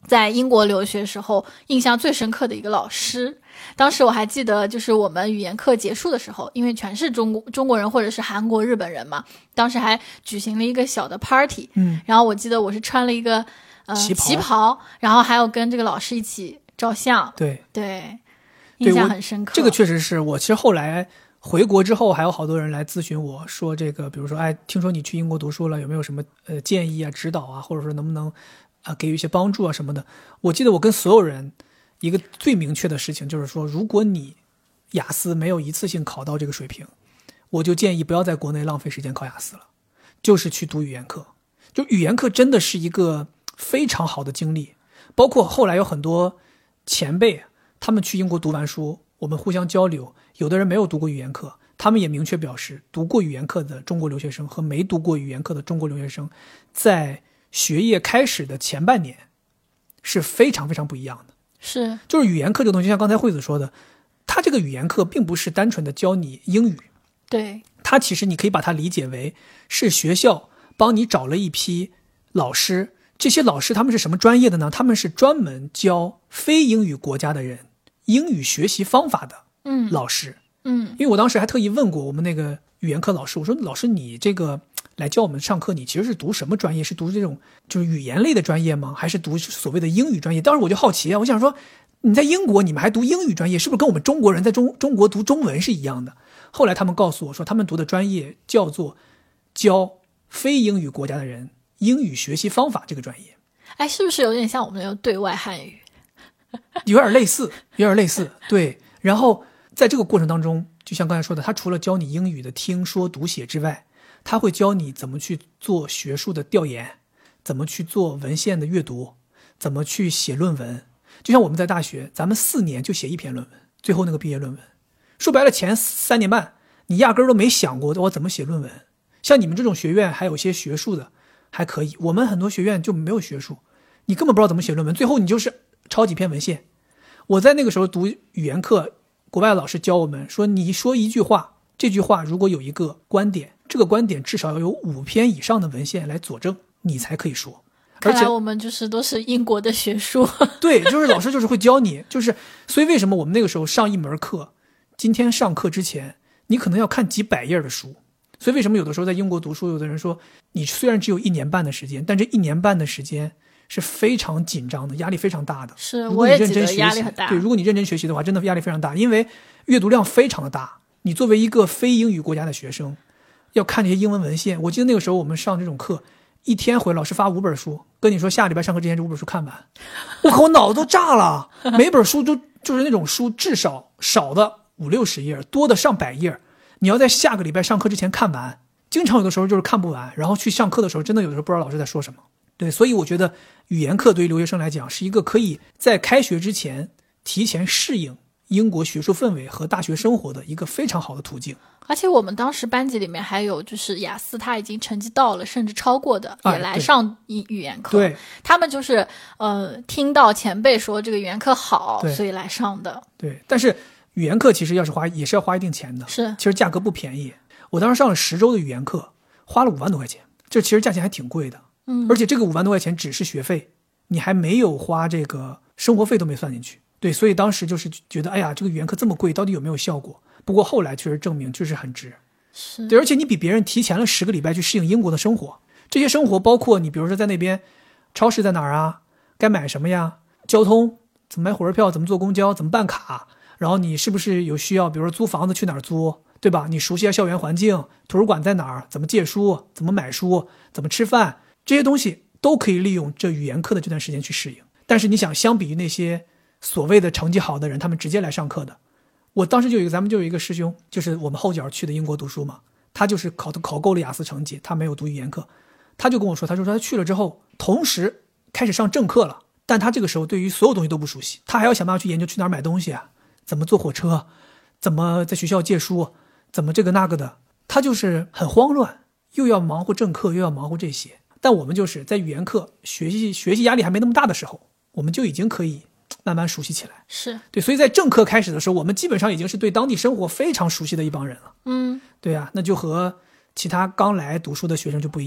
在英国留学时候印象最深刻的一个老师。当时我还记得，就是我们语言课结束的时候，因为全是中国人或者是韩国、日本人嘛，当时还举行了一个小的 party，然后我记得我是穿了一个旗袍，然后还有跟这个老师一起照相， 对， 印象很深刻。 这个确实是我，其实后来回国之后，还有好多人来咨询我说，这个比如说，哎，听说你去英国读书了，有没有什么建议啊、指导啊，或者说能不能给予一些帮助啊什么的？我记得我跟所有人一个最明确的事情就是说，如果你雅思没有一次性考到这个水平，我就建议不要在国内浪费时间考雅思了，就是去读语言课。就语言课真的是一个非常好的经历，包括后来有很多前辈，他们去英国读完书，我们互相交流，有的人没有读过语言课，他们也明确表示，读过语言课的中国留学生和没读过语言课的中国留学生，在学业开始的前半年是非常非常不一样的。 是， 就是语言课这个东西，像刚才惠子说的，它这个语言课并不是单纯的教你英语， 对， 它其实你可以把它理解为是学校帮你找了一批老师，这些老师他们是什么专业的呢？他们是专门教非英语国家的人英语学习方法的老师。因为我当时还特意问过我们那个语言课老师，我说老师你这个来教我们上课，你其实是读什么专业？是读这种就是语言类的专业吗？还是读所谓的英语专业？当时我就好奇啊，我想说你在英国你们还读英语专业，是不是跟我们中国人在中国读中文是一样的？后来他们告诉我说，他们读的专业叫做教非英语国家的人英语学习方法这个专业。 哎，是不是有点像我们的对外汉语？ 有点类似，对。然后在这个过程当中，就像刚才说的，他除了教你英语的听说读写之外，他会教你怎么去做学术的调研，怎么去做文献的阅读，怎么去写论文。就像我们在大学，咱们4年就写一篇论文，最后那个毕业论文，说白了前3年半你压根儿都没想过我怎么写论文。像你们这种学院还有些学术的还可以，我们很多学院就没有学术，你根本不知道怎么写论文，最后你就是抄几篇文献。我在那个时候读语言课，国外老师教我们说，你说一句话，这句话如果有一个观点，这个观点至少要有5篇以上的文献来佐证，你才可以说。 看来我们就是都是英国的学术。 对，就是老师就是会教你，就是所以为什么我们那个时候上一门课，今天上课之前你可能要看几百页的书。所以为什么有的时候在英国读书，有的人说你虽然只有1年半的时间，但这1年半的时间是非常紧张的，压力非常大的。 是，我也觉得压力很大。 对，如果你认真学习的话，真的压力非常大，因为阅读量非常的大。你作为一个非英语国家的学生，要看这些英文文献。我记得那个时候我们上这种课，一天回老师发5本书，跟你说下礼拜上课之前这5本书看完。我靠，我脑子都炸了。每本书就是那种书，至少少的50-60页，多的上100页。你要在下个礼拜上课之前看完，经常有的时候就是看不完，然后去上课的时候真的有的时候不知道老师在说什么。对，所以我觉得语言课对于留学生来讲是一个可以在开学之前提前适应英国学术氛围和大学生活的一个非常好的途径。 而且我们当时班级里面还有就是雅思他已经成绩到了甚至超过的也来上语言课。 对， 他们就是听到前辈说这个语言课好，所以来上的。 对，但是语言课其实也是要花一定钱的， 是， 其实价格不便宜。我当时上了10周的语言课，花了5万多块钱，这其实价钱还挺贵的。而且这个5万多块钱只是学费，你还没有花这个生活费都没算进去。对，所以当时就是觉得，哎呀，这个语言课这么贵，到底有没有效果？不过后来确实证明就是很值。 是， 对，而且你比别人提前了10个礼拜去适应英国的生活，这些生活包括你比如说在那边超市在哪儿啊，该买什么呀，交通怎么买火车票，怎么坐公交，怎么办卡，然后你是不是有需要比如说租房子去哪儿租，对吧？你熟悉一下校园环境，图书馆在哪儿，怎么借书，怎么买书，怎么吃饭，这些东西都可以利用这语言课的这段时间去适应。但是你想，相比于那些所谓的成绩好的人，他们直接来上课的，我当时咱们就有一个师兄，就是我们后脚去的英国读书嘛，他就是考够了雅思成绩，他没有读语言课，他就跟我说，他说他去了之后，同时开始上正课了，但他这个时候对于所有东西都不熟悉，他还要想办法去研究去哪儿买东西啊，怎么坐火车，怎么在学校借书，怎么这个那个的，他就是很慌乱，又要忙活正课，又要忙活这些。但我们就是在语言课学习压力还没那么大的时候，我们就已经可以慢慢熟悉起来。 是， 对，所以在正课开始的时候，我们基本上已经是对当地生活非常熟悉的一帮人了。对啊，那就和其他刚来读书的学生就不一样了。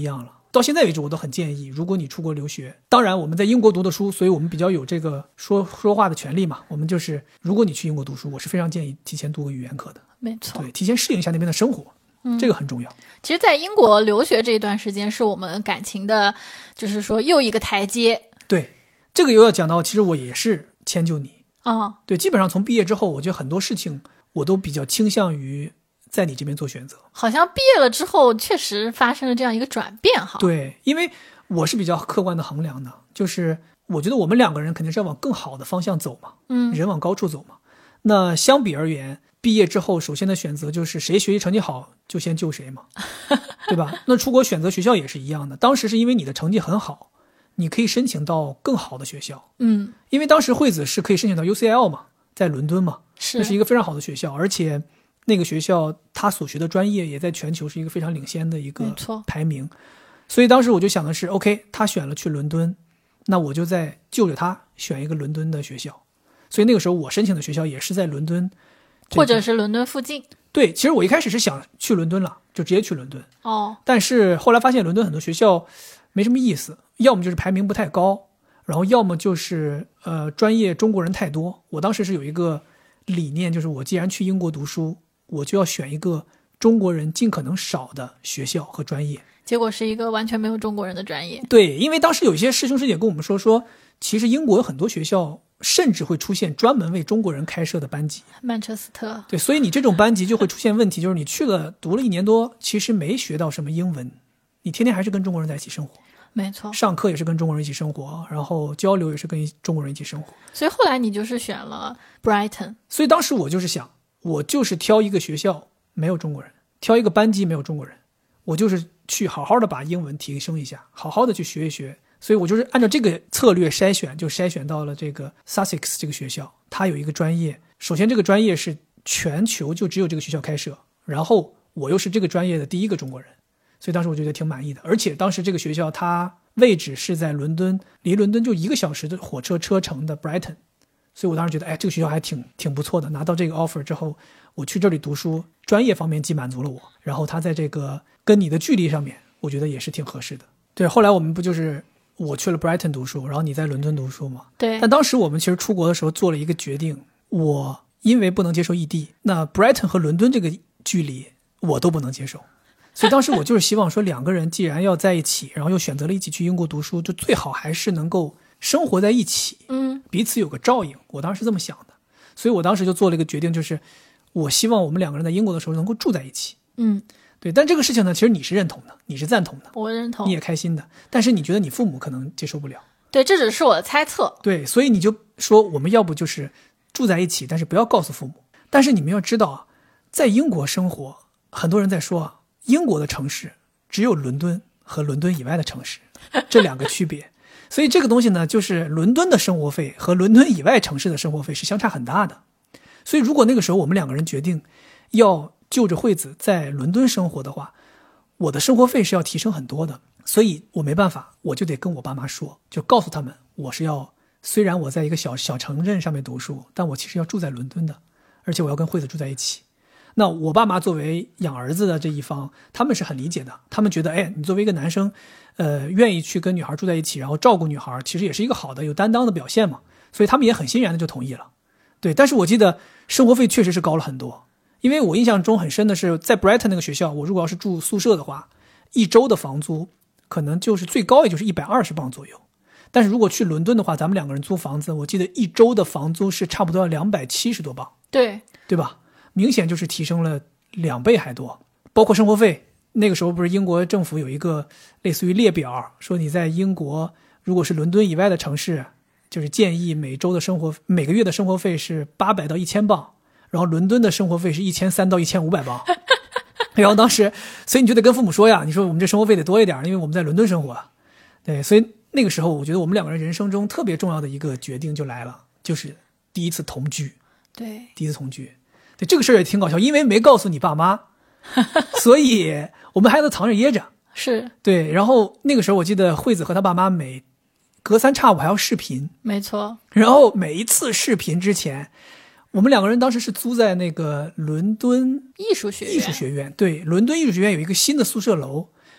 到现在为止我都很建议，如果你出国留学，当然我们在英国读的书，所以我们比较有这个说话的权利嘛，我们就是如果你去英国读书，我是非常建议提前读个语言课的。 没错， 对，提前适应一下那边的生活，这个很重要。 其实在英国留学这一段时间是我们感情的就是说又一个台阶。 对，这个又要讲到其实我也是迁就你对，基本上从毕业之后，我觉得很多事情我都比较倾向于在你这边做选择。 好像毕业了之后确实发生了这样一个转变哈。 对，因为我是比较客观的衡量的，就是我觉得我们两个人肯定是要往更好的方向走嘛，人往高处走嘛。那相比而言，毕业之后首先的选择就是谁学习成绩好就先救谁嘛，对吧？那出国选择学校也是一样的，当时是因为你的成绩很好，你可以申请到更好的学校，因为当时惠子是可以申请到 UCL 嘛，在伦敦嘛，那是一个非常好的学校，而且那个学校他所学的专业也在全球是一个非常领先的一个排名，所以当时我就想的是 OK， 他选了去伦敦，那我就再就着他选一个伦敦的学校，所以那个时候我申请的学校也是在伦敦， 或者是伦敦附近。 对，其实我一开始是想去伦敦了，就直接去伦敦但是后来发现伦敦很多学校没什么意思，要么就是排名不太高，然后要么就是专业中国人太多。我当时是有一个理念，就是我既然去英国读书，我就要选一个中国人尽可能少的学校和专业。 结果是一个完全没有中国人的专业。 对，因为当时有一些师兄师姐跟我们说其实英国有很多学校甚至会出现专门为中国人开设的班级， 曼彻斯特。 对，所以你这种班级就会出现问题，就是你去了读了1年多，其实没学到什么英文，你天天还是跟中国人在一起生活。 没错， 上课也是跟中国人一起生活，然后交流也是跟中国人一起生活。 所以后来你就是选了 Brighton。 所以当时我就是想，我就是挑一个学校没有中国人，挑一个班级没有中国人，我就是去好好的把英文提升一下，好好的去学一学。所以我就是按照这个策略筛选，就筛选到了这个 Sussex 这个学校。它有一个专业，首先这个专业是全球就只有这个学校开设，然后我又是这个专业的第一个中国人，所以当时我觉得挺满意的。而且当时这个学校它位置是在伦敦，离伦敦就1个小时的火车车程的 Brighton， 所以我当时觉得这个学校还挺不错的。拿到这个 offer 之后，我去这里读书，专业方面既满足了我，然后它在这个跟你的距离上面我觉得也是挺合适的。对，后来我们不就是我去了 Brighton 读书，然后你在伦敦读书嘛？ 对。 但当时我们其实出国的时候做了一个决定，我因为不能接受异地，那 Brighton 和伦敦这个距离我都不能接受，所以当时我就是希望说2个人既然要在一起，然后又选择了一起去英国读书，就最好还是能够生活在一起，彼此有个照应，我当时是这么想的。所以我当时就做了一个决定，就是我希望我们2个人在英国的时候能够住在一起。对，但这个事情呢，其实你是认同的，你是赞同的， 我认同， 你也开心的，但是你觉得你父母可能接受不了。 对，这只是我的猜测。 对，所以你就说我们要不就是住在一起，但是不要告诉父母。但是你们要知道在英国生活，很多人在说英国的城市只有伦敦和伦敦以外的城市这2个区别，所以这个东西呢，就是伦敦的生活费和伦敦以外城市的生活费是相差很大的。所以如果那个时候我们2个人决定要就着惠子在伦敦生活的话，我的生活费是要提升很多的，所以我没办法，我就得跟我爸妈说，就告诉他们我是要，虽然我在一个小城镇上面读书，但我其实要住在伦敦的，而且我要跟惠子住在一起。那我爸妈作为养儿子的这一方，他们是很理解的，他们觉得你作为一个男生愿意去跟女孩住在一起，然后照顾女孩，其实也是一个好的有担当的表现嘛，所以他们也很欣然的就同意了。对，但是我记得生活费确实是高了很多，因为我印象中很深的是在 Brighton 那个学校，我如果要是住宿舍的话，1周的房租可能就是最高也就是120镑左右，但是如果去伦敦的话，咱们2个人租房子，我记得1周的房租是差不多要270多镑。对吧？明显就是提升了2倍还多。包括生活费，那个时候不是英国政府有一个类似于列表，说你在英国如果是伦敦以外的城市，就是建议每个月的生活费是800到1000镑，然后伦敦的生活费是1300到1500镑。然后当时，所以你就得跟父母说呀，你说我们这生活费得多一点，因为我们在伦敦生活。对，所以那个时候我觉得我们2个人人生中特别重要的一个决定就来了，就是第一次同居。 对， 第一次同居。对，这个事儿也挺搞笑，因为没告诉你爸妈，所以我们还得藏着掖着。 是。 对，然后那个时候我记得惠子和他爸妈每隔3差5还要视频。 没错。 然后每一次视频之前，我们2个人当时是租在那个伦敦艺术学院。 对，伦敦艺术学院有一个新的宿舍楼，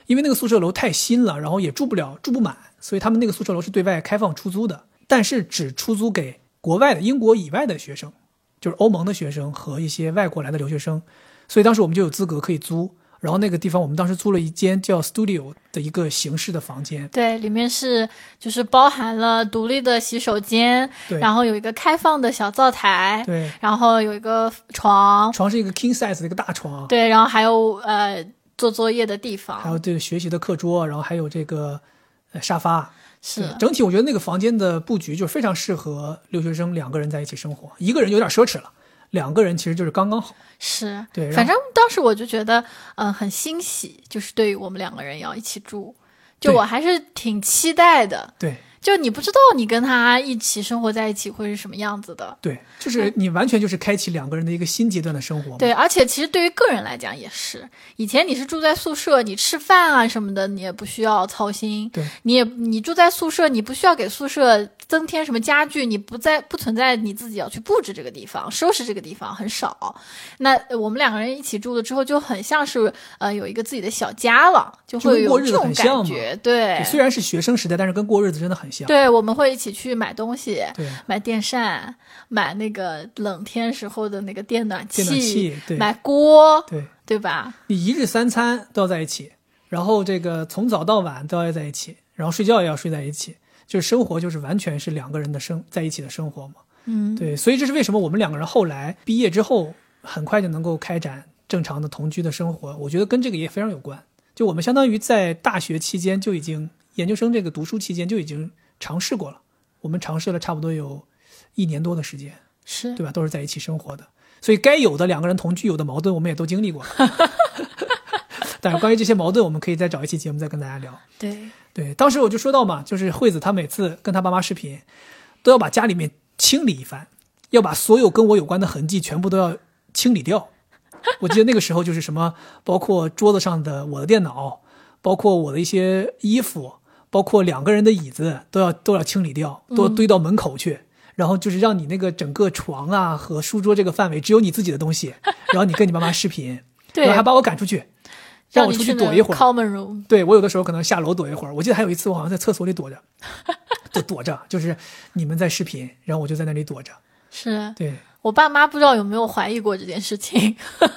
因为那个宿舍楼太新了，然后也住不满，所以他们那个宿舍楼是对外开放出租的，但是只出租给国外的英国以外的学生，就是欧盟的学生和一些外国来的留学生，所以当时我们就有资格可以租。然后那个地方我们当时租了一间叫 Studio 的一个形式的房间， 对，里面是就是包含了独立的洗手间，然后有一个开放的小灶台， 对， 然后有一个床是一个 king size 的一个大床， 对，然后还有做作业的地方， 还有这个学习的课桌，然后还有这个沙发。 是整体我觉得那个房间的布局就非常适合留学生2个人在一起生活，一个人有点奢侈了，2个人其实就是刚刚好。 是， 对， 反正当时我就觉得很欣喜，就是对于我们2个人要一起住，就我还是挺期待的。 对， 就你不知道你跟他一起生活在一起会是什么样子的。 对，就是你完全就是开启2个人的一个新阶段的生活。 对，而且其实对于个人来讲也是，以前你是住在宿舍，你吃饭啊什么的你也不需要操心。 对， 你住在宿舍，你不需要给宿舍增添什么家具，你不存在你自己要去布置这个地方，收拾这个地方很少。那我们2个人一起住了之后，就很像是有一个自己的小家了，就会有这种感觉。对， 虽然是学生时代，但是跟过日子真的很像。 对，我们会一起去买东西， 对， 买电扇，买那个冷天时候的那个电暖器，对， 买锅， 对吧？ 你一日3餐都要在一起，然后这个从早到晚都要在一起，然后睡觉也要睡在一起。就是生活就是完全是2个人的在一起的生活嘛，对，所以这是为什么我们2个人后来毕业之后很快就能够开展正常的同居的生活，我觉得跟这个也非常有关。就我们相当于在大学期间就已经研究生这个读书期间就已经尝试过了，我们尝试了差不多有1年多的时间， 是对吧？都是在一起生活的，所以该有的2个人同居有的矛盾我们也都经历过但是关于这些矛盾我们可以再找一期节目再跟大家聊。对，当时我就说到嘛，就是惠子她每次跟她爸妈视频都要把家里面清理一番，要把所有跟我有关的痕迹全部都要清理掉。我记得那个时候就是什么，包括桌子上的我的电脑，包括我的一些衣服，包括2个人的椅子都要清理掉，都要堆到门口去，然后就是让你那个整个床啊和书桌这个范围只有你自己的东西，然后你跟你爸妈视频然后还把我赶出去，让我出去躲一会儿。 common room。 对，我有的时候可能下楼躲一会儿。我记得还有一次我好像在厕所里躲着就是你们在视频，然后我就在那里躲着。 是， 对， 我爸妈不知道有没有怀疑过这件事情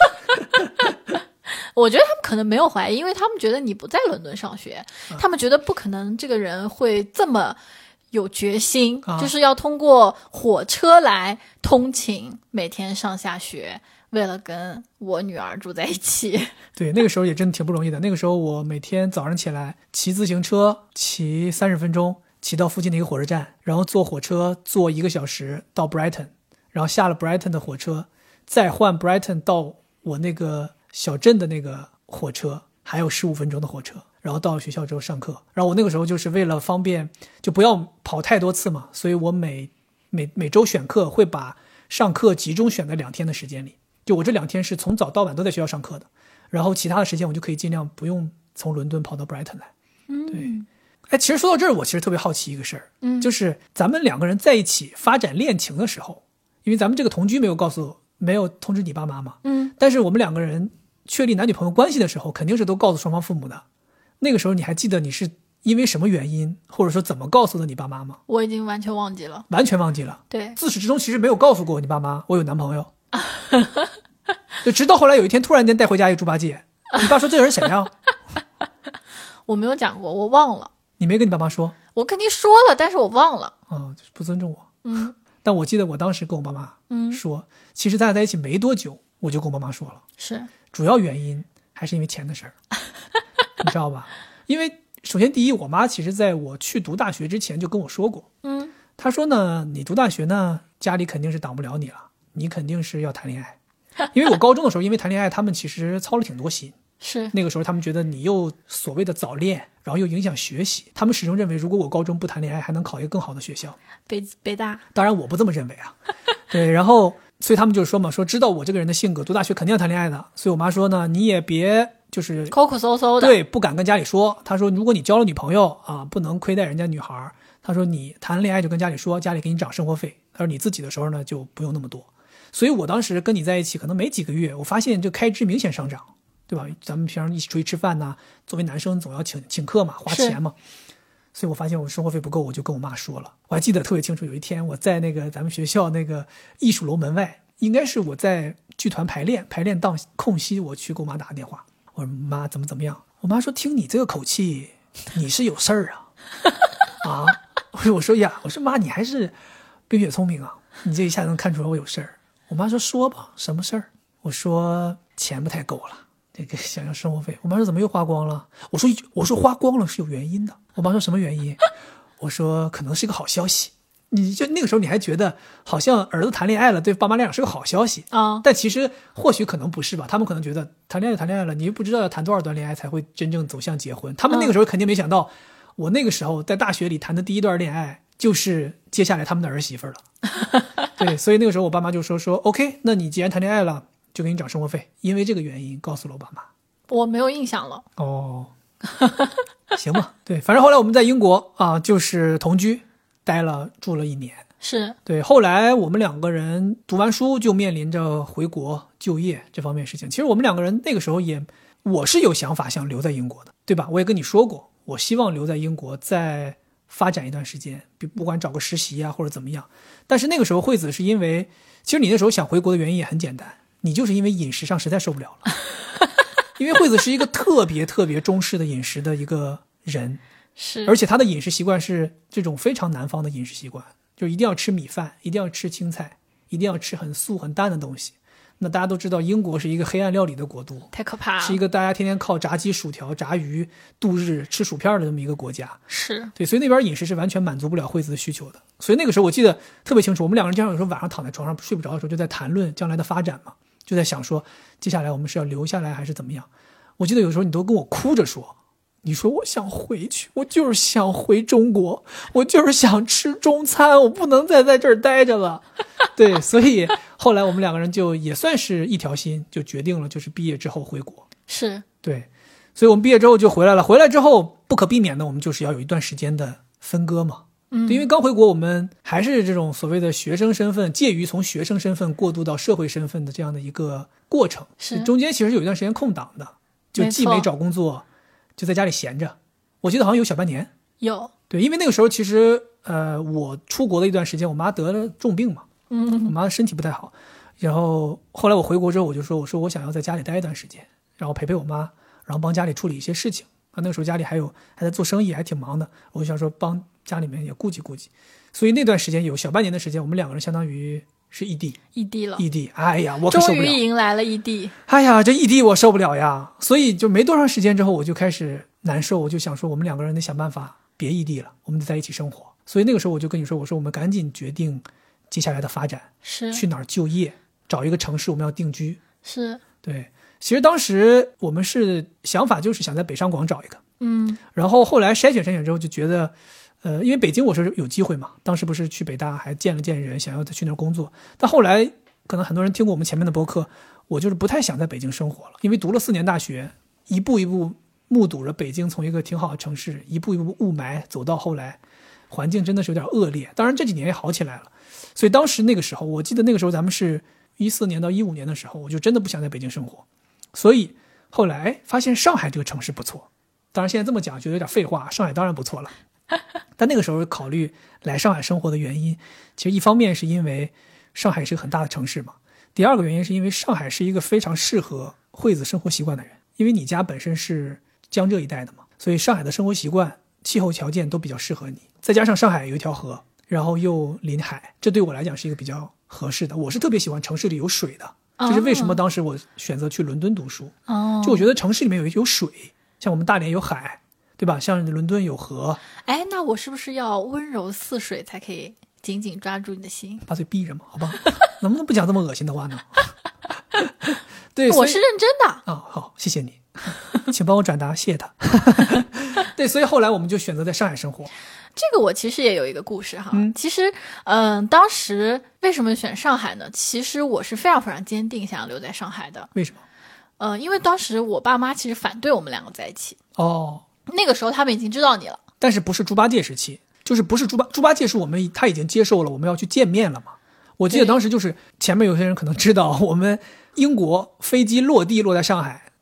我觉得他们可能没有怀疑，因为他们觉得你不在伦敦上学，他们觉得不可能这个人会这么有决心，就是要通过火车来通勤，每天上下学，为了跟我女儿住在一起。 对，那个时候也真的挺不容易的。那个时候我每天早上起来骑自行车骑30分钟，骑到附近的一个火车站，然后坐火车坐1个小时到 Brighton， 然后下了 Brighton 的火车再换 Brighton 到我那个小镇的那个火车，还有15分钟的火车，然后到学校之后上课。然后我那个时候就是为了方便就不要跑太多次嘛，所以我每周选课会把上课集中选在2天的时间里，就我这2天是从早到晚都在学校上课的，然后其他的时间我就可以尽量不用从伦敦跑到 Brighton 来。对，哎，其实说到这儿，我其实特别好奇一个事儿，就是咱们2个人在一起发展恋情的时候，因为咱们这个同居没有通知你爸妈嘛，但是我们2个人确立男女朋友关系的时候，肯定是都告诉双方父母的。那个时候你还记得你是因为什么原因，或者说怎么告诉的你爸妈吗？ 我已经完全忘记了。 完全忘记了。 对， 自始至终其实没有告诉过你爸妈我有男朋友就直到后来有一天突然间带回家一个猪八戒，你爸说这人谁啊我没有讲过，我忘了。 你没跟你爸妈说？ 我肯定说了，但是我忘了。 就是不尊重我。但我记得我当时跟我爸妈说，其实咱俩在一起没多久，我就跟我爸妈说了。 是， 主要原因还是因为钱的事儿你知道吧？因为首先第一，我妈其实在我去读大学之前就跟我说过，她说呢，你读大学呢，家里肯定是挡不了你了，你肯定是要谈恋爱。因为我高中的时候因为谈恋爱他们其实操了挺多心， 是那个时候他们觉得你又所谓的早恋，然后又影响学习，他们始终认为如果我高中不谈恋爱还能考一个更好的学校， 北大。 当然我不这么认为啊对，然后所以他们就说嘛，说知道我这个人的性格，读大学肯定要谈恋爱的，所以我妈说呢，你也别就是抠抠搜搜的， 对，不敢跟家里说。她说如果你交了女朋友啊，不能亏待人家女孩，她说你谈恋爱就跟家里说，家里给你涨生活费，她说你自己的时候呢就不用那么多。所以我当时跟你在一起可能没几个月，我发现这开支明显上涨， 对吧？咱们平常一起出去吃饭呐，作为男生总要请客嘛，花钱嘛。所以我发现我生活费不够，我就跟我妈说了。我还记得特别清楚，有一天我在那个咱们学校那个艺术楼门外，应该是我在剧团排练档空隙，我去给我妈打个电话，我说妈怎么样？我妈说听你这个口气，你是有事儿啊？啊？我说呀，我说妈，你还是冰雪聪明啊，你这一下能看出来我有事儿。我妈说吧，什么事儿？我说钱不太够了。这个想要生活费，我妈说怎么又花光了？我说花光了是有原因的。我妈说什么原因？我说可能是个好消息。你就那个时候你还觉得好像儿子谈恋爱了，对爸妈来讲是个好消息啊， 但其实或许可能不是吧？他们可能觉得谈恋爱就谈恋爱了，你又不知道要谈多少段恋爱才会真正走向结婚。他们那个时候肯定没想到，我那个时候在大学里谈的第一段恋爱就是接下来他们的儿媳妇了。对，所以那个时候我爸妈就说 OK， 那你既然谈恋爱了，就给你涨生活费，因为这个原因告诉了我爸妈。 我没有印象了。 哦，行吧，对，反正后来我们在英国啊，就是同居住了1年。 是对，后来我们2个人读完书就面临着回国就业这方面事情。其实我们2个人那个时候我是有想法想留在英国的，对吧？我也跟你说过，我希望留在英国再发展一段时间，不管找个实习啊或者怎么样。但是那个时候惠子是因为，其实你那时候想回国的原因也很简单，你就是因为饮食上实在受不了了。因为惠子是一个特别特别中式的饮食的一个人， 是， 而且他的饮食习惯是这种非常南方的饮食习惯，就一定要吃米饭，一定要吃青菜，一定要吃很素很淡的东西。那大家都知道英国是一个黑暗料理的国度， 太可怕了， 是一个大家天天靠炸鸡薯条炸鱼度日吃薯片的这么一个国家。 是对，所以那边饮食是完全满足不了惠子的需求的。所以那个时候我记得特别清楚，我们2个人经常有时候晚上躺在床上睡不着的时候就在谈论将来的发展嘛，就在想说接下来我们是要留下来还是怎么样。我记得有时候你都跟我哭着说，你说我想回去，我就是想回中国，我就是想吃中餐，我不能再在这儿待着了。对，所以后来我们2个人就也算是一条心，就决定了就是毕业之后回国。 是， 对，所以我们毕业之后就回来了。回来之后不可避免的，我们就是要有一段时间的分割嘛。对，因为刚回国，我们还是这种所谓的学生身份，介于从学生身份过渡到社会身份的这样的一个过程。 是， 中间其实有一段时间空档的，就既没找工作，就在家里闲着。我记得好像有小半年。 有。 对，因为那个时候其实我出国的一段时间，我妈得了重病嘛，我妈身体不太好。然后后来我回国之后，我说我想要在家里待一段时间，然后陪陪我妈，然后帮家里处理一些事情。那个时候家里还在做生意，还挺忙的，我就想说帮家里面也顾及顾及。所以那段时间有小半年的时间，我们2个人相当于是异地了。哎呀，我可受不了。 终于迎来了异地。 哎呀，这异地我受不了呀。所以就没多长时间之后，我就开始难受，我就想说我们2个人得想办法别异地了，我们得在一起生活。所以那个时候我就跟你说，我说我们赶紧决定接下来的发展， 是去哪儿就业，找一个城市我们要定居。 是， 对。其实当时我们是想法就是想在北上广找一个，然后后来筛选之后就觉得，因为北京我是有机会嘛，当时不是去北大还见了见人，想要再去那儿工作，但后来可能很多人听过我们前面的播客，我就是不太想在北京生活了，因为读了4年大学，一步一步目睹着北京从一个挺好的城市，一步一步雾霾走到后来，环境真的是有点恶劣。当然这几年也好起来了，所以当时那个时候，我记得那个时候咱们是14年到15年的时候，我就真的不想在北京生活。所以后来发现上海这个城市不错，当然现在这么讲觉得有点废话，上海当然不错了。但那个时候考虑来上海生活的原因，其实一方面是因为上海是个很大的城市嘛，第二个原因是因为上海是一个非常适合惠子生活习惯的人，因为你家本身是江浙一带的嘛，所以上海的生活习惯、气候条件都比较适合你，再加上上海有一条河，然后又临海，这对我来讲是一个比较合适的。我是特别喜欢城市里有水的，这是为什么当时我选择去伦敦读书。就我觉得城市里面有水，像我们大连有海，对吧？像伦敦有河。 哎，那我是不是要温柔似水才可以紧紧抓住你的心？ 把嘴闭着嘛，好吧？能不能不讲这么恶心的话呢？对， 我是认真的。 好，谢谢你，请帮我转达，谢谢他。对，所以后来我们就选择在上海生活。 这个我其实也有一个故事哈，其实当时为什么选上海呢？其实我是非常非常坚定想要留在上海的。 为什么？ 因为当时我爸妈其实反对我们2个在一起。那个时候他们已经知道你了， 但是不是猪八戒时期，就是不是猪八戒是他已经接受了我们要去见面了嘛。我记得当时就是前面有些人可能知道，我们英国飞机落在上海，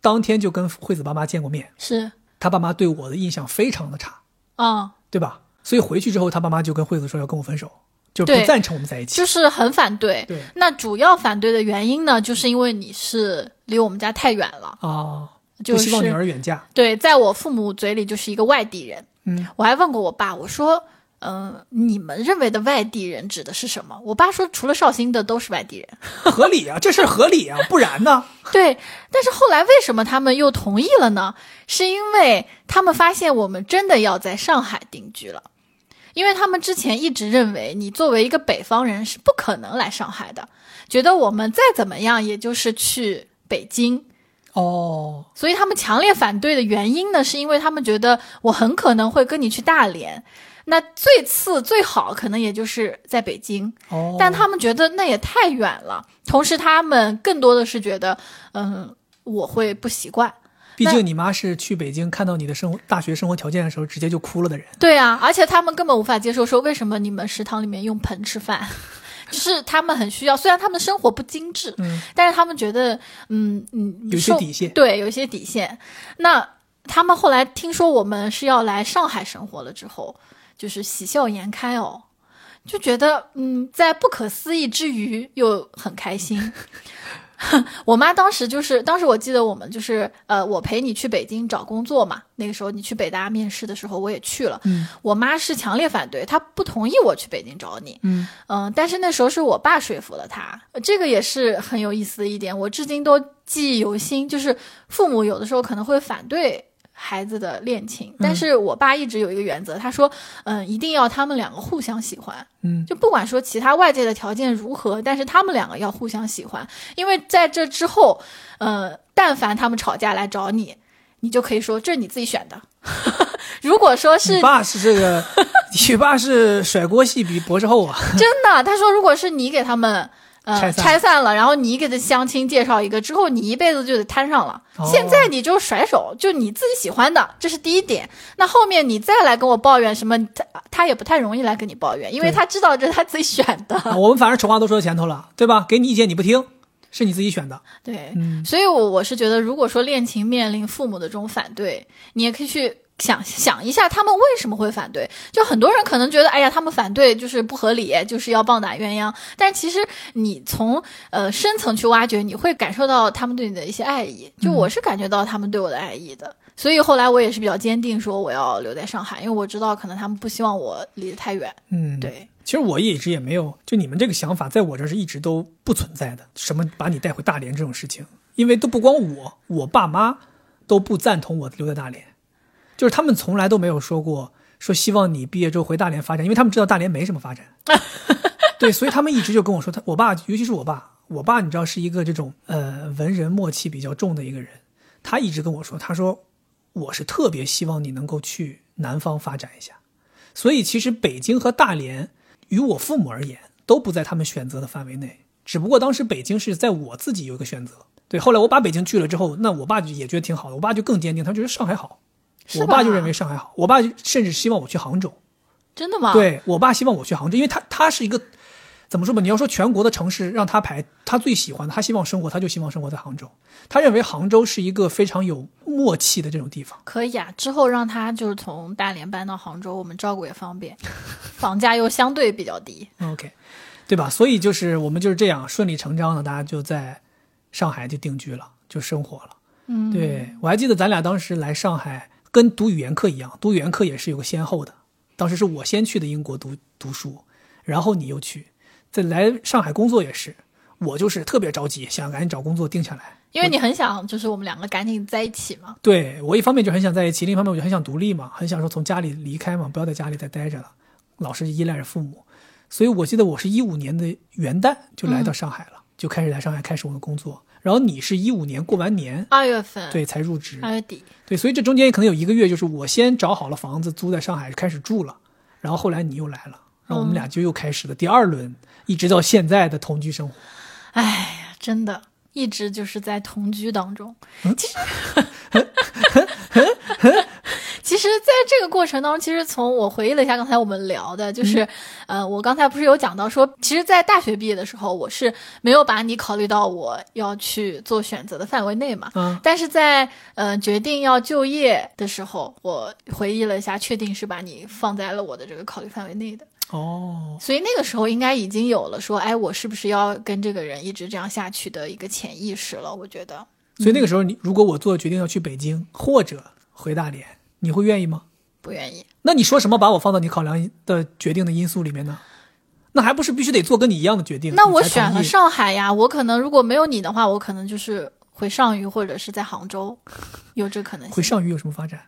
当天就跟惠子爸妈见过面， 是， 他爸妈对我的印象非常的差，对吧？所以回去之后他爸妈就跟惠子说要跟我分手，就不赞成我们在一起， 就是很反对。 对， 那主要反对的原因呢，就是因为你是离我们家太远了不希望女儿远嫁。 对，在我父母嘴里就是一个外地人。我还问过我爸，我说你们认为的外地人指的是什么？我爸说除了绍兴的都是外地人。 合理啊，这事儿合理啊，不然呢？ 对，但是后来为什么他们又同意了呢？是因为他们发现我们真的要在上海定居了。因为他们之前一直认为你作为一个北方人是不可能来上海的，觉得我们再怎么样也就是去北京。所以他们强烈反对的原因呢，是因为他们觉得我很可能会跟你去大连，那最好可能也就是在北京。但他们觉得那也太远了，同时他们更多的是觉得我会不习惯。 毕竟你妈是去北京看到你的大学生活条件的时候直接就哭了的人。 对啊，而且他们根本无法接受说为什么你们食堂里面用盆吃饭。就是他们很需要，虽然他们生活不精致，但是他们觉得有些底线。 对，有一些底线。那他们后来听说我们是要来上海生活了之后，就是喜笑颜开就觉得在不可思议之余又很开心。我妈当时我记得我们就是我陪你去北京找工作嘛，那个时候你去北大面试的时候我也去了。我妈是强烈反对，她不同意我去北京找你。但是那时候是我爸说服了她，这个也是很有意思的一点，我至今都记忆犹新。就是父母有的时候可能会反对孩子的恋情，但是我爸一直有一个原则，他说一定要他们两个互相喜欢。就不管说其他外界的条件如何，但是他们两个要互相喜欢。因为在这之后但凡他们吵架来找你，你就可以说这是你自己选的。如果说是你爸是这个你爸是甩锅戏比博士后啊。 真的，他说如果是你给他们拆散了，然后你给他相亲介绍一个之后，你一辈子就得摊上了。现在你就甩手，就你自己喜欢的，这是第一点。那后面你再来跟我抱怨什么，他也不太容易来跟你抱怨，因为他知道这是他自己选的。 我们反正丑话都说到前头了，对吧？给你意见你不听，是你自己选的。 对，所以我是觉得，如果说恋情面临父母的这种反对，你也可以去想一下他们为什么会反对。就很多人可能觉得哎呀他们反对就是不合理，就是要棒打鸳鸯，但其实你从深层去挖掘，你会感受到他们对你的一些爱意。就我是感觉到他们对我的爱意的。所以后来我也是比较坚定说我要留在上海，因为我知道可能他们不希望我离得太远。对， 其实我一直也没有，就你们这个想法在我这是一直都不存在的，什么把你带回大连这种事情，因为都不光我爸妈都不赞同我留在大连，就是他们从来都没有说希望你毕业之后回大连发展，因为他们知道大连没什么发展。对，所以他们一直就跟我说，我爸尤其是我爸你知道是一个这种文人默契比较重的一个人，他一直跟我说，他说我是特别希望你能够去南方发展一下。所以其实北京和大连于我父母而言都不在他们选择的范围内，只不过当时北京是在我自己有一个选择。对，后来我把北京去了之后，那我爸也觉得挺好的，我爸就更坚定，他觉得上海好。我爸就认为上海好，我爸甚至希望我去杭州。 真的吗？ 对，我爸希望我去杭州，因为他是一个怎么说吧，你要说全国的城市让他排，他最喜欢的，他希望生活，他就希望生活在杭州。他认为杭州是一个非常有默契的这种地方。 可以啊，之后让他就是从大连搬到杭州，我们照顾也方便，房价又相对比较低。 OK， 对吧？所以就是我们就是这样顺理成章的，大家就在上海就定居了，就生活了。对，我还记得咱俩当时来上海跟读语言课一样，读语言课也是有个先后的。当时是我先去的英国读书，然后你又去。在来上海工作也是，我就是特别着急，想赶紧找工作定下来。 因为你很想就是我们两个赶紧在一起嘛。 对，我一方面就很想在一起，另一方面我就很想独立嘛，很想说从家里离开嘛，不要在家里再待着了，老是依赖着父母。所以我记得我是15年的元旦就来到上海了，就开始来上海开始我的工作。然后你是15年过完年 2月份， 对，才入职 2月底。 对，所以这中间可能有1个月，就是我先找好了房子租在上海开始住了，然后后来你又来了，然后我们俩就又开始了第2轮，一直到现在的同居生活。 哎呀，真的一直就是在同居当中。 其实在这个过程当中，其实从我回忆了一下刚才我们聊的，就是我刚才不是有讲到说，其实在大学毕业的时候，我是没有把你考虑到我要去做选择的范围内嘛。但是在决定要就业的时候，我回忆了一下，确定是把你放在了我的这个考虑范围内的。所以那个时候应该已经有了说，哎，我是不是要跟这个人一直这样下去的一个潜意识了，我觉得。 所以那个时候如果我做决定要去北京或者回大连，你会愿意吗？ 不愿意。 那你说什么把我放到你考量的决定的因素里面呢？那还不是必须得做跟你一样的决定？ 那我选了上海呀，我可能如果没有你的话，我可能就是回上虞或者是在杭州，有这可能性。 回上虞有什么发展？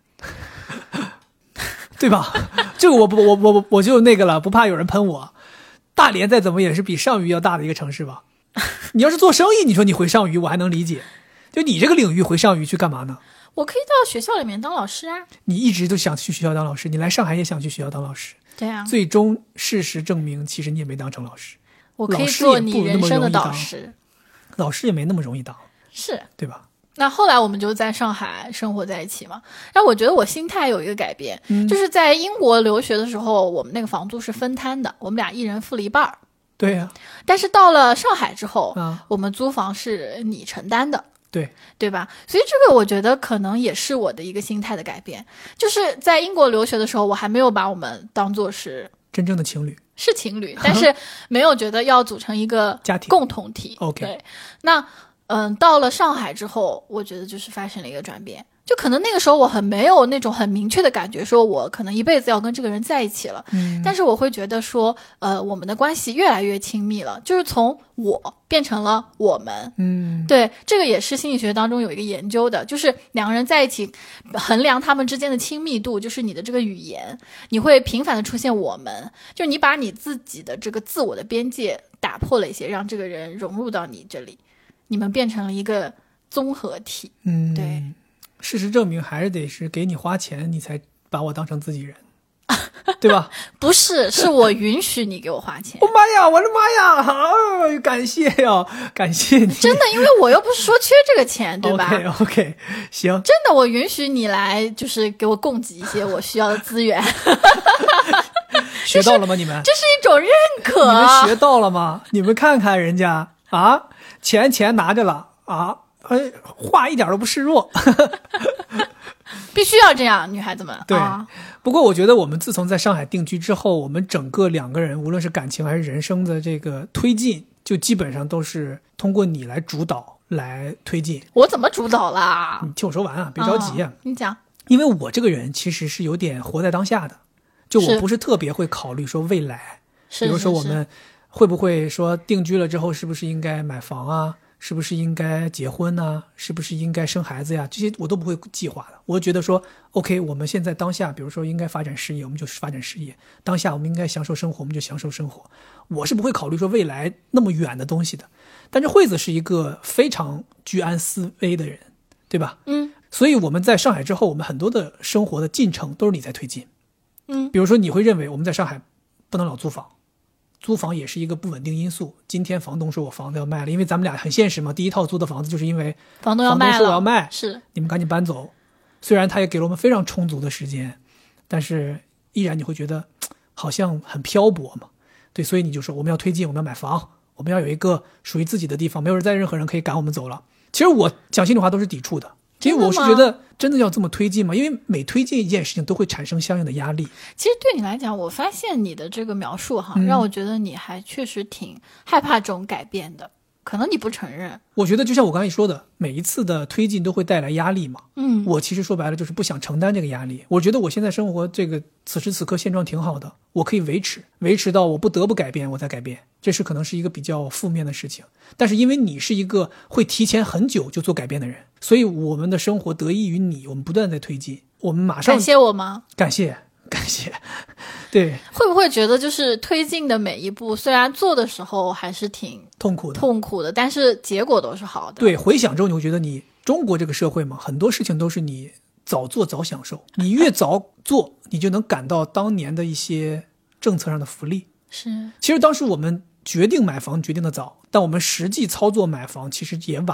对吧？这个我就那个了，不怕有人喷我。大连再怎么也是比上虞要大的一个城市吧？你要是做生意，你说你回上虞我还能理解，就你这个领域回上虞去干嘛呢？ 我可以到学校里面当老师啊。 你一直都想去学校当老师，你来上海也想去学校当老师。 对啊。最终事实证明，其实你也没当成老师。 我可以做你人生的导师。 老师也没那么容易当， 是对吧？ 那后来我们就在上海生活在一起嘛。然后我觉得我心态有一个改变，就是在英国留学的时候，我们那个房租是分摊的，我们俩一人付了一半。 对呀。 但是到了上海之后，我们租房是你承担的。 对吧？所以这个我觉得可能也是我的一个心态的改变。就是在英国留学的时候，我还没有把我们当作是真正的情侣， 是情侣，但是没有觉得要组成一个家庭共同体。 OK。 对。那到了上海之后，我觉得就是发生了一个转变。就可能那个时候我没有那种很明确的感觉，说我可能一辈子要跟这个人在一起了。但是我会觉得说，我们的关系越来越亲密了，就是从我变成了我们。对，这个也是心理学当中有一个研究的，就是两个人在一起衡量他们之间的亲密度，就是你的这个语言，你会频繁的出现我们，就你把你自己的这个自我的边界打破了一些，让这个人融入到你这里，你们变成了一个综合体。对。 事实证明还是得是给你花钱你才把我当成自己人，对吧？ 不是，是我允许你给我花钱。 哦妈呀，我的妈呀，感谢呀，感谢你。 真的，因为我又不是说缺这个钱，对吧 ？OK， 行。 真的，我允许你来，就是给我供给一些我需要的资源。 学到了吗？你们？ 这是一种认可。 你们学到了吗？你们看看人家啊，钱拿着了啊。话一点都不示弱。 必须要这样，女孩子们。 对。不过我觉得我们自从在上海定居之后，我们整个两个人无论是感情还是人生的这个推进，就基本上都是通过你来主导来推进。 我怎么主导啦？ 你听我说完啊，别着急啊。 你讲。 因为我这个人其实是有点活在当下的，就我不是特别会考虑说未来，比如说我们会不会说定居了之后是不是应该买房啊，是不是应该结婚啊，是不是应该生孩子呀，这些我都不会计划的。我觉得说 OK， 我们现在当下比如说应该发展事业，我们就发展事业，当下我们应该享受生活，我们就享受生活。我是不会考虑说未来那么远的东西的。但是惠子是一个非常居安思危的人，对吧？所以我们在上海之后，我们很多的生活的进程都是你在推进。比如说你会认为我们在上海不能老租房，租房也是一个不稳定因素。今天房东说我房子要卖了，因为咱们俩很现实嘛，第一套租的房子就是因为房东说我要卖， 是你们赶紧搬走。虽然他也给了我们非常充足的时间，但是依然你会觉得好像很漂泊嘛。对，所以你就说我们要推进，我们要买房，我们要有一个属于自己的地方，没有任何人可以赶我们走了。其实我讲心里话都是抵触的，因为我是觉得真的要这么推进吗？因为每推进一件事情都会产生相应的压力。 其实对你来讲，我发现你的这个描述让我觉得你还确实挺害怕这种改变的，可能你不承认。 我觉得就像我刚才说的，每一次的推进都会带来压力嘛。我其实说白了就是不想承担这个压力。我觉得我现在生活这个此时此刻现状挺好的，我可以维持到我不得不改变我再改变，这是可能是一个比较负面的事情。但是因为你是一个会提前很久就做改变的人，所以我们的生活得益于你，我们不断在推进。我们马上感谢我吗？ 感谢。对， 会不会觉得就是推进的每一步，虽然做的时候还是挺痛苦的，但是结果都是好的。 对，回想之后你会觉得你中国这个社会嘛，很多事情都是你早做早享受，你越早做你就能感到当年的一些政策上的福利。 是， 其实当时我们决定买房决定的早，但我们实际操作买房其实也晚了。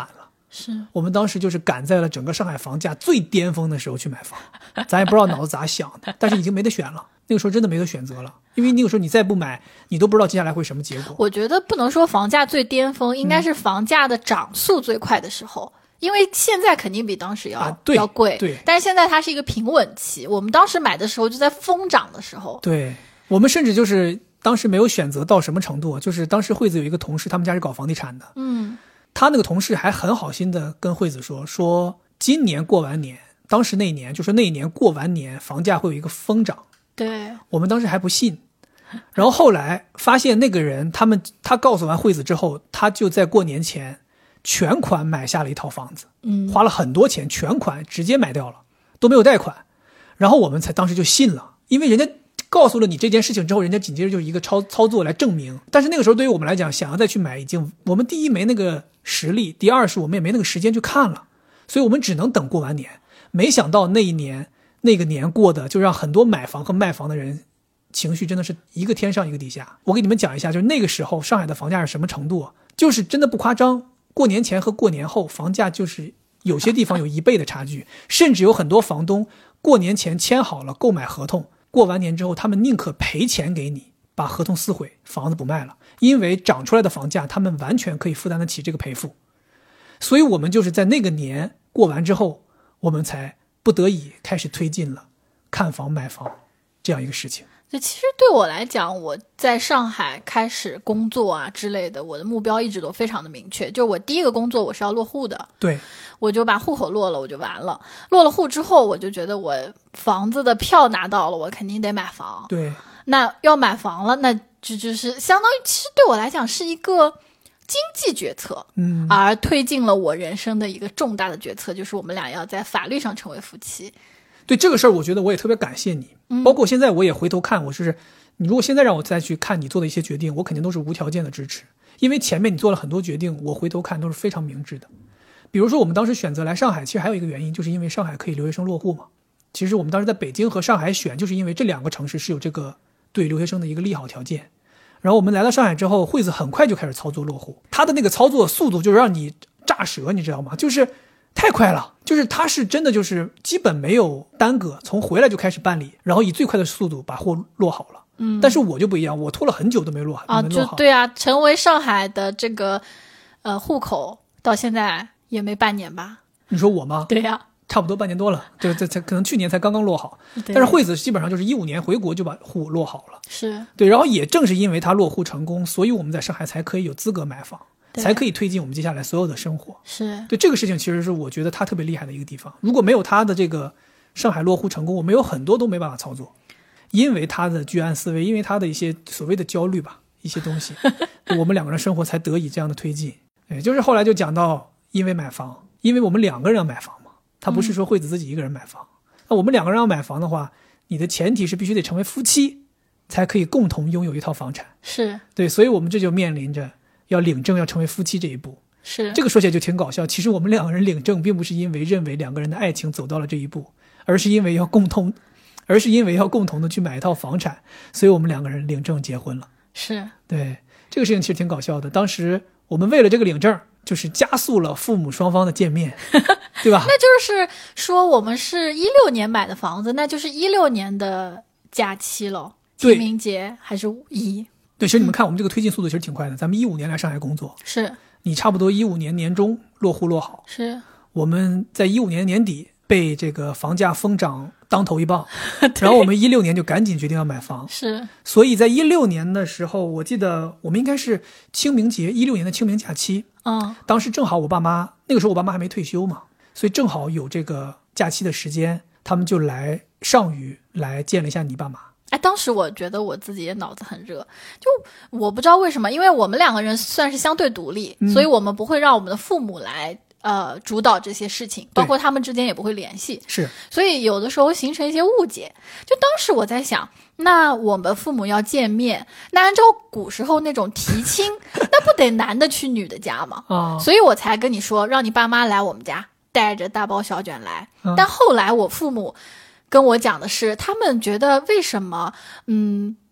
是我们当时就是赶在了整个上海房价最巅峰的时候去买房，咱也不知道脑子咋想的，但是已经没得选了。那个时候真的没得选择了，因为那个时候你再不买，你都不知道接下来会什么结果。 我觉得不能说房价最巅峰，应该是房价的涨速最快的时候。因为现在肯定比当时要贵， 对， 但是现在它是一个平稳期。我们当时买的时候就在疯涨的时候。 对，我们甚至就是当时没有选择到什么程度，就是当时惠子有一个同事，他们家是搞房地产的，他那个同事还很好心的跟惠子说今年过完年，当时那一年就是那一年过完年，房价会有一个疯涨。 对， 我们当时还不信，然后后来发现那个人他告诉完惠子之后，他就在过年前全款买下了一套房子，花了很多钱，全款直接买掉了，都没有贷款。然后我们当时就信了，因为人家告诉了你这件事情之后，人家紧接着就是一个操作来证明。但是那个时候对于我们来讲，想要再去买，我们第一没那个实力，第二是我们也没那个时间去看了，所以我们只能等过完年。没想到那一年那个年过的，就让很多买房和卖房的人情绪真的是一个天上一个地下。我给你们讲一下，就是那个时候上海的房价是什么程度，就是真的不夸张，过年前和过年后房价就是有些地方有1倍的差距，甚至有很多房东过年前签好了购买合同，过完年之后他们宁可赔钱给你，把合同撕毁，房子不卖了，因为涨出来的房价他们完全可以负担得起这个赔付。所以我们就是在那个年过完之后，我们才不得已开始推进了看房买房这样一个事情。 其实对我来讲，我在上海开始工作啊之类的，我的目标一直都非常的明确。就我第一个工作我是要落户的， 对， 我就把户口落了，我就完了。落了户之后，我就觉得我房子的票拿到了，我肯定得买房。 对， 那要买房了，那就是相当于，其实对我来讲是一个经济决策，而推进了我人生的一个重大的决策，就是我们俩要在法律上成为夫妻。 对这个事儿，我觉得我也特别感谢你，包括现在我也回头看，你如果现在让我再去看你做的一些决定，我肯定都是无条件的支持，因为前面你做了很多决定，我回头看都是非常明智的。比如说我们当时选择来上海，其实还有一个原因，就是因为上海可以留学生落户嘛。其实我们当时在北京和上海选，就是因为这2个城市是有这个对留学生的一个利好条件。然后我们来到上海之后，惠子很快就开始操作落户，他的那个操作速度就是让你炸舌，你知道吗？就是太快了，就是他是真的就是基本没有耽搁，从回来就开始办理，然后以最快的速度把货落好了。但是我就不一样，我拖了很久都没落好。 就对啊，成为上海的这个户口到现在也没半年吧？ 你说我吗？ 对呀， 差不多半年多了，这可能去年才刚刚落好。但是惠子基本上就是15年回国就把户落好了。 是对，然后也正是因为他落户成功，所以我们在上海才可以有资格买房，才可以推进我们接下来所有的生活。 是对，这个事情其实是我觉得他特别厉害的一个地方。如果没有他的这个上海落户成功，我们有很多都没办法操作，因为他的居安思危，因为他的一些所谓的焦虑吧，一些东西我们2个人生活才得以这样的推进。就是后来就讲到因为买房，因为我们2个人要买房嘛，他不是说惠子自己一个人买房。那我们2个人要买房的话，你的前提是必须得成为夫妻，才可以共同拥有一套房产。 是对，所以我们这就面临着要领证，要成为夫妻这一步。 是这个说起来就挺搞笑，其实我们2个人领证并不是因为认为2个人的爱情走到了这一步，而是因为要共同的去买一套房产，所以我们2个人领证结婚了。 是对，这个事情其实挺搞笑的。当时我们为了这个领证，就是加速了父母双方的见面对吧？ 那就是说我们是16年买的房子，那就是16年的假期了，清明节还是五一。 对，其实你们看我们这个推进速度其实挺快的，咱们15年来上海工作， 是你差不多15年年中落户落好， 是我们在15年年底被这个房价疯涨当头一棒然后我们16年就赶紧决定要买房。 是， 所以在16年的时候，我记得我们应该是清明节，16年的清明假期，当时正好我爸妈，那个时候我爸妈还没退休嘛，所以正好有这个假期的时间，他们就来上虞来见了一下你爸妈。 当时我觉得我自己也脑子很热，就我不知道为什么，因为我们2个人算是相对独立，所以我们不会让我们的父母来主导这些事情，包括他们之间也不会联系， 是， 所以有的时候形成一些误解。就当时我在想，那我们父母要见面，那按照古时候那种提亲那不得男的去女的家吗？所以我才跟你说让你爸妈来我们家，带着大包小卷来。但后来我父母跟我讲的是，他们觉得为什么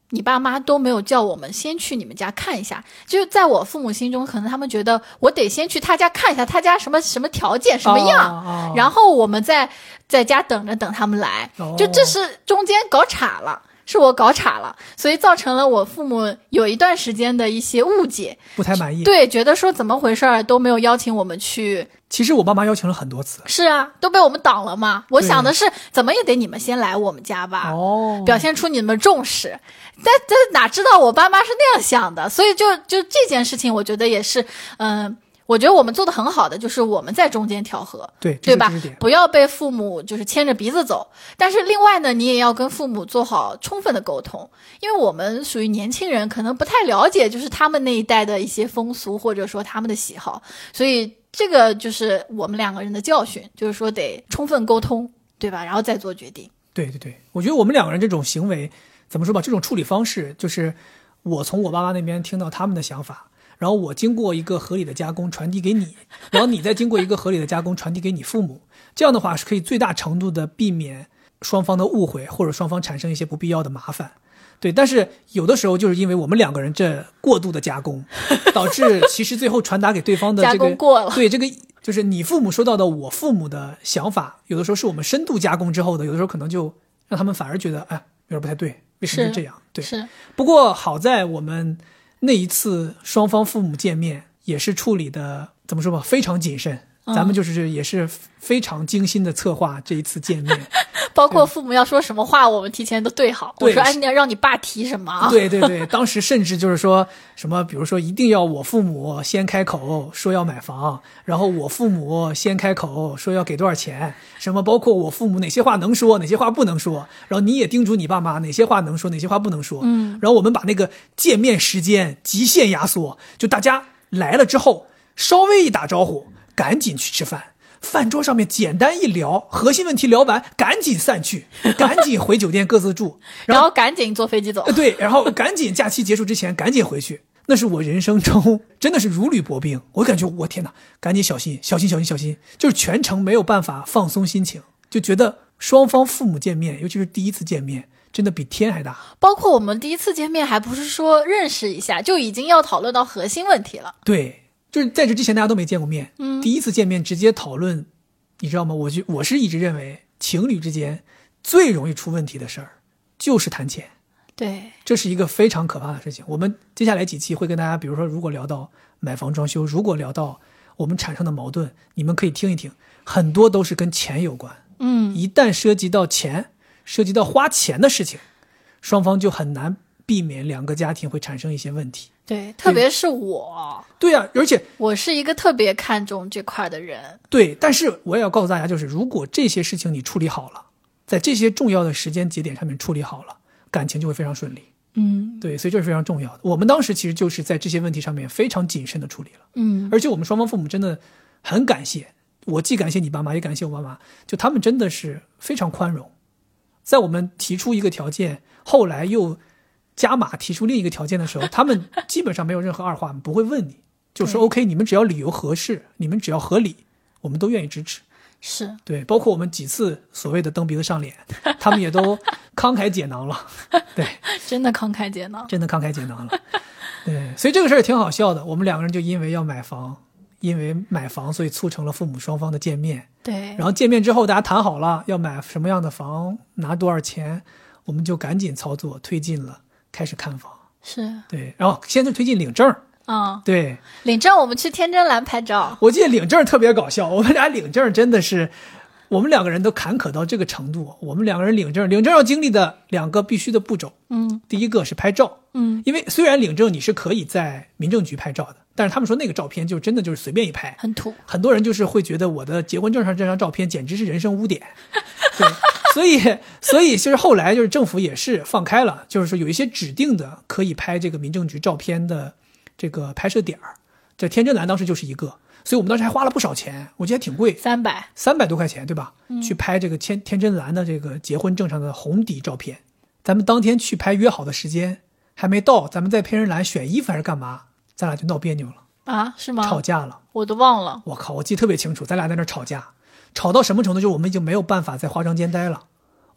你爸妈都没有叫我们先去你们家看一下，就在我父母心中，可能他们觉得我得先去他家看一下他家什么什么条件什么样，然后我们在家等着等他们来，就这是中间搞岔了。是我搞岔了，所以造成了我父母有一段时间的一些误解， 不太满意。 对，觉得说怎么回事都没有邀请我们去。 其实我爸妈邀请了很多次。 是啊，都被我们挡了嘛。我想的是怎么也得你们先来我们家吧，表现出你们重视。但哪知道我爸妈是那样想的，所以就这件事情我觉得也是我觉得我们做的很好的就是我们在中间调和，对吧？不要被父母就是牵着鼻子走。但是另外呢，你也要跟父母做好充分的沟通，因为我们属于年轻人，可能不太了解就是他们那一代的一些风俗或者说他们的喜好，所以这个就是我们两个人的教训，就是说得充分沟通，对吧？然后再做决定。 对，我觉得我们两个人这种行为怎么说吧，这种处理方式就是我从我爸妈那边听到他们的想法，然后我经过一个合理的加工传递给你，然后你再经过一个合理的加工传递给你父母，这样的话是可以最大程度的避免双方的误会或者双方产生一些不必要的麻烦。对，但是有的时候就是因为我们两个人这过度的加工，导致其实最后传达给对方的这个加工过了。 对，这个就是你父母收到的我父母的想法，有的时候是我们深度加工之后的，有的时候可能就让他们反而觉得有点不太对，为什么是这样？对， 是。 不过好在我们那一次双方父母见面也是处理的怎么说吧，非常谨慎，咱们就是也是非常精心的策划这一次见面。 包括父母要说什么话我们提前都对好，我说你要让你爸提什么啊。 对，当时甚至就是说什么比如说一定要我父母先开口说要买房，然后我父母先开口说要给多少钱，什么包括我父母哪些话能说哪些话不能说，然后你也叮嘱你爸妈哪些话能说哪些话不能说。然后我们把那个见面时间极限压缩，就大家来了之后稍微一打招呼赶紧去吃饭，饭桌上面简单一聊，核心问题聊完赶紧散去，赶紧回酒店各自住， 然后赶紧坐飞机走。 对，然后赶紧假期结束之前赶紧回去。那是我人生中真的是如履薄冰，我感觉我天哪，赶紧小心，就是全程没有办法放松心情，就觉得双方父母见面，尤其是第一次见面，真的比天还大。 包括我们第一次见面还不是说认识一下，就已经要讨论到核心问题了。 对，就是在这之前大家都没见过面，第一次见面直接讨论，你知道吗？我是一直认为情侣之间最容易出问题的事儿就是谈钱。 对， 这是一个非常可怕的事情。我们接下来几期会跟大家，比如说如果聊到买房装修，如果聊到我们产生的矛盾，你们可以听一听，很多都是跟钱有关。一旦涉及到钱，涉及到花钱的事情，双方就很难避免两个家庭会产生一些问题。 对，特别是我。 对啊，而且我是一个特别看重这块的人。 对，但是我也要告诉大家，就是如果这些事情你处理好了，在这些重要的时间节点上面处理好了，感情就会非常顺利。对，所以这是非常重要的。我们当时其实就是在这些问题上面非常谨慎的处理了。而且我们双方父母真的很感谢，我既感谢你爸妈，也感谢我妈妈，就他们真的是非常宽容。在我们提出一个条件，后来又加码提出另一个条件的时候，他们基本上没有任何二话，不会问你，就说 OK， 你们只要理由合适，你们只要合理，我们都愿意支持。 是， 对，包括我们几次所谓的蹬鼻子上脸，他们也都慷慨解囊了。对， 真的慷慨解囊， 真的慷慨解囊了。对，所以这个事儿也挺好笑的。我们两个人就因为要买房，因为买房，所以促成了父母双方的见面。 对， 然后见面之后，大家谈好了要买什么样的房，拿多少钱，我们就赶紧操作推进了，开始看房。 是， 对，然后先是推进领证。对， 领证我们去天真蓝拍照。 我记得领证特别搞笑，我们俩领证真的是，我们两个人都坎坷到这个程度。我们两个人领证要经历的两个必须的步骤。第一个是拍照。因为虽然领证你是可以在民政局拍照的，但是他们说那个照片就真的就是随便一拍， 很土。很多人就是会觉得我的结婚证上这张照片简直是人生污点。对，所以就是后来就是政府也是放开了，就是说有一些指定的可以拍这个民政局照片的这个拍摄点儿，在天真蓝当时就是一个，所以我们当时还花了不少钱，我记得还挺贵，300多块钱，对吧？去拍这个天真蓝的这个结婚证上的红底照片。咱们当天去拍约好的时间还没到，咱们在天真蓝选衣服还是干嘛，咱俩就闹别扭了啊？是吗？ 吵架了， 我都忘了。 我靠，我记得特别清楚，咱俩在那吵架，吵到什么程度？就是我们已经没有办法在化妆间待了，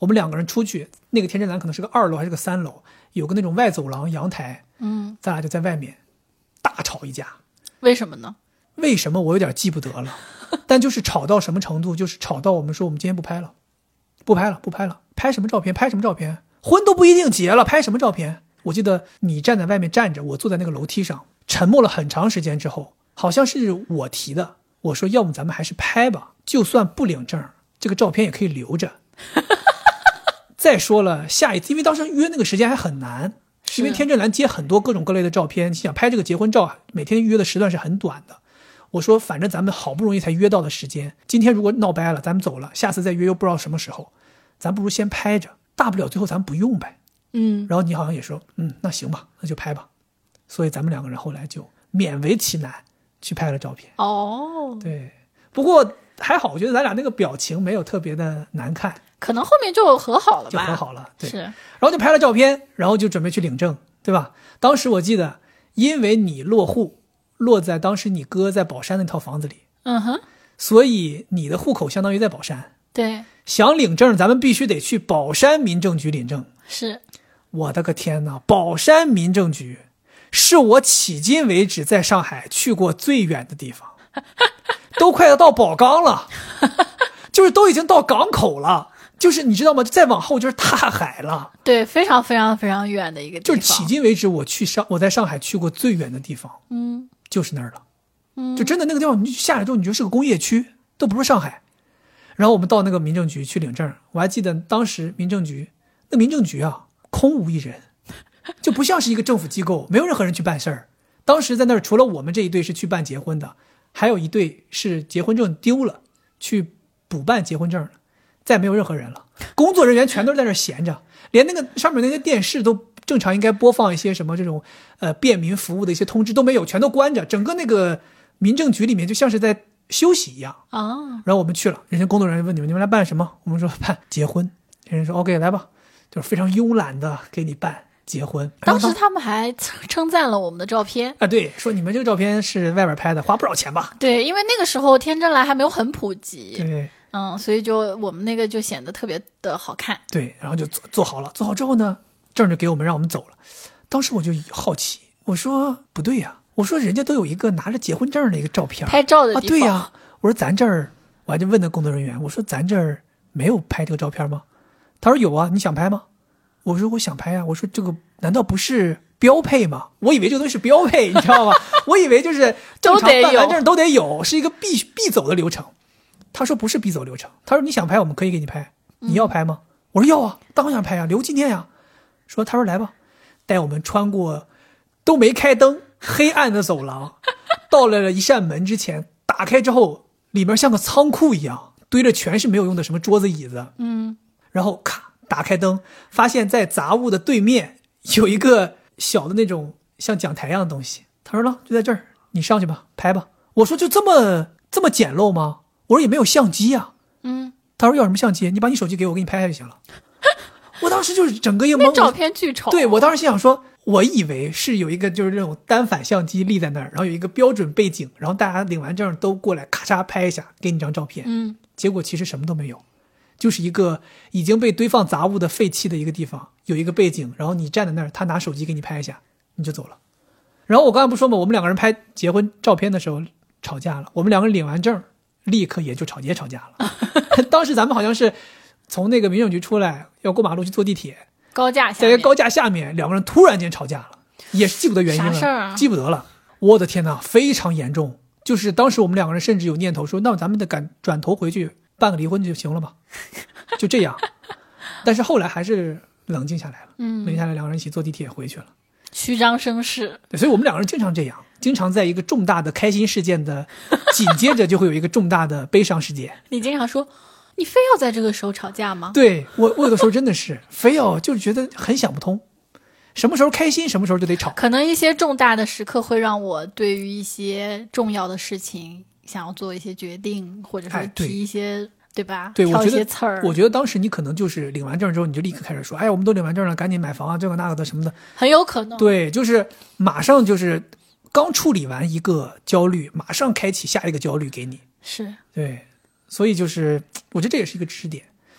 我们两个人出去，那个天真蓝可能是个2楼还是个3楼，有个那种外走廊阳台，咱俩就在外面大吵一架。 为什么呢？ 为什么我有点记不得了，但就是吵到什么程度，就是吵到我们说我们今天不拍了，不拍了，拍什么照片？婚都不一定结了，拍什么照片？我记得你站在外面站着，我坐在那个楼梯上，沉默了很长时间之后，好像是我提的，我说要么咱们还是拍吧，就算不领证，这个照片也可以留着。再说了，下一次，因为当时约那个时间还很难，因为天真蓝接很多各种各类的照片，想拍这个结婚照，每天约的时段是很短的。我说反正咱们好不容易才约到的时间，今天如果闹掰了咱们走了，下次再约又不知道什么时候，咱不如先拍着，大不了最后咱不用呗。然后你好像也说那行吧，那就拍吧。所以咱们两个人后来就勉为其难去拍了照片。对，不过还好，我觉得咱俩那个表情没有特别的难看， 可能后面就和好了吧， 就和好了。对， 是。 然后就拍了照片，然后就准备去领证，对吧？当时我记得，因为你落户落在当时你哥在宝山那套房子里，所以你的户口相当于在宝山。 对， 想领证，咱们必须得去宝山民政局领证。 是。 我的个天哪！宝山民政局是我迄今为止在上海去过最远的地方，都快要到宝钢了，就是都已经到港口了。就是你知道吗？再往后就是大海了。 对，非常非常非常远的一个地方。 就是迄今为止我在上海去过最远的地方，就是那儿了。就真的那个地方，你下来之后你觉得是个工业区，都不是上海。然后我们到那个民政局去领证，我还记得当时民政局啊，空无一人，就不像是一个政府机构，没有任何人去办事儿。当时在那儿除了我们这一对是去办结婚的，还有一对是结婚证丢了，去补办结婚证的，再没有任何人了。工作人员全都在那儿闲着，连那个上面那些电视都正常应该播放一些什么这种便民服务的一些通知都没有，全都关着。整个那个民政局里面就像是在休息一样然后我们去了，人家工作人员问你们来办什么？我们说办结婚。人家说 OK 来吧，就是非常慵懒的给你办结婚。 当时他们还称赞了我们的照片对，说你们这个照片是外边拍的，花不少钱吧？ 对，因为那个时候天真蓝还没有很普及。 对， 所以就我们那个就显得特别的好看。 对，然后就做好了，做好之后呢，证就给我们让我们走了。当时我就好奇，我说不对呀，我说人家都有一个拿着结婚证的一个照片拍照的地方对呀，我说咱这儿，我还就问那工作人员，我说咱这儿没有拍这个照片吗？他说有啊，你想拍吗？我说我想拍啊，我说这个难道不是标配吗？我以为这个东西是标配，你知道吗？我以为就是正常办完证都得有，是一个必走的流程。他说不是必走流程，他说你想拍我们可以给你拍，你要拍吗？我说要啊，当然想拍啊，留纪念呀。他说来吧，带我们穿过都没开灯黑暗的走廊，到了一扇门之前，打开之后里面像个仓库一样，堆着全是没有用的什么桌子椅子。然后咔打开灯，发现在杂物的对面有一个小的那种像讲台一样的东西。他说了，就在这儿，你上去吧，拍吧。我说就这么简陋吗？我说也没有相机啊。他说要什么相机？你把你手机给我，给你拍下就行了。我当时就是整个一懵， 那照片巨丑。 对，我当时心想说，我以为是有一个就是这种单反相机立在那儿，然后有一个标准背景，然后大家领完证都过来咔嚓拍一下，给你张照片。结果其实什么都没有，就是一个已经被堆放杂物的废弃的一个地方，有一个背景，然后你站在那儿，他拿手机给你拍一下，你就走了。然后我刚才不说嘛，我们两个人拍结婚照片的时候吵架了，我们两个人领完证立刻也就吵架了。当时咱们好像是从那个民政局出来要过马路去坐地铁，在高架下面两个人突然间吵架了，也是记不得原因了， 啥事儿记不得了。我的天哪，非常严重。就是当时我们两个人甚至有念头说，那咱们得转头回去办个离婚就行了吧，就这样。但是后来还是冷静下来了，冷静下来，两个人一起坐地铁回去了， 虚张声势。 所以我们两个人经常这样，经常在一个重大的开心事件的紧接着就会有一个重大的悲伤事件。 你经常说你非要在这个时候吵架吗？ 对，我有的时候真的是非要，就是觉得很想不通，什么时候开心什么时候就得吵。 可能一些重大的时刻会让我对于一些重要的事情想要做一些决定，或者说提一些对吧？ 对， 挑一些刺儿。 我觉得当时你可能就是领完证之后，你就立刻开始说，哎，我们都领完证了，赶紧买房啊，这个那个的什么的， 很有可能。 对，就是马上就是刚处理完一个焦虑，马上开启下一个焦虑给你。 是， 对，所以就是我觉得这也是一个知识点，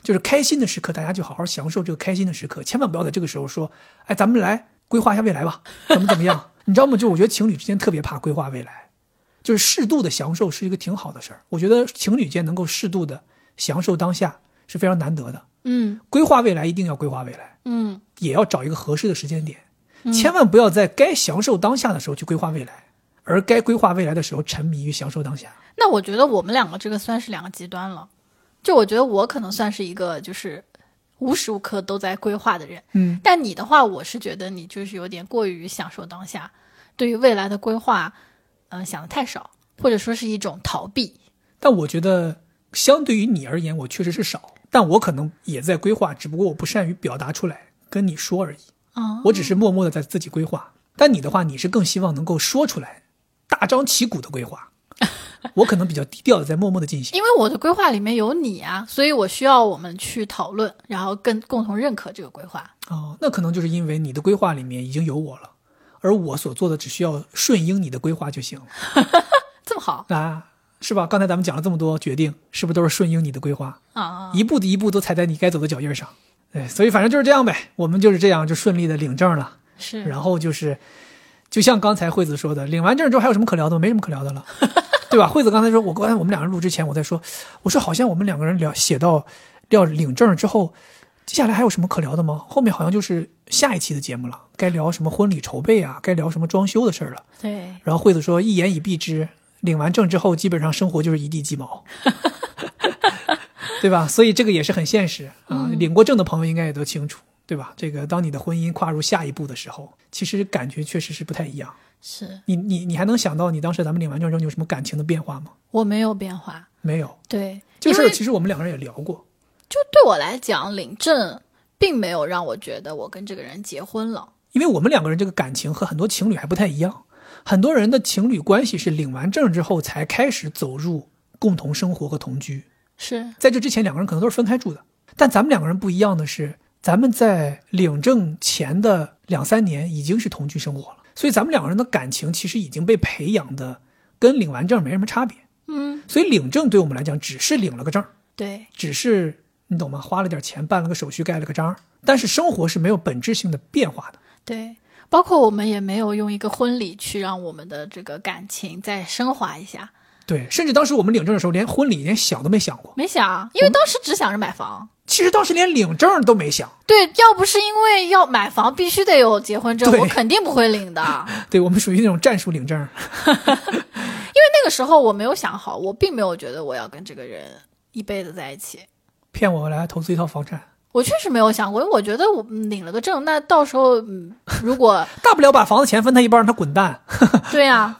就是开心的时刻，大家就好好享受这个开心的时刻，千万不要在这个时候说，哎，咱们来规划一下未来吧，怎么样？你知道吗？就我觉得情侣之间特别怕规划未来，就是适度的享受是一个挺好的事儿。我觉得情侣间能够适度的享受当下是非常难得的。规划未来一定要规划未来，也要找一个合适的时间点，千万不要在该享受当下的时候去规划未来，而该规划未来的时候沉迷于享受当下。 那我觉得我们两个这个算是两个极端了。就我觉得我可能算是一个就是无时无刻都在规划的人，但你的话，我是觉得你就是有点过于享受当下，对于未来的规划，想的太少，或者说是一种逃避。 但我觉得相对于你而言，我确实是少，但我可能也在规划，只不过我不善于表达出来跟你说而已。我只是默默的在自己规划，但你的话，你是更希望能够说出来，大张旗鼓的规划。我可能比较低调的在默默的进行， 因为我的规划里面有你啊，所以我需要我们去讨论，然后共同认可这个规划。 那可能就是因为你的规划里面已经有我了，而我所做的只需要顺应你的规划就行了。 这么好啊，是吧？刚才咱们讲了这么多决定，是不是都是顺应你的规划啊？一步一步都踩在你该走的脚印上。对，所以反正就是这样呗，我们就是这样就顺利的领证了。 是， 然后就是就像刚才惠子说的，领完证之后还有什么可聊的吗？没什么可聊的了。对吧？惠子刚才说，我们两个人录之前，我在说，我说好像我们两个人写到要领证之后，接下来还有什么可聊的吗？后面好像就是下一期的节目了，该聊什么婚礼筹备啊，该聊什么装修的事了。 对。 然后惠子说，一言以蔽之，领完证之后，基本上生活就是一地鸡毛，对吧？所以这个也是很现实啊。领过证的朋友应该也都清楚，对吧？这个当你的婚姻跨入下一步的时候，其实感觉确实是不太一样。 是你还能想到你当时咱们领完证之后有什么感情的变化吗？ 我没有变化， 没有。 对， 这个事儿其实我们两个人也聊过。 就对我来讲，领证并没有让我觉得我跟这个人结婚了， 因为我们两个人这个感情和很多情侣还不太一样。很多人的情侣关系是领完证之后才开始走入共同生活和同居， 是在这之前两个人可能都是分开住的。但咱们两个人不一样的是，咱们在领证前的2-3年已经是同居生活了。所以咱们两个人的感情其实已经被培养的跟领完证没什么差别。所以领证对我们来讲只是领了个证， 对， 只是你懂吗？花了点钱办了个手续盖了个章，但是生活是没有本质性的变化的。 对，包括我们也没有用一个婚礼去让我们的这个感情再升华一下。 对，甚至当时我们领证的时候连婚礼连想都没想过。 没想，因为当时只想着买房。 其实当时连领证都没想。 对，要不是因为要买房必须得有结婚证，我肯定不会领的。 对，我们属于那种战术领证。 因为那个时候我没有想好，我并没有觉得我要跟这个人一辈子在一起。 骗我来投资一套房产。 我确实没有想过，因为我觉得我领了个证，那到时候如果大不了把房子钱分他一半，让他滚蛋。 对呀。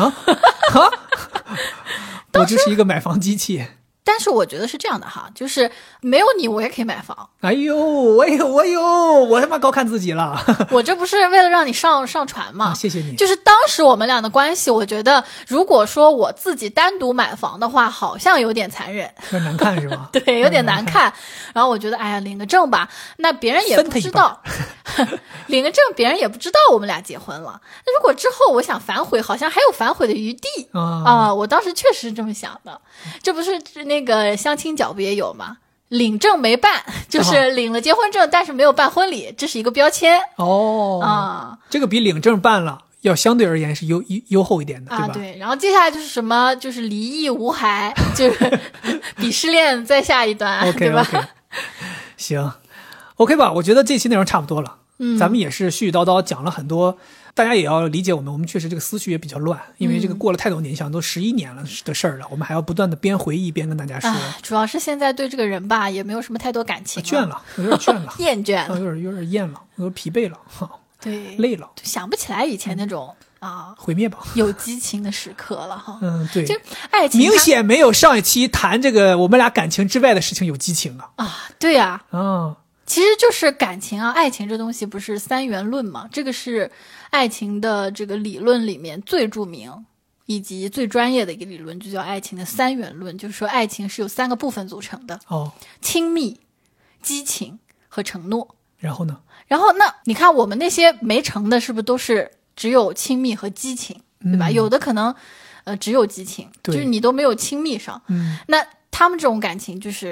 我就是一个买房机器。 但是我觉得是这样的哈，就是没有你我也可以买房。 哎呦，我他妈高看自己了。 我这不是为了让你上船吗？ 谢谢你。 就是当时我们俩的关系，我觉得如果说我自己单独买房的话，好像有点残忍， 有点难看是吧？ 对，有点难看。然后我觉得，哎呀，领个证吧，那别人也不知道，领个证别人也不知道我们俩结婚了。那如果之后我想反悔，好像还有反悔的余地啊。我当时确实是这么想的。这不是那个相亲角不也有吗？领证没办，就是领了结婚证，但是没有办婚礼，这是一个标签。 这个比领证办了要相对而言是优厚一点的，对吧？ 对。然后接下来就是什么，就是离异无孩，就是比失恋再下一端，对吧？ 行 ，OK 吧？我觉得这期内容差不多了。咱们也是絮絮叨叨讲了很多，大家也要理解我们确实这个思绪也比较乱，因为这个过了太多年，想都11年了的事儿了，我们还要不断的边回忆边跟大家说。 主要是现在对这个人吧，也没有什么太多感情了， 倦了，有点倦了， 厌倦了， 有点厌了，有点疲惫了， 对， 累了， 想不起来以前那种毁灭吧， 有激情的时刻了哈。 对， 就爱情明显没有上一期谈这个我们俩感情之外的事情有激情啊。对呀，其实就是感情爱情这东西不是三元论嘛？这个是爱情的这个理论里面最著名以及最专业的一个理论，就叫爱情的三元论。就是说爱情是由3个部分组成的亲密、激情和承诺。 然后呢？ 然后那你看我们那些没成的，是不是都是只有亲密和激情，对吧？有的可能只有激情，就是你都没有亲密上。那他们这种感情就是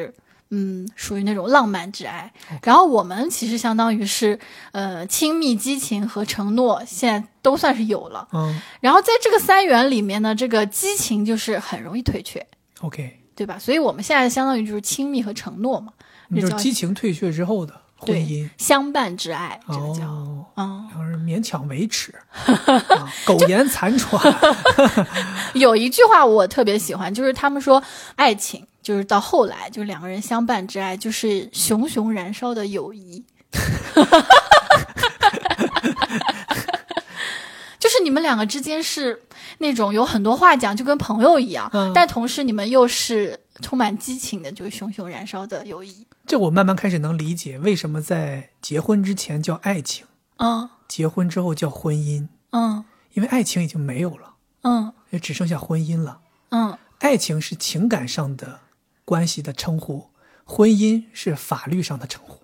属于那种浪漫之爱。然后我们其实相当于是亲密、激情和承诺现在都算是有了。然后在这个3元里面呢，这个激情就是很容易退却。 OK， 对吧？所以我们现在相当于就是亲密和承诺嘛， 就是激情退却之后的婚姻， 相伴之爱，这个叫两人勉强维持，苟延残喘。 有一句话我特别喜欢，就是他们说爱情就是到后来就是2个人相伴之爱，就是熊熊燃烧的友谊。就是你们2个之间是那种有很多话讲，就跟朋友一样，但同时你们又是充满激情的，就是熊熊燃烧的友谊。 这我慢慢开始能理解为什么在结婚之前叫爱情，结婚之后叫婚姻，因为爱情已经没有了，也只剩下婚姻了，爱情是情感上的关系的称呼，婚姻是法律上的称呼。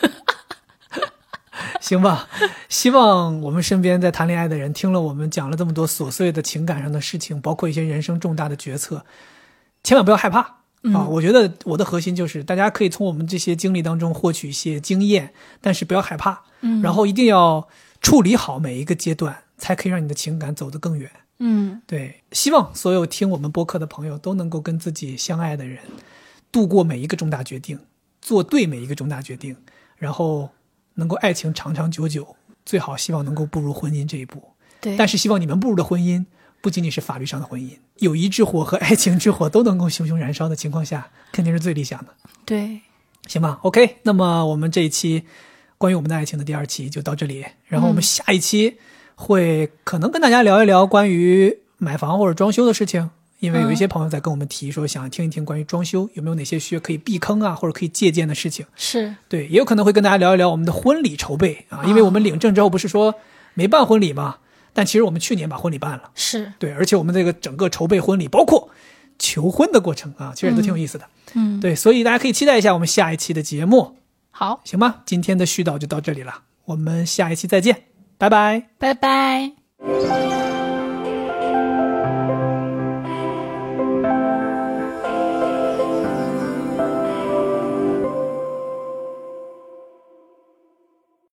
行吧，希望我们身边在谈恋爱的人听了我们讲了这么多琐碎的情感上的事情，包括一些人生重大的决策，千万不要害怕我觉得我的核心就是大家可以从我们这些经历当中获取一些经验，但是不要害怕，然后一定要处理好每一个阶段，才可以让你的情感走得更远。对，希望所有听我们播客的朋友都能够跟自己相爱的人度过每一个重大决定，做对每一个重大决定，然后能够爱情长长久久，最好希望能够步入婚姻这一步。 对， 但是希望你们步入的婚姻不仅仅是法律上的婚姻，友谊之火和爱情之火都能够熊熊燃烧的情况下，肯定是最理想的。 对， 行吧 OK， 那么我们这一期关于我们的爱情的第2期就到这里，然后我们下一期会可能跟大家聊一聊关于买房或者装修的事情，因为有一些朋友在跟我们提说想听一听关于装修有没有哪些需要可以避坑啊或者可以借鉴的事情。 是， 对，也有可能会跟大家聊一聊我们的婚礼筹备因为我们领证之后不是说没办婚礼吗？但其实我们去年把婚礼办了， 是， 对，而且我们这个整个筹备婚礼包括求婚的过程其实也都挺有意思的。对，所以大家可以期待一下我们下一期的节目。 好， 行吗？今天的絮叨就到这里了，我们下一期再见，拜拜， 拜拜。